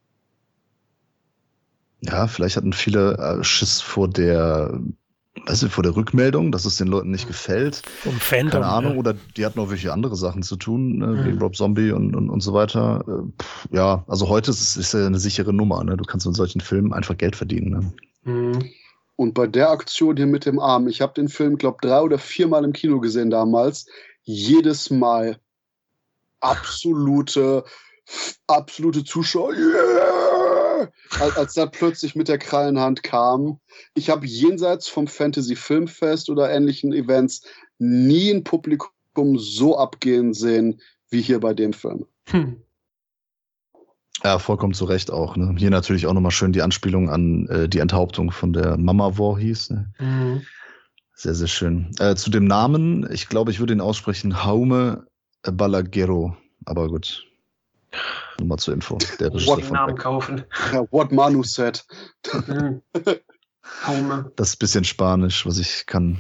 Ja, vielleicht hatten viele äh, Schiss vor der... Weißt du, vor der Rückmeldung, dass es den Leuten nicht gefällt. Vom Fandom. Keine Ahnung, ja. Oder die hatten auch welche andere Sachen zu tun, ne, mhm. wie Rob Zombie und, und, und so weiter. Pff, ja, also heute ist es ist ja eine sichere Nummer. Ne? Du kannst mit solchen Filmen einfach Geld verdienen. Ne? Mhm. Und bei der Aktion hier mit dem Arm, ich habe den Film, glaube ich, drei oder viermal im Kino gesehen damals. Jedes Mal absolute, absolute Zuschauer. Yeah! Als, als das plötzlich mit der Krallenhand kam. Ich habe jenseits vom Fantasy Filmfest oder ähnlichen Events nie ein Publikum so abgehen sehen wie hier bei dem Film. Hm. Ja, vollkommen zu Recht auch. Ne? Hier natürlich auch nochmal schön die Anspielung an äh, die Enthauptung von der Mama Voorhees. Ne? Mhm. Sehr, sehr schön. Äh, zu dem Namen, ich glaube, ich würde ihn aussprechen, Jaume Balaguero. Aber gut. Nur mal zur Info. Der Regisseur den Namen kaufen. Ja, what Manu said. Mhm. Jaume. Das ist ein bisschen Spanisch, was ich kann.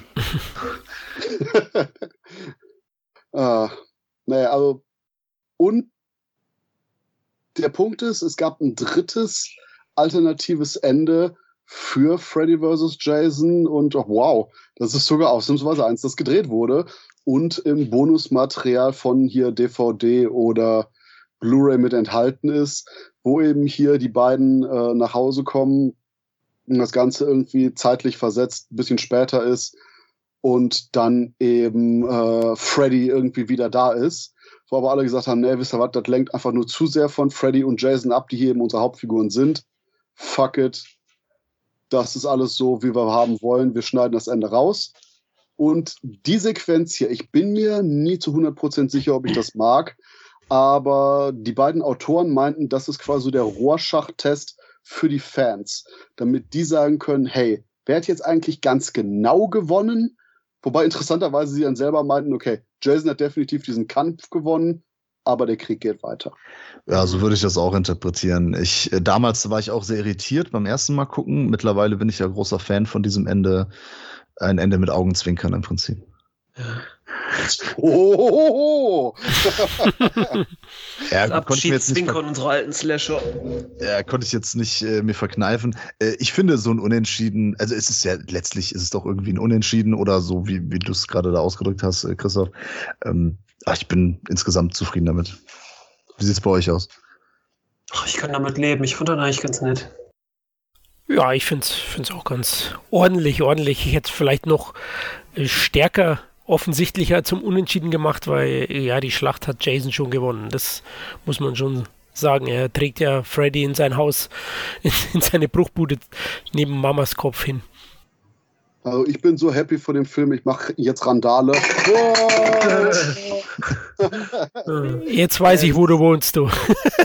ah, naja, also und der Punkt ist, es gab ein drittes alternatives Ende für Freddy versus. Jason und oh, wow, das ist sogar ausnahmsweise eins, das gedreht wurde und im Bonusmaterial von hier D V D oder Blu-ray mit enthalten ist, wo eben hier die beiden äh, nach Hause kommen und das Ganze irgendwie zeitlich versetzt ein bisschen später ist und dann eben äh, Freddy irgendwie wieder da ist. Wo aber alle gesagt haben, nee, wisst ihr was, das lenkt einfach nur zu sehr von Freddy und Jason ab, die hier eben unsere Hauptfiguren sind. Fuck it. Das ist alles so, wie wir haben wollen. Wir schneiden das Ende raus. Und die Sequenz hier, ich bin mir nie zu hundert Prozent sicher, ob ich das mag, aber die beiden Autoren meinten, das ist quasi der Rorschach-Test für die Fans, damit die sagen können, hey, wer hat jetzt eigentlich ganz genau gewonnen? Wobei interessanterweise sie dann selber meinten, okay, Jason hat definitiv diesen Kampf gewonnen, aber der Krieg geht weiter. Ja, so würde ich das auch interpretieren. Ich, äh, damals war ich auch sehr irritiert beim ersten Mal gucken. Mittlerweile bin ich ja großer Fan von diesem Ende. Ein Ende mit Augenzwinkern im Prinzip. Ja. Oh! Ja, Das konnte ich mir jetzt nicht Abschiedszwinkern unserer alten Slasher. Ja, konnte ich jetzt nicht äh, mir verkneifen. Äh, ich finde so ein Unentschieden, also es ist ja letztlich ist es doch irgendwie ein Unentschieden oder so, wie, wie du es gerade da ausgedrückt hast, äh, Christoph. Ähm, ach, ich bin insgesamt zufrieden damit. Wie sieht's bei euch aus? Ach, ich kann damit leben. Ich fand das eigentlich ganz nett. Ja, ich finde es auch ganz ordentlich, ordentlich. Ich hätte es vielleicht noch äh, stärker, offensichtlicher zum Unentschieden gemacht, weil ja, die Schlacht hat Jason schon gewonnen. Das muss man schon sagen. Er trägt ja Freddy in sein Haus, in, in seine Bruchbude neben Mamas Kopf hin. Also ich bin so happy vor dem Film, ich mache jetzt Randale. Jetzt weiß ich, wo du wohnst, du.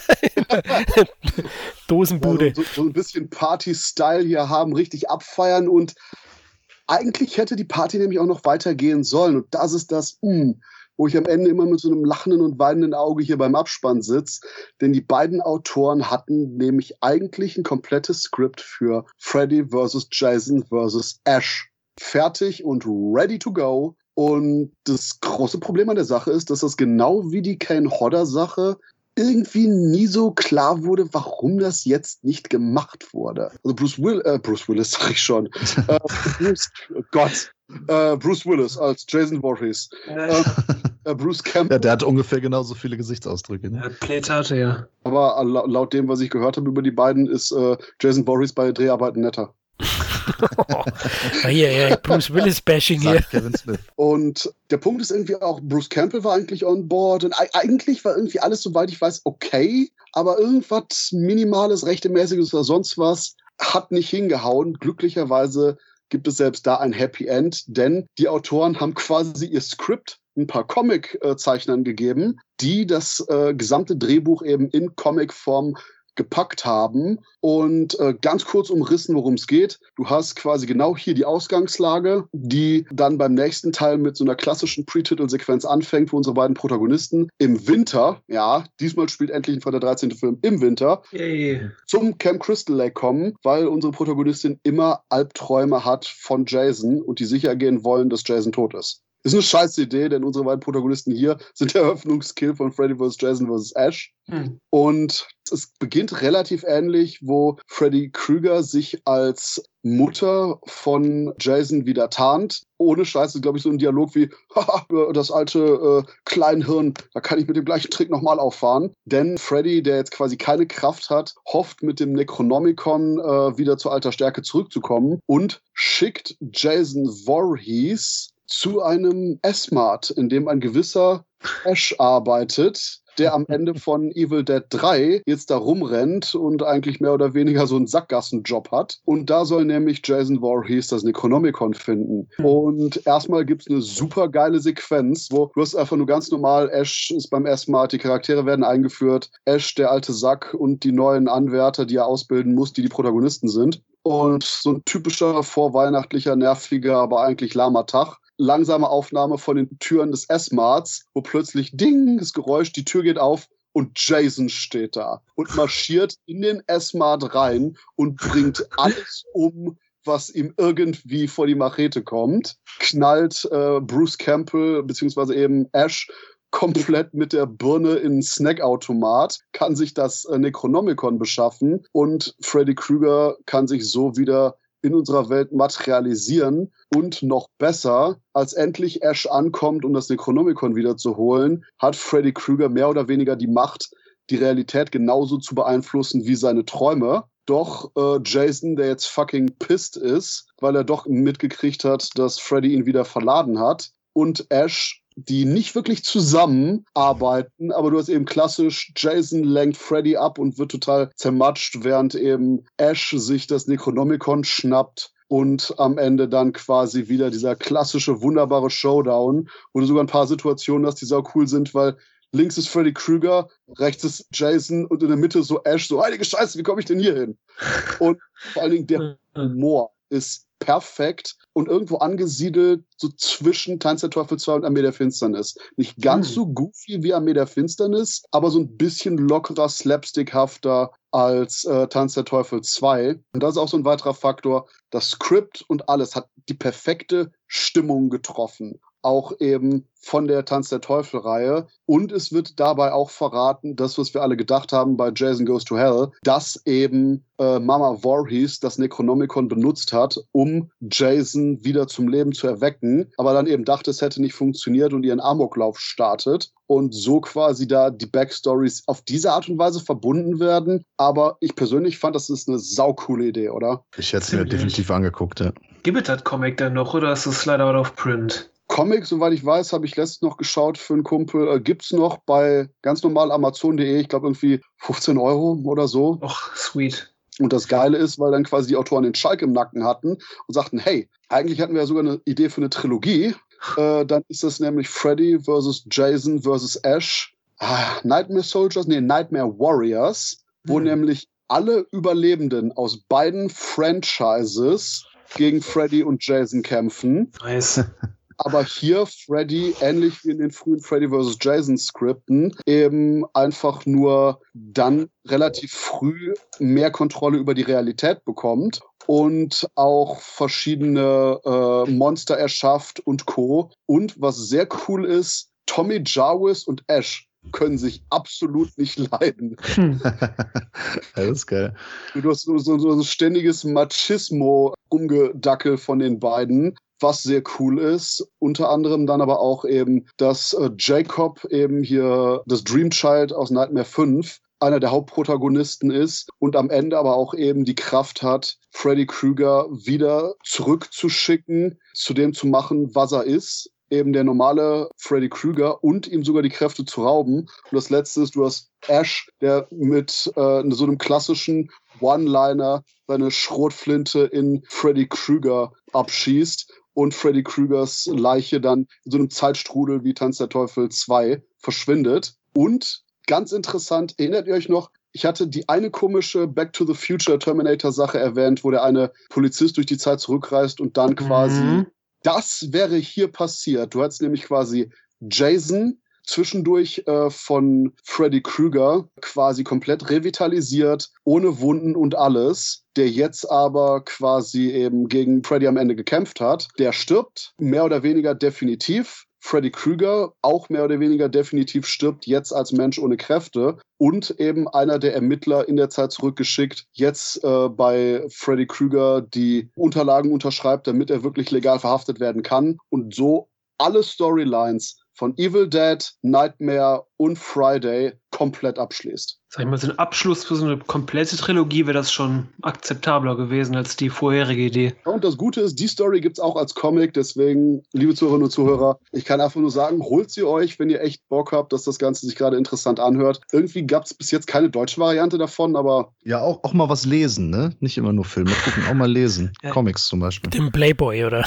Dosenbude. Ja, so, so ein bisschen Party-Style hier haben, richtig abfeiern und eigentlich hätte die Party nämlich auch noch weitergehen sollen. Und das ist das, mh, wo ich am Ende immer mit so einem lachenden und weinenden Auge hier beim Abspann sitze. Denn die beiden Autoren hatten nämlich eigentlich ein komplettes Skript für Freddy versus. Jason versus. Ash fertig und ready to go. Und das große Problem an der Sache ist, dass das genau wie die Kane-Hodder-Sache irgendwie nie so klar wurde, warum das jetzt nicht gemacht wurde. Also Bruce Will, äh, Bruce Willis sag ich schon. äh, Bruce, oh Gott. Äh, Bruce Willis als Jason Voorhees. Äh, äh, Bruce Campbell. Ja, der hat ungefähr genauso viele Gesichtsausdrücke. Ne? Er hat Playtate, ja. Aber la- laut dem, was ich gehört habe über die beiden, ist äh, Jason Voorhees bei Dreharbeiten netter. Oh, hier, ja, Bruce Willis-Bashing hier. Kevin Smith. Und der Punkt ist irgendwie auch, Bruce Campbell war eigentlich on board und e- eigentlich war irgendwie alles, soweit ich weiß, okay, aber irgendwas Minimales, Rechtemäßiges oder sonst was hat nicht hingehauen. Glücklicherweise gibt es selbst da ein Happy End, denn die Autoren haben quasi ihr Skript ein paar Comic-Zeichnern gegeben, die das äh, gesamte Drehbuch eben in Comic-Form gepackt haben und äh, ganz kurz umrissen, worum es geht. Du hast quasi genau hier die Ausgangslage, die dann beim nächsten Teil mit so einer klassischen Pre-Titel-Sequenz anfängt, wo unsere beiden Protagonisten im Winter, ja, diesmal spielt endlich ein Freitag der dreizehnte Film im Winter, Yay. zum Camp Crystal Lake kommen, weil unsere Protagonistin immer Albträume hat von Jason und die sicher gehen wollen, dass Jason tot ist. Ist eine scheiß Idee, denn unsere beiden Protagonisten hier sind der Eröffnungskill von Freddy versus. Jason versus. Ash. Hm. Und es beginnt relativ ähnlich, wo Freddy Krueger sich als Mutter von Jason wieder tarnt. Ohne Scheiße, glaube ich, so ein Dialog wie, haha, das alte äh, Kleinhirn, da kann ich mit dem gleichen Trick nochmal auffahren. Denn Freddy, der jetzt quasi keine Kraft hat, hofft mit dem Necronomicon äh, wieder zur alter Stärke zurückzukommen und schickt Jason Voorhees zu einem S-Mart, in dem ein gewisser Ash arbeitet, der am Ende von Evil Dead drei jetzt da rumrennt und eigentlich mehr oder weniger so einen Sackgassenjob hat. Und da soll nämlich Jason Voorhees das Necronomicon finden. Mhm. Und erstmal gibt's eine super geile Sequenz, wo du hast einfach nur ganz normal, Ash ist beim S-Mart, die Charaktere werden eingeführt, Ash, der alte Sack und die neuen Anwärter, die er ausbilden muss, die die Protagonisten sind. Und so ein typischer vorweihnachtlicher, nerviger, aber eigentlich lahmer Tag. Langsame Aufnahme von den Türen des S-Marts, wo plötzlich Ding, das Geräusch, die Tür geht auf und Jason steht da und marschiert in den S-Mart rein und bringt alles um, was ihm irgendwie vor die Machete kommt, knallt äh, Bruce Campbell beziehungsweise eben Ash komplett mit der Birne in einen Snackautomat, kann sich das äh, Necronomicon beschaffen und Freddy Krueger kann sich so wieder in unserer Welt materialisieren und noch besser, als endlich Ash ankommt, um das Necronomicon wieder zu holen, hat Freddy Krueger mehr oder weniger die Macht, die Realität genauso zu beeinflussen wie seine Träume. Doch äh, Jason, der jetzt fucking pissed ist, weil er doch mitgekriegt hat, dass Freddy ihn wieder verladen hat, und Ash, die nicht wirklich zusammenarbeiten, aber du hast eben klassisch, Jason lenkt Freddy ab und wird total zermatscht, während eben Ash sich das Necronomicon schnappt und am Ende dann quasi wieder dieser klassische, wunderbare Showdown, wo du sogar ein paar Situationen hast, die sau cool sind, weil links ist Freddy Krueger, rechts ist Jason und in der Mitte so Ash, so heilige Scheiße, wie komme ich denn hier hin? Und vor allen Dingen der Humor ist perfekt und irgendwo angesiedelt so zwischen Tanz der Teufel zwei und Armee der Finsternis. Nicht ganz hm. so goofy wie Armee der Finsternis, aber so ein bisschen lockerer, slapstickhafter als äh, Tanz der Teufel zwei. Und das ist auch so ein weiterer Faktor. Das Skript und alles hat die perfekte Stimmung getroffen. Auch eben von der Tanz der Teufel-Reihe. Und es wird dabei auch verraten, das, was wir alle gedacht haben bei Jason Goes to Hell, dass eben äh, Mama Voorhees das Necronomicon benutzt hat, um Jason wieder zum Leben zu erwecken, aber dann eben dachte, es hätte nicht funktioniert und ihren Amoklauf startet. Und so quasi da die Backstories auf diese Art und Weise verbunden werden. Aber ich persönlich fand, das ist eine saucoole Idee, oder? Ich hätte es mir definitiv angeguckt, ja. Gibt es das Comic denn noch, oder ist es leider out of print? Comic, soweit ich weiß, habe ich letztens noch geschaut für einen Kumpel, äh, gibt's noch bei ganz normal Amazon punkt de, ich glaube irgendwie fünfzehn Euro oder so. Ach, sweet. Und das Geile ist, weil dann quasi die Autoren den Schalk im Nacken hatten und sagten, hey, eigentlich hatten wir ja sogar eine Idee für eine Trilogie. Äh, dann ist das nämlich Freddy versus Jason versus Ash. Ah, Nightmare Soldiers, nee, Nightmare Warriors, wo hm. nämlich alle Überlebenden aus beiden Franchises gegen Freddy und Jason kämpfen. Nice. Aber hier Freddy, ähnlich wie in den frühen Freddy versus. Jason Skripten, eben einfach nur dann relativ früh mehr Kontrolle über die Realität bekommt und auch verschiedene äh, Monster erschafft und Co. Und was sehr cool ist, Tommy Jarvis und Ash können sich absolut nicht leiden. Hm. Das ist geil. Du hast so, so, so ein ständiges Machismo-Rumgedackel von den beiden, was sehr cool ist. Unter anderem dann aber auch eben, dass äh, Jacob eben hier das Dream Child aus Nightmare fünf einer der Hauptprotagonisten ist und am Ende aber auch eben die Kraft hat, Freddy Krueger wieder zurückzuschicken, zu dem zu machen, was er ist. Eben der normale Freddy Krueger und ihm sogar die Kräfte zu rauben. Und das Letzte ist, du hast Ash, der mit äh, so einem klassischen One-Liner seine Schrotflinte in Freddy Krueger abschießt und Freddy Krugers Leiche dann in so einem Zeitstrudel wie Tanz der Teufel zwei verschwindet. Und ganz interessant, erinnert ihr euch noch, ich hatte die eine komische Back to the Future Terminator-Sache erwähnt, wo der eine Polizist durch die Zeit zurückreist und dann quasi, mhm. das wäre hier passiert. Du hattest nämlich quasi Jason zwischendurch äh, von Freddy Krueger quasi komplett revitalisiert, ohne Wunden und alles, der jetzt aber quasi eben gegen Freddy am Ende gekämpft hat. Der stirbt, mehr oder weniger definitiv. Freddy Krueger auch mehr oder weniger definitiv stirbt, jetzt als Mensch ohne Kräfte. Und eben einer der Ermittler in der Zeit zurückgeschickt, jetzt äh, bei Freddy Krueger die Unterlagen unterschreibt, damit er wirklich legal verhaftet werden kann. Und so alle Storylines von Evil Dead, Nightmare und Friday komplett abschließt. Sag ich mal, so ein Abschluss für so eine komplette Trilogie wäre das schon akzeptabler gewesen als die vorherige Idee. Und das Gute ist, die Story gibt es auch als Comic, deswegen, liebe Zuhörerinnen und Zuhörer, ich kann einfach nur sagen, holt sie euch, wenn ihr echt Bock habt, dass das Ganze sich gerade interessant anhört. Irgendwie gab es bis jetzt keine deutsche Variante davon, aber... Ja, auch, auch mal was lesen, ne? Nicht immer nur Filme gucken, auch mal lesen. Ja. Comics zum Beispiel. Den Playboy, oder?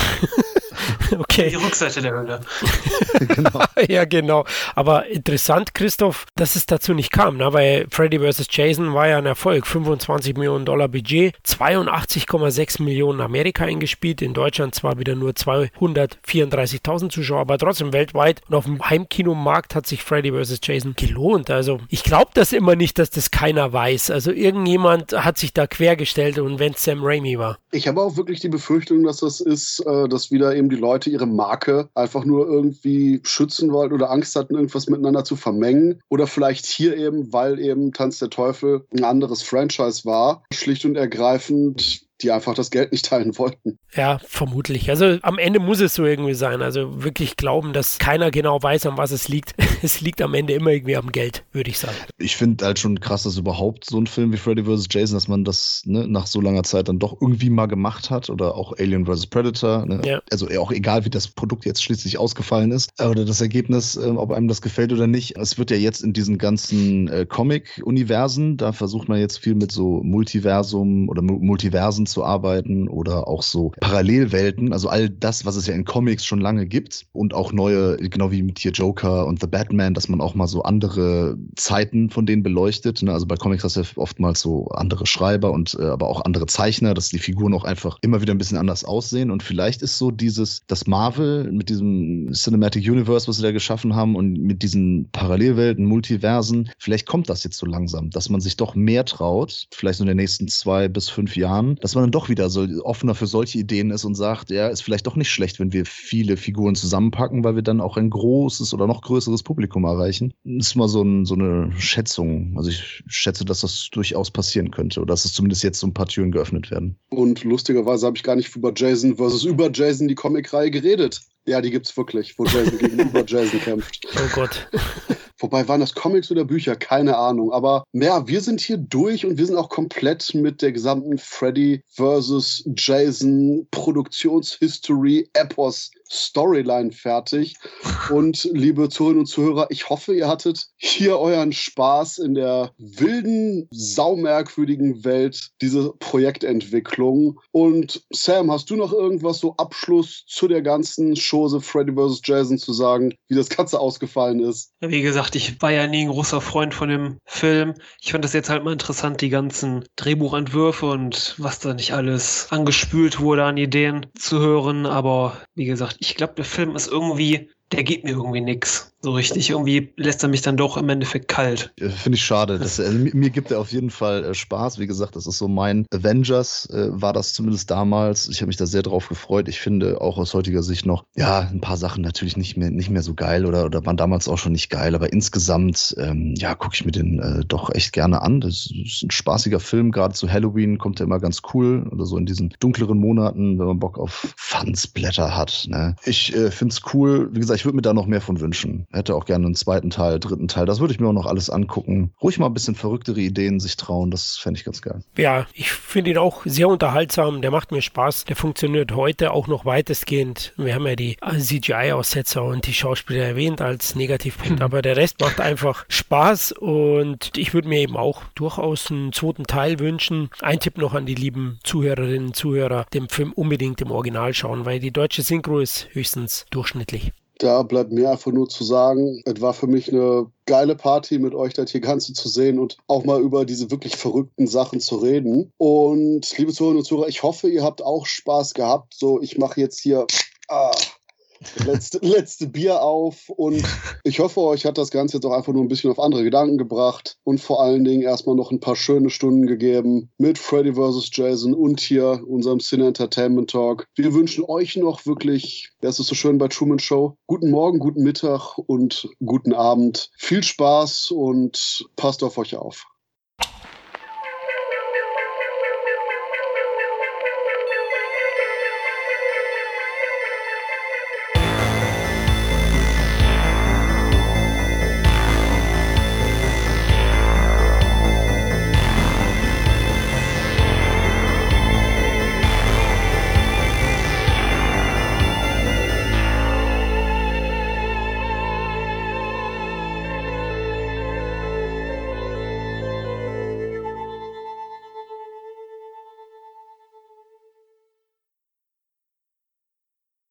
Okay. Die Rückseite der Hölle. Genau. Ja, genau. Aber interessant, Christoph, dass es dazu nicht kam, ne? Weil Freddy versus. Jason war ja ein Erfolg. fünfundzwanzig Millionen Dollar Budget, zweiundachtzig Komma sechs Millionen Amerika eingespielt, in Deutschland zwar wieder nur zweihundertvierunddreißigtausend Zuschauer, aber trotzdem weltweit. Und auf dem Heimkinomarkt hat sich Freddy versus. Jason gelohnt. Also ich glaube das immer nicht, dass das keiner weiß. Also irgendjemand hat sich da quergestellt und wenn es Sam Raimi war. Ich habe auch wirklich die Befürchtung, dass das ist, äh, dass wieder eben die Leute ihre Marke einfach nur irgendwie schützen wollten oder Angst hatten, irgendwas miteinander zu vermengen. Oder vielleicht hier eben, weil eben Tanz der Teufel ein anderes Franchise war, schlicht und ergreifend die einfach das Geld nicht teilen wollten. Ja, vermutlich. Also am Ende muss es so irgendwie sein. Also wirklich glauben, dass keiner genau weiß, an was es liegt. Es liegt am Ende immer irgendwie am Geld, würde ich sagen. Ich finde halt schon krass, dass überhaupt so ein Film wie Freddy versus. Jason, dass man das ne, nach so langer Zeit dann doch irgendwie mal gemacht hat oder auch Alien versus. Predator. Ne? Ja. Also auch egal, wie das Produkt jetzt schließlich ausgefallen ist oder das Ergebnis, äh, ob einem das gefällt oder nicht. Es wird ja jetzt in diesen ganzen äh, Comic-Universen, da versucht man jetzt viel mit so Multiversum oder M- Multiversen zu arbeiten oder auch so Parallelwelten, also all das, was es ja in Comics schon lange gibt und auch neue, genau wie mit hier Joker und The Batman, dass man auch mal so andere Zeiten von denen beleuchtet. Ne? Also bei Comics hast du ja oftmals so andere Schreiber und äh, aber auch andere Zeichner, dass die Figuren auch einfach immer wieder ein bisschen anders aussehen und vielleicht ist so dieses, das Marvel mit diesem Cinematic Universe, was sie da geschaffen haben und mit diesen Parallelwelten, Multiversen, vielleicht kommt das jetzt so langsam, dass man sich doch mehr traut, vielleicht so in den nächsten zwei bis fünf Jahren, dass man dann doch wieder so offener für solche Ideen ist und sagt, ja, ist vielleicht doch nicht schlecht, wenn wir viele Figuren zusammenpacken, weil wir dann auch ein großes oder noch größeres Publikum erreichen. Das ist mal so, ein, so eine Schätzung. Also ich schätze, dass das durchaus passieren könnte oder dass es zumindest jetzt so ein paar Türen geöffnet werden. Und lustigerweise habe ich gar nicht über Jason versus über Jason die Comicreihe geredet. Ja, die gibt's wirklich, wo Jason gegenüber Jason kämpft. Oh Gott. Wobei, waren das Comics oder Bücher? Keine Ahnung. Aber ja, wir sind hier durch und wir sind auch komplett mit der gesamten Freddy versus. Jason Produktionshistory Epos Storyline fertig. Und liebe Zuhörerinnen und Zuhörer, ich hoffe, ihr hattet hier euren Spaß in der wilden, saumerkwürdigen Welt dieser Projektentwicklung. Und Sam, hast du noch irgendwas so Abschluss zu der ganzen Chose Freddy versus. Jason zu sagen, wie das Ganze ausgefallen ist? Wie gesagt, ich war ja nie ein großer Freund von dem Film. Ich fand das jetzt halt mal interessant, die ganzen Drehbuchentwürfe und was da nicht alles angespült wurde an Ideen zu hören. Aber wie gesagt, ich glaube, der Film ist irgendwie, der geht mir irgendwie nix. So richtig, irgendwie lässt er mich dann doch im Endeffekt kalt. Finde ich schade. Das, also, mir gibt er auf jeden Fall äh, Spaß. Wie gesagt, das ist so mein Avengers, äh, war das zumindest damals. Ich habe mich da sehr drauf gefreut. Ich finde auch aus heutiger Sicht noch, ja, ein paar Sachen natürlich nicht mehr, nicht mehr so geil oder, oder waren damals auch schon nicht geil. Aber insgesamt, ähm, ja, gucke ich mir den äh, doch echt gerne an. Das ist ein spaßiger Film. Gerade zu Halloween kommt er immer ganz cool. Oder so in diesen dunkleren Monaten, wenn man Bock auf Fansblätter hat. Ne? Ich äh, finde es cool. Wie gesagt, ich würde mir da noch mehr von wünschen. Hätte auch gerne einen zweiten Teil, dritten Teil. Das würde ich mir auch noch alles angucken. Ruhig mal ein bisschen verrücktere Ideen sich trauen. Das fände ich ganz geil. Ja, ich finde ihn auch sehr unterhaltsam. Der macht mir Spaß. Der funktioniert heute auch noch weitestgehend. Wir haben ja die C G I-Aussetzer und die Schauspieler erwähnt als Negativpunkt. Aber der Rest macht einfach Spaß und ich würde mir eben auch durchaus einen zweiten Teil wünschen. Ein Tipp noch an die lieben Zuhörerinnen und Zuhörer, den Film unbedingt im Original schauen, weil die deutsche Synchro ist höchstens durchschnittlich. Da bleibt mir einfach nur zu sagen, es war für mich eine geile Party, mit euch das hier Ganze zu sehen und auch mal über diese wirklich verrückten Sachen zu reden. Und liebe Zuhörerinnen und Zuhörer, ich hoffe, ihr habt auch Spaß gehabt. So, ich mache jetzt hier ah, letzte, letzte Bier auf und ich hoffe, euch hat das Ganze jetzt auch einfach nur ein bisschen auf andere Gedanken gebracht und vor allen Dingen erstmal noch ein paar schöne Stunden gegeben mit Freddy versus. Jason und hier unserem Cine Entertainment Talk. Wir wünschen euch noch wirklich, das ist so schön bei Truman Show, guten Morgen, guten Mittag und guten Abend. Viel Spaß und passt auf euch auf.